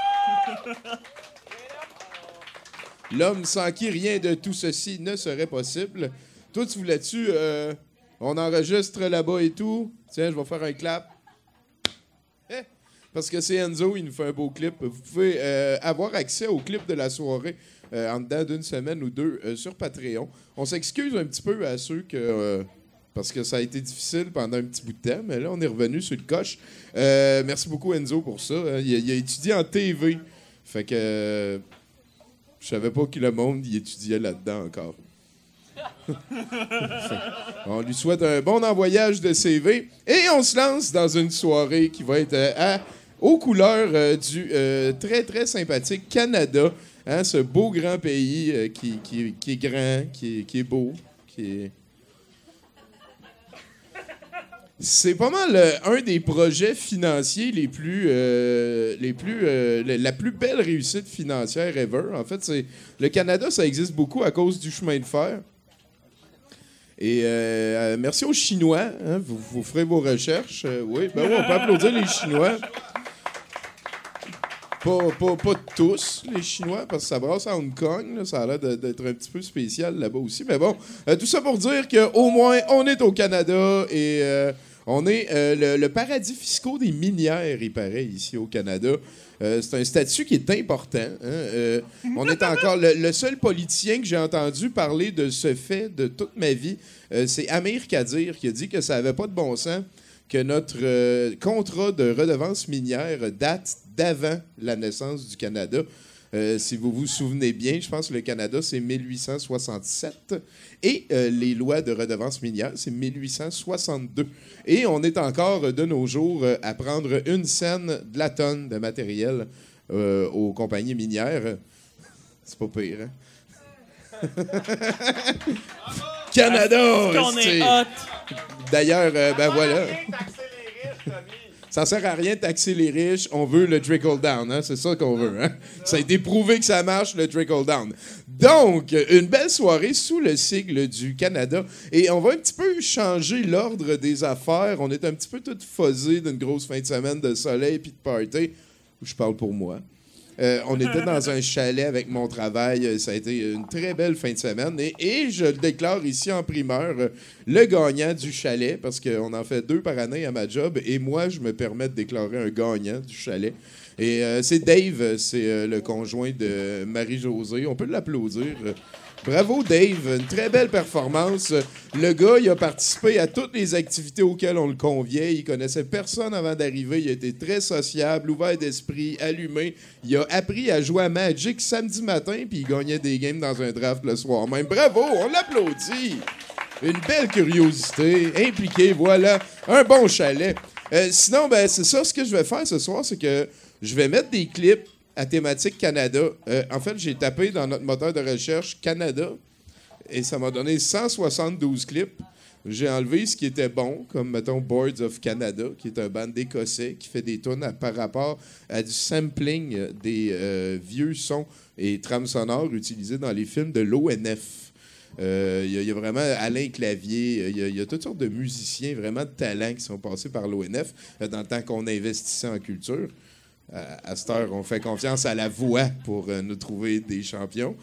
L'homme sans qui rien de tout ceci ne serait possible. Toi, tu voulais-tu... Euh, on enregistre là-bas et tout? Tiens, je vais faire un clap. Eh, parce que c'est Enzo, il nous fait un beau clip. Vous pouvez euh, avoir accès au clip de la soirée euh, en dedans d'une semaine ou deux euh, sur Patreon. On s'excuse un petit peu à ceux que... Euh, parce que ça a été difficile pendant un petit bout de temps, mais là, on est revenu sur le coche. Euh, merci beaucoup, Enzo, pour ça. Il a, il a étudié en T V. Fait que... Euh, je savais pas que le monde y étudiait là-dedans encore. On lui souhaite un bon envoyage de C V et on se lance dans une soirée qui va être euh, à, aux couleurs euh, du euh, très, très sympathique Canada. Hein, ce beau grand pays euh, qui, qui, qui est grand, qui est, qui est beau, qui est... C'est pas mal euh, un des projets financiers les plus, euh, les plus, euh, la plus belle réussite financière ever. En fait, c'est le Canada, ça existe beaucoup à cause du chemin de fer. Et euh, merci aux Chinois. Hein, vous, vous ferez vos recherches. Euh, oui, ben oui, on peut applaudir les Chinois. Pas, pas, pas tous, les Chinois, parce que ça brasse à Hong Kong. Là, ça a l'air de, d'être un petit peu spécial là-bas aussi. Mais bon, euh, tout ça pour dire qu'au moins, on est au Canada et euh, on est euh, le, le paradis fiscal des minières, il paraît, ici au Canada. Euh, c'est un statut qui est important. Hein? Euh, on est encore... Le, le seul politicien que j'ai entendu parler de ce fait de toute ma vie, euh, c'est Amir Kadir, qui a dit que ça n'avait pas de bon sens que notre euh, contrat de redevance minière date d'avant la naissance du Canada. Euh, si vous vous souvenez bien, je pense que le Canada, c'est mille huit cent soixante-sept. Et euh, les lois de redevance minière, c'est mille huit cent soixante-deux. Et on est encore, de nos jours, euh, à prendre une scène de la tonne de matériel euh, aux compagnies minières. C'est pas pire, hein? Canada! On est hot! D'ailleurs, euh, ben voilà. Ça sert à rien de taxer les riches, on veut le trickle-down, hein? C'est ça qu'on veut. Hein? Ça a été prouvé que ça marche, le trickle-down. Donc, une belle soirée sous le sigle du Canada. Et on va un petit peu changer l'ordre des affaires. On est un petit peu tout fuzzé d'une grosse fin de semaine de soleil puis de party. Je parle pour moi. Euh, on était dans un chalet avec mon travail. Ça a été une très belle fin de semaine. Et, et je le déclare ici en primeur, euh, le gagnant du chalet, parce qu'on en fait deux par année à ma job. Et moi, je me permets de déclarer un gagnant du chalet. Et euh, c'est Dave, c'est euh, le conjoint de Marie-Josée. On peut l'applaudir. Bravo, Dave. Une très belle performance. Le gars, il a participé à toutes les activités auxquelles on le conviait. Il connaissait personne avant d'arriver. Il a été très sociable, ouvert d'esprit, allumé. Il a appris à jouer à Magic samedi matin, puis il gagnait des games dans un draft le soir même. Bravo, on l'applaudit. Une belle curiosité, impliqué, voilà. Un bon chalet. Euh, sinon, ben c'est ça. Ce que je vais faire ce soir, c'est que je vais mettre des clips à thématique Canada. Euh, en fait, j'ai tapé dans notre moteur de recherche Canada et ça m'a donné cent soixante-douze clips. J'ai enlevé ce qui était bon, comme, mettons, Boards of Canada, qui est un band d'Écossais qui fait des tunes à- par rapport à du sampling euh, des euh, vieux sons et trames sonores utilisés dans les films de l'O N F. Il euh, y, y a vraiment Alain Clavier, il y, y a toutes sortes de musiciens vraiment de talent qui sont passés par l'O N F euh, dans le temps qu'on investissait en culture. À, à cette heure, on fait confiance à la voix pour euh, nous trouver des champions.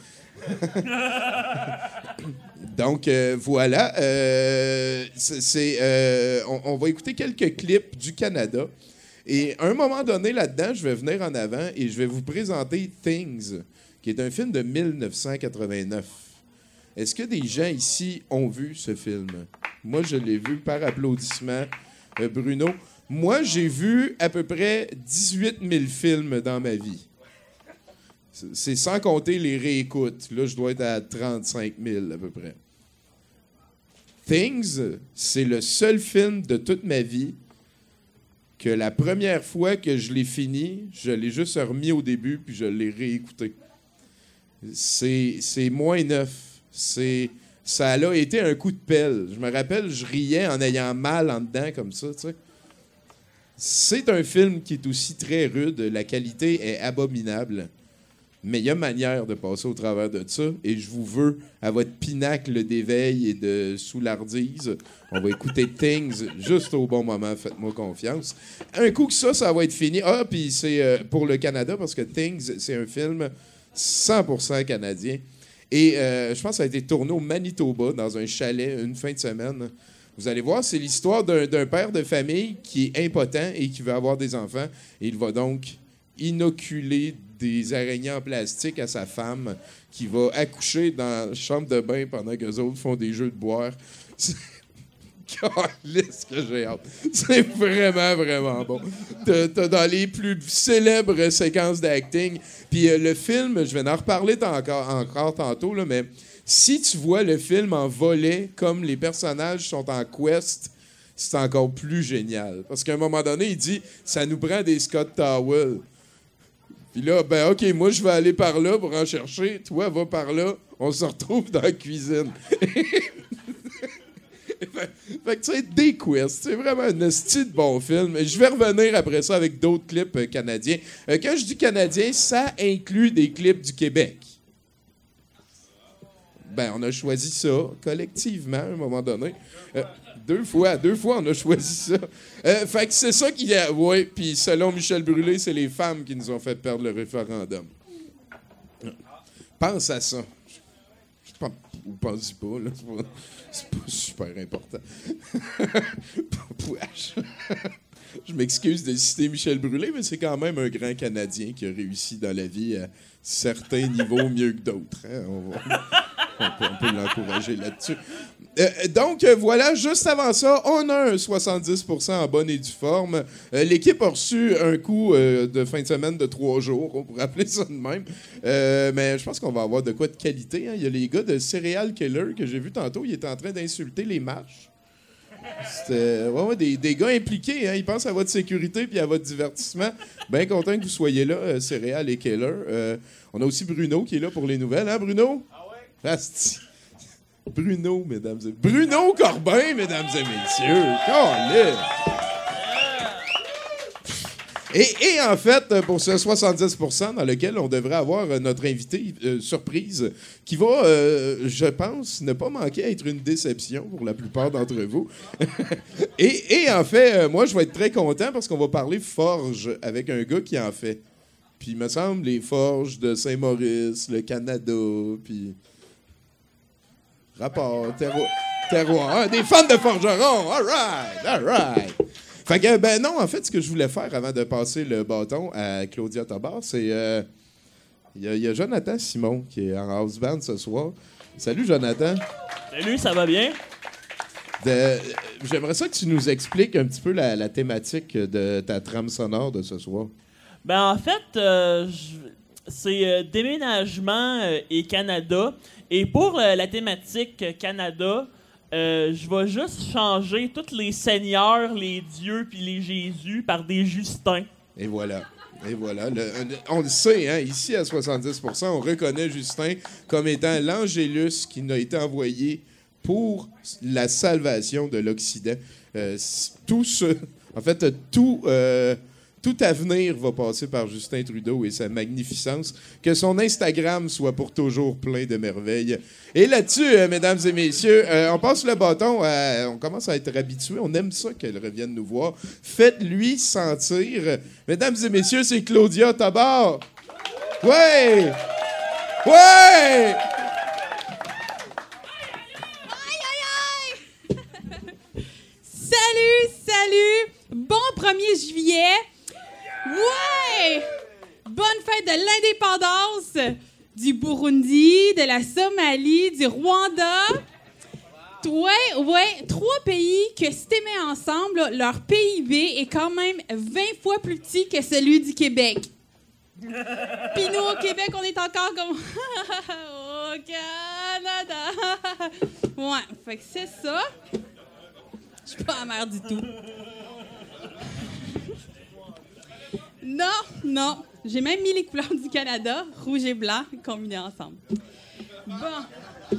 Donc, euh, voilà. Euh, c'est, c'est, euh, on, on va écouter quelques clips du Canada. Et à un moment donné, là-dedans, je vais venir en avant et je vais vous présenter Things, qui est un film de mille neuf cent quatre-vingt-neuf. Est-ce que des gens ici ont vu ce film? Moi, je l'ai vu par applaudissement. Euh, Bruno? Moi, j'ai vu à peu près dix-huit mille films dans ma vie. C'est sans compter les réécoutes. Là, je dois être à trente-cinq mille à peu près. Things, c'est le seul film de toute ma vie que la première fois que je l'ai fini, je l'ai juste remis au début puis je l'ai réécouté. C'est, c'est moins neuf. C'est, ça a été un coup de pelle. Je me rappelle, je riais en ayant mal en dedans comme ça, tu sais. C'est un film qui est aussi très rude. La qualité est abominable. Mais il y a manière de passer au travers de ça. Et je vous veux, à votre pinacle d'éveil et de soulardise, on va écouter Things juste au bon moment. Faites-moi confiance. Un coup que ça, ça va être fini. Ah, puis c'est euh, pour le Canada, parce que Things, c'est un film cent pour cent canadien. Et euh, je pense que ça a été tourné au Manitoba, dans un chalet, une fin de semaine. Vous allez voir, c'est l'histoire d'un, d'un père de famille qui est impotent et qui veut avoir des enfants. Et il va donc inoculer des araignées en plastique à sa femme qui va accoucher dans la chambre de bain pendant qu'eux autres font des jeux de boire. C'est... Calisse que j'ai hâte. C'est vraiment, vraiment bon. T'as, t'as dans les plus célèbres séquences d'acting. Puis euh, le film, je vais en reparler encore, encore tantôt, là, mais si tu vois le film en volet, comme les personnages sont en quest, c'est encore plus génial. Parce qu'à un moment donné, il dit « ça nous prend des Scott Towel ». Puis là, ben OK, moi, je vais aller par là pour en chercher. Toi, va par là. On se retrouve dans la cuisine. Fait, fait que, tu sais, des quests, c'est vraiment un esti de bon film. Je vais revenir après ça avec d'autres clips euh, canadiens. Euh, quand je dis canadien, ça inclut des clips du Québec. Ben, on a choisi ça collectivement à un moment donné. Euh, deux fois, deux fois, on a choisi ça. Euh, fait que c'est ça qu'il y a. Oui, puis selon Michel Brûlé, c'est les femmes qui nous ont fait perdre le référendum. Pense à ça. Ou pense-y pas, là. C'est pas, c'est pas super important. Je m'excuse de citer Michel Brûlé, mais c'est quand même un grand Canadien qui a réussi dans la vie à certains niveaux mieux que d'autres. Hein? On, va, on peut, on peut l'encourager là-dessus. Euh, donc, euh, voilà, juste avant ça, on a un soixante-dix pour cent en bonne et due forme. Euh, l'équipe a reçu un coup euh, de fin de semaine de trois jours, on pourrait appeler ça de même. Euh, mais je pense qu'on va avoir de quoi de qualité. Hein. Il y a les gars de Serial Killer que j'ai vu tantôt, ils étaient en train d'insulter les marches. C'était ouais, ouais, des, des gars impliqués, hein. Ils pensent à votre sécurité puis à votre divertissement. Bien content que vous soyez là, euh, Serial et Killer. Euh, on a aussi Bruno qui est là pour les nouvelles, hein, Bruno? Ah ouais? Asti. Bruno, mesdames et... Bruno Corbin, mesdames et messieurs. Calais. Et, et en fait, pour ce soixante-dix pour cent dans lequel on devrait avoir notre invité euh, surprise, qui va, euh, je pense, ne pas manquer à être une déception pour la plupart d'entre vous. et, et en fait, euh, moi, je vais être très content parce qu'on va parler forge avec un gars qui en fait. Puis il me semble les forges de Saint-Maurice, le Canada, puis... Rapport, terroir, terroir. Hein, des fans de forgerons. All right, all right. Fait que, ben non, en fait, ce que je voulais faire avant de passer le bâton à Claudia Tobar, c'est... Il euh, y, y a Jonathan Simon qui est en house band ce soir. Salut, Jonathan. Salut, ça va bien? De, j'aimerais ça que tu nous expliques un petit peu la, la thématique de ta trame sonore de ce soir. Ben, en fait, euh, c'est euh, déménagement euh, et Canada. Et pour euh, la thématique euh, Canada, euh, je vais juste changer tous les seigneurs, les dieux puis les Jésus par des Justins. Et voilà. Et voilà. Le, on le sait, hein, ici à soixante-dix pour cent, on reconnaît Justin comme étant l'Angélus qui nous a été envoyé pour la salvation de l'Occident. Euh, tout ce, en fait, tout... Euh, Tout avenir va passer par Justin Trudeau et sa magnificence. Que son Instagram soit pour toujours plein de merveilles. Et là-dessus, euh, mesdames et messieurs, euh, on passe le bâton. À, on commence à être habitués. On aime ça qu'elle revienne nous voir. Faites-lui sentir. Mesdames et messieurs, c'est Claudia Tobar. Ouais! Ouais! Salut, salut! Bon premier juillet! Ouais! Bonne fête de l'indépendance du Burundi, de la Somalie, du Rwanda. Ouais, ouais, trois pays que si t'aimais ensemble, là, leur P I B est quand même vingt fois plus petit que celui du Québec. Puis nous, au Québec, on est encore comme... au Canada. Ouais, fait que c'est ça. Je suis pas amère du tout. Non, non. J'ai même mis les couleurs du Canada, rouge et blanc, combinées ensemble. Bon.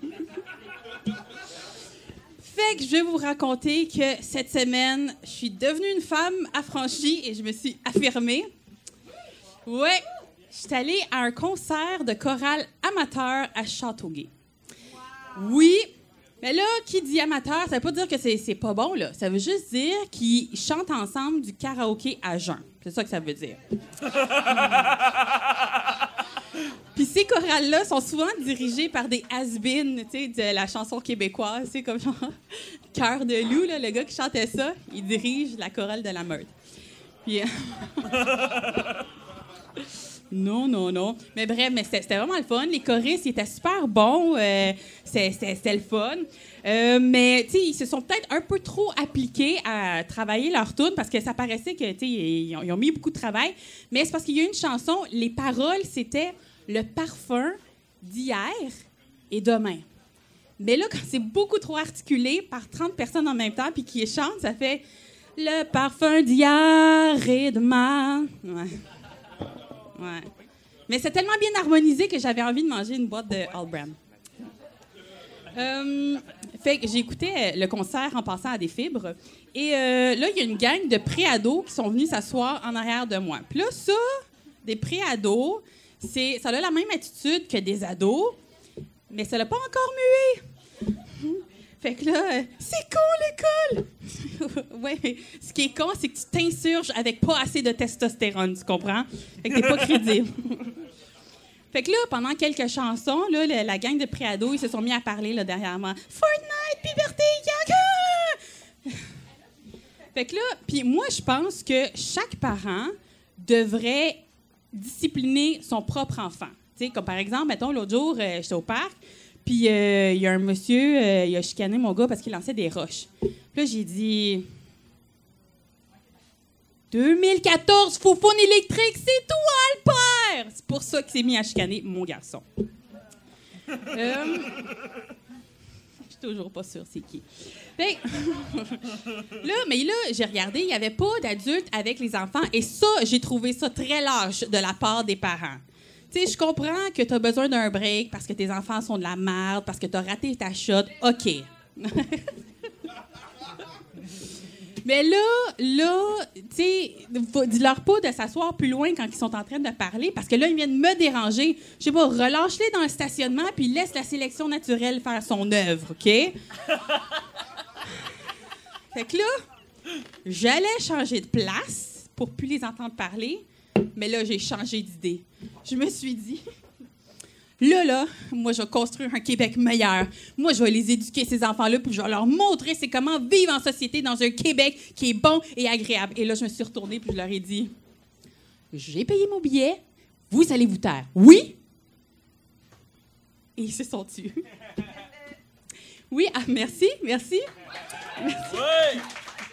Fait que je vais vous raconter que cette semaine, je suis devenue une femme affranchie et je me suis affirmée. Ouais, je suis allée à un concert de chorale amateur à Châteauguay. Oui, mais là, qui dit amateur, ça veut pas dire que c'est, c'est pas bon, là. Ça veut juste dire qu'ils chantent ensemble du karaoké à jeun. C'est ça que ça veut dire. Puis ces chorales-là sont souvent dirigées par des has-been, tu sais, de la chanson québécoise. C'est comme genre Cœur de loup, là, le gars qui chantait ça, il dirige la chorale de la Meute. Puis... Non, non, non. Mais bref, mais c'était, c'était vraiment le fun. Les choristes, ils étaient super bons. Euh, c'était, c'était, c'était le fun. Euh, mais, tu sais, ils se sont peut-être un peu trop appliqués à travailler leur tune parce que ça paraissait que, tu sais, ils, ils ont mis beaucoup de travail. Mais c'est parce qu'il y a une chanson, les paroles, c'était « Le parfum d'hier et demain ». Mais là, quand c'est beaucoup trop articulé par trente personnes en même temps puis qui chantent, ça fait « Le parfum d'hier et demain ». Ouais. Ouais. Mais c'est tellement bien harmonisé que j'avais envie de manger une boîte de All Brand. Euh, fait que j'ai écouté le concert en passant à des fibres. Et euh, là, il y a une gang de pré-ados qui sont venus s'asseoir en arrière de moi. Puis là, ça, des pré-ados, c'est, ça a la même attitude que des ados, mais ça l'a pas encore mué. Fait que là, euh, c'est con l'école! Ouais, mais ce qui est con, c'est que tu t'insurges avec pas assez de testostérone, tu comprends? Fait que t'es pas crédible. Fait que là, pendant quelques chansons, là, la, la gang de pré-ados, ils se sont mis à parler là, derrière moi. Fortnite, puberté, yaga! Fait que là, puis moi, je pense que chaque parent devrait discipliner son propre enfant. Tu sais, comme par exemple, mettons, l'autre jour, euh, j'étais au parc, puis il euh, y a un monsieur, euh, il a chicané mon gars parce qu'il lançait des roches. Puis là, j'ai dit... deux mille quatorze, foufoune électrique, c'est toi le père! C'est pour ça qu'il s'est mis à chicaner mon garçon. euh... Je suis toujours pas sûre c'est qui. Fait... là, mais là, j'ai regardé, il n'y avait pas d'adultes avec les enfants. Et ça, j'ai trouvé ça très lâche de la part des parents. Tu sais, je comprends que tu as besoin d'un break parce que tes enfants sont de la merde, parce que tu as raté ta shot. OK. Mais là, là, tu sais, dis-leur pas de s'asseoir plus loin quand ils sont en train de parler parce que là, ils viennent me déranger. Je sais pas, relâche-les dans le stationnement puis laisse la sélection naturelle faire son œuvre, OK? Fait que là, j'allais changer de place pour plus les entendre parler, mais là, j'ai changé d'idée. Je me suis dit, là, là, moi, je vais construire un Québec meilleur. Moi, je vais les éduquer, ces enfants-là, puis je vais leur montrer c'est comment vivre en société dans un Québec qui est bon et agréable. Et là, je me suis retournée, puis je leur ai dit, j'ai payé mon billet, vous allez vous taire. Oui? Et ils se sont tus. Oui, ah, merci, merci. Merci. Oui.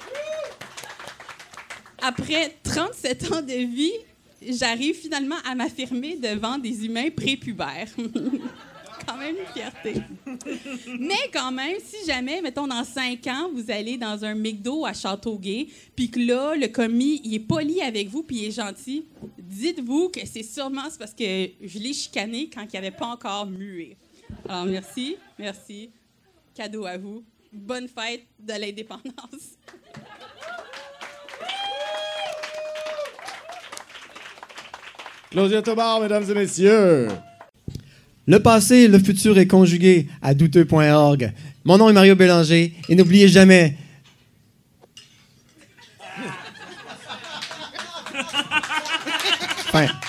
Après trente-sept ans de vie, j'arrive finalement à m'affirmer devant des humains prépubères. Quand même une fierté. Mais quand même, si jamais, mettons, dans cinq ans, vous allez dans un McDo à Châteauguay, puis que là, le commis, il est poli avec vous, puis il est gentil, dites-vous que c'est sûrement c'est parce que je l'ai chicané quand il n'avait pas encore mué. Alors, merci, merci. Cadeau à vous. Bonne fête de l'indépendance. Claudia Tobar, mesdames et messieurs. Le passé et le futur est conjugué à douteux point org. Mon nom est Mario Bélanger et n'oubliez jamais... Fin.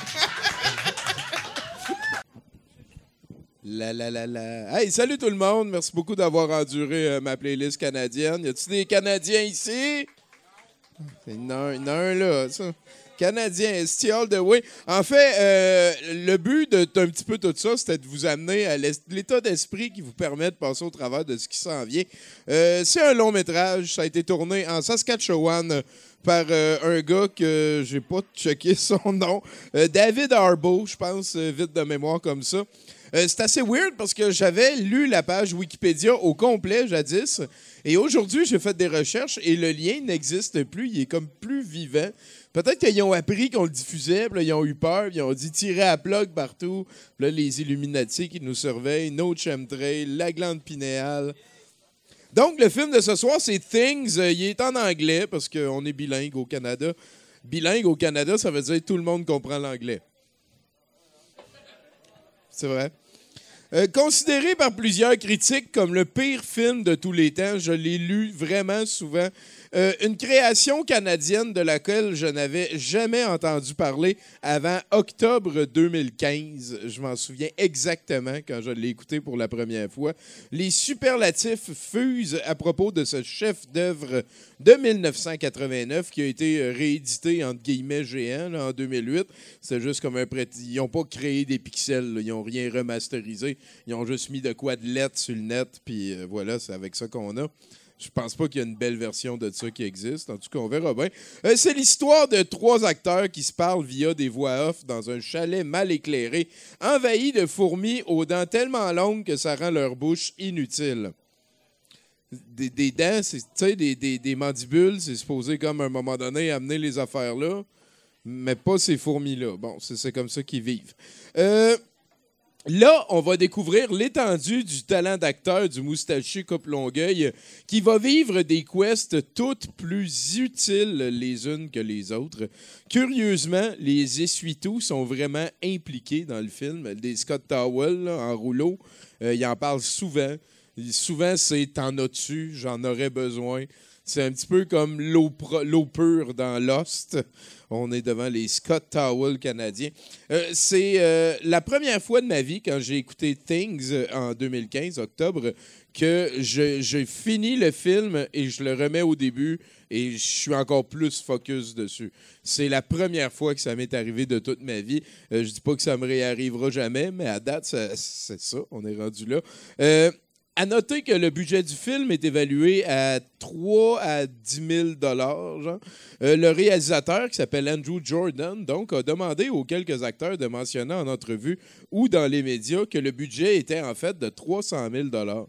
La la la la. Hey, salut tout le monde. Merci beaucoup d'avoir enduré euh, ma playlist canadienne. Y a-t-il des Canadiens ici? Il y en a un, il y en a un là, ça. Canadien, Still the Way. En fait, euh, le but de d'un petit peu tout ça, c'était de vous amener à l'état d'esprit qui vous permet de passer au travers de ce qui s'en vient. Euh, c'est un long métrage. Ça a été tourné en Saskatchewan par euh, un gars que j'ai pas checké son nom. Euh, David Harbaugh, je pense, euh, vite de mémoire comme ça. Euh, c'est assez weird parce que j'avais lu la page Wikipédia au complet jadis. Et aujourd'hui, j'ai fait des recherches et le lien n'existe plus. Il est comme plus vivant. Peut-être qu'ils ont appris qu'on le diffusait, puis là, ils ont eu peur, ils ont dit tirer à plug partout. Puis là, les Illuminati qui nous surveillent, No Chemtrail, la glande pinéale. Donc, le film de ce soir, c'est Things. Euh, il est en anglais parce qu'on est bilingue au Canada. Bilingue au Canada, ça veut dire que tout le monde comprend l'anglais. C'est vrai. Euh, considéré par plusieurs critiques comme le pire film de tous les temps, je l'ai lu vraiment souvent. Euh, une création canadienne de laquelle je n'avais jamais entendu parler avant octobre deux mille quinze. Je m'en souviens exactement quand je l'ai écouté pour la première fois. Les superlatifs fusent à propos de ce chef-d'œuvre de mille neuf cent quatre-vingt-neuf qui a été réédité entre guillemets géant là, en deux mille huit. C'est juste comme un prêt. Ils n'ont pas créé des pixels, là. Ils n'ont rien remasterisé. Ils ont juste mis de quoi de lettres sur le net, puis euh, voilà, c'est avec ça qu'on a. Je pense pas qu'il y a une belle version de ça qui existe. En tout cas, on verra bien. Euh, c'est l'histoire de trois acteurs qui se parlent via des voix off dans un chalet mal éclairé, envahi de fourmis aux dents tellement longues que ça rend leur bouche inutile. Des, des dents, tu sais, des, des, des mandibules, c'est supposé comme à un moment donné amener les affaires là, mais pas ces fourmis-là. Bon, c'est, c'est comme ça qu'ils vivent. Euh... Là, on va découvrir l'étendue du talent d'acteur du moustachu couple Longueuil qui va vivre des quests toutes plus utiles les unes que les autres. Curieusement, les essuie-tout sont vraiment impliqués dans le film. Des Scott Towell là, en rouleau, euh, ils en parlent souvent. Souvent, c'est « t'en as-tu, j'en aurais besoin ». C'est un petit peu comme l'eau, pro- l'eau pure dans Lost. On est devant les Scott Towell canadiens. Euh, c'est euh, la première fois de ma vie, quand j'ai écouté Things euh, en deux mille quinze, octobre, que je, je finis le film et je le remets au début et je suis encore plus focus dessus. C'est la première fois que ça m'est arrivé de toute ma vie. Euh, je dis pas que ça me réarrivera jamais, mais à date, ça, c'est ça. On est rendu là. Euh, À noter que le budget du film est évalué à trois à dix mille dollars. Genre. Euh, le réalisateur, qui s'appelle Andrew Jordan, donc, a demandé aux quelques acteurs de mentionner en entrevue ou dans les médias que le budget était en fait de trois cent mille dollars.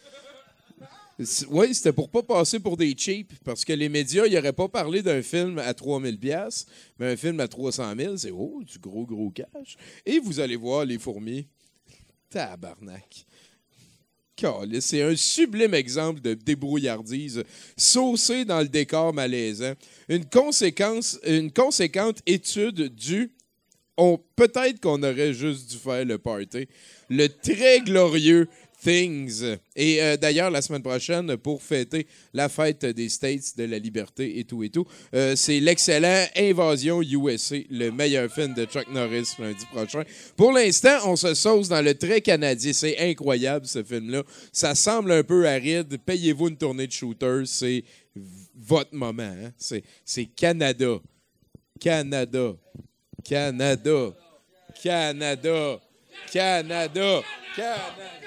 Oui, c'était pour pas passer pour des cheap, parce que les médias n'auraient pas parlé d'un film à trois mille dollars, mais un film à trois cent mille, c'est oh, du gros, gros cash. Et vous allez voir les fourmis. Tabarnak. C'est un sublime exemple de débrouillardise saucée dans le décor malaisant. Une, conséquence, une conséquente étude du on, peut-être qu'on aurait juste dû faire le party. Le très glorieux Things. Et euh, d'ailleurs, la semaine prochaine, pour fêter la fête des States, de la liberté et tout et tout, euh, c'est l'excellent Invasion U S A, le meilleur film de Chuck Norris lundi prochain. Pour l'instant, on se sauce dans le très canadien. C'est incroyable, ce film-là. Ça semble un peu aride. Payez-vous une tournée de shooter. C'est votre moment. Hein? C'est, c'est Canada. Canada. Canada. Canada. Canada. Canada.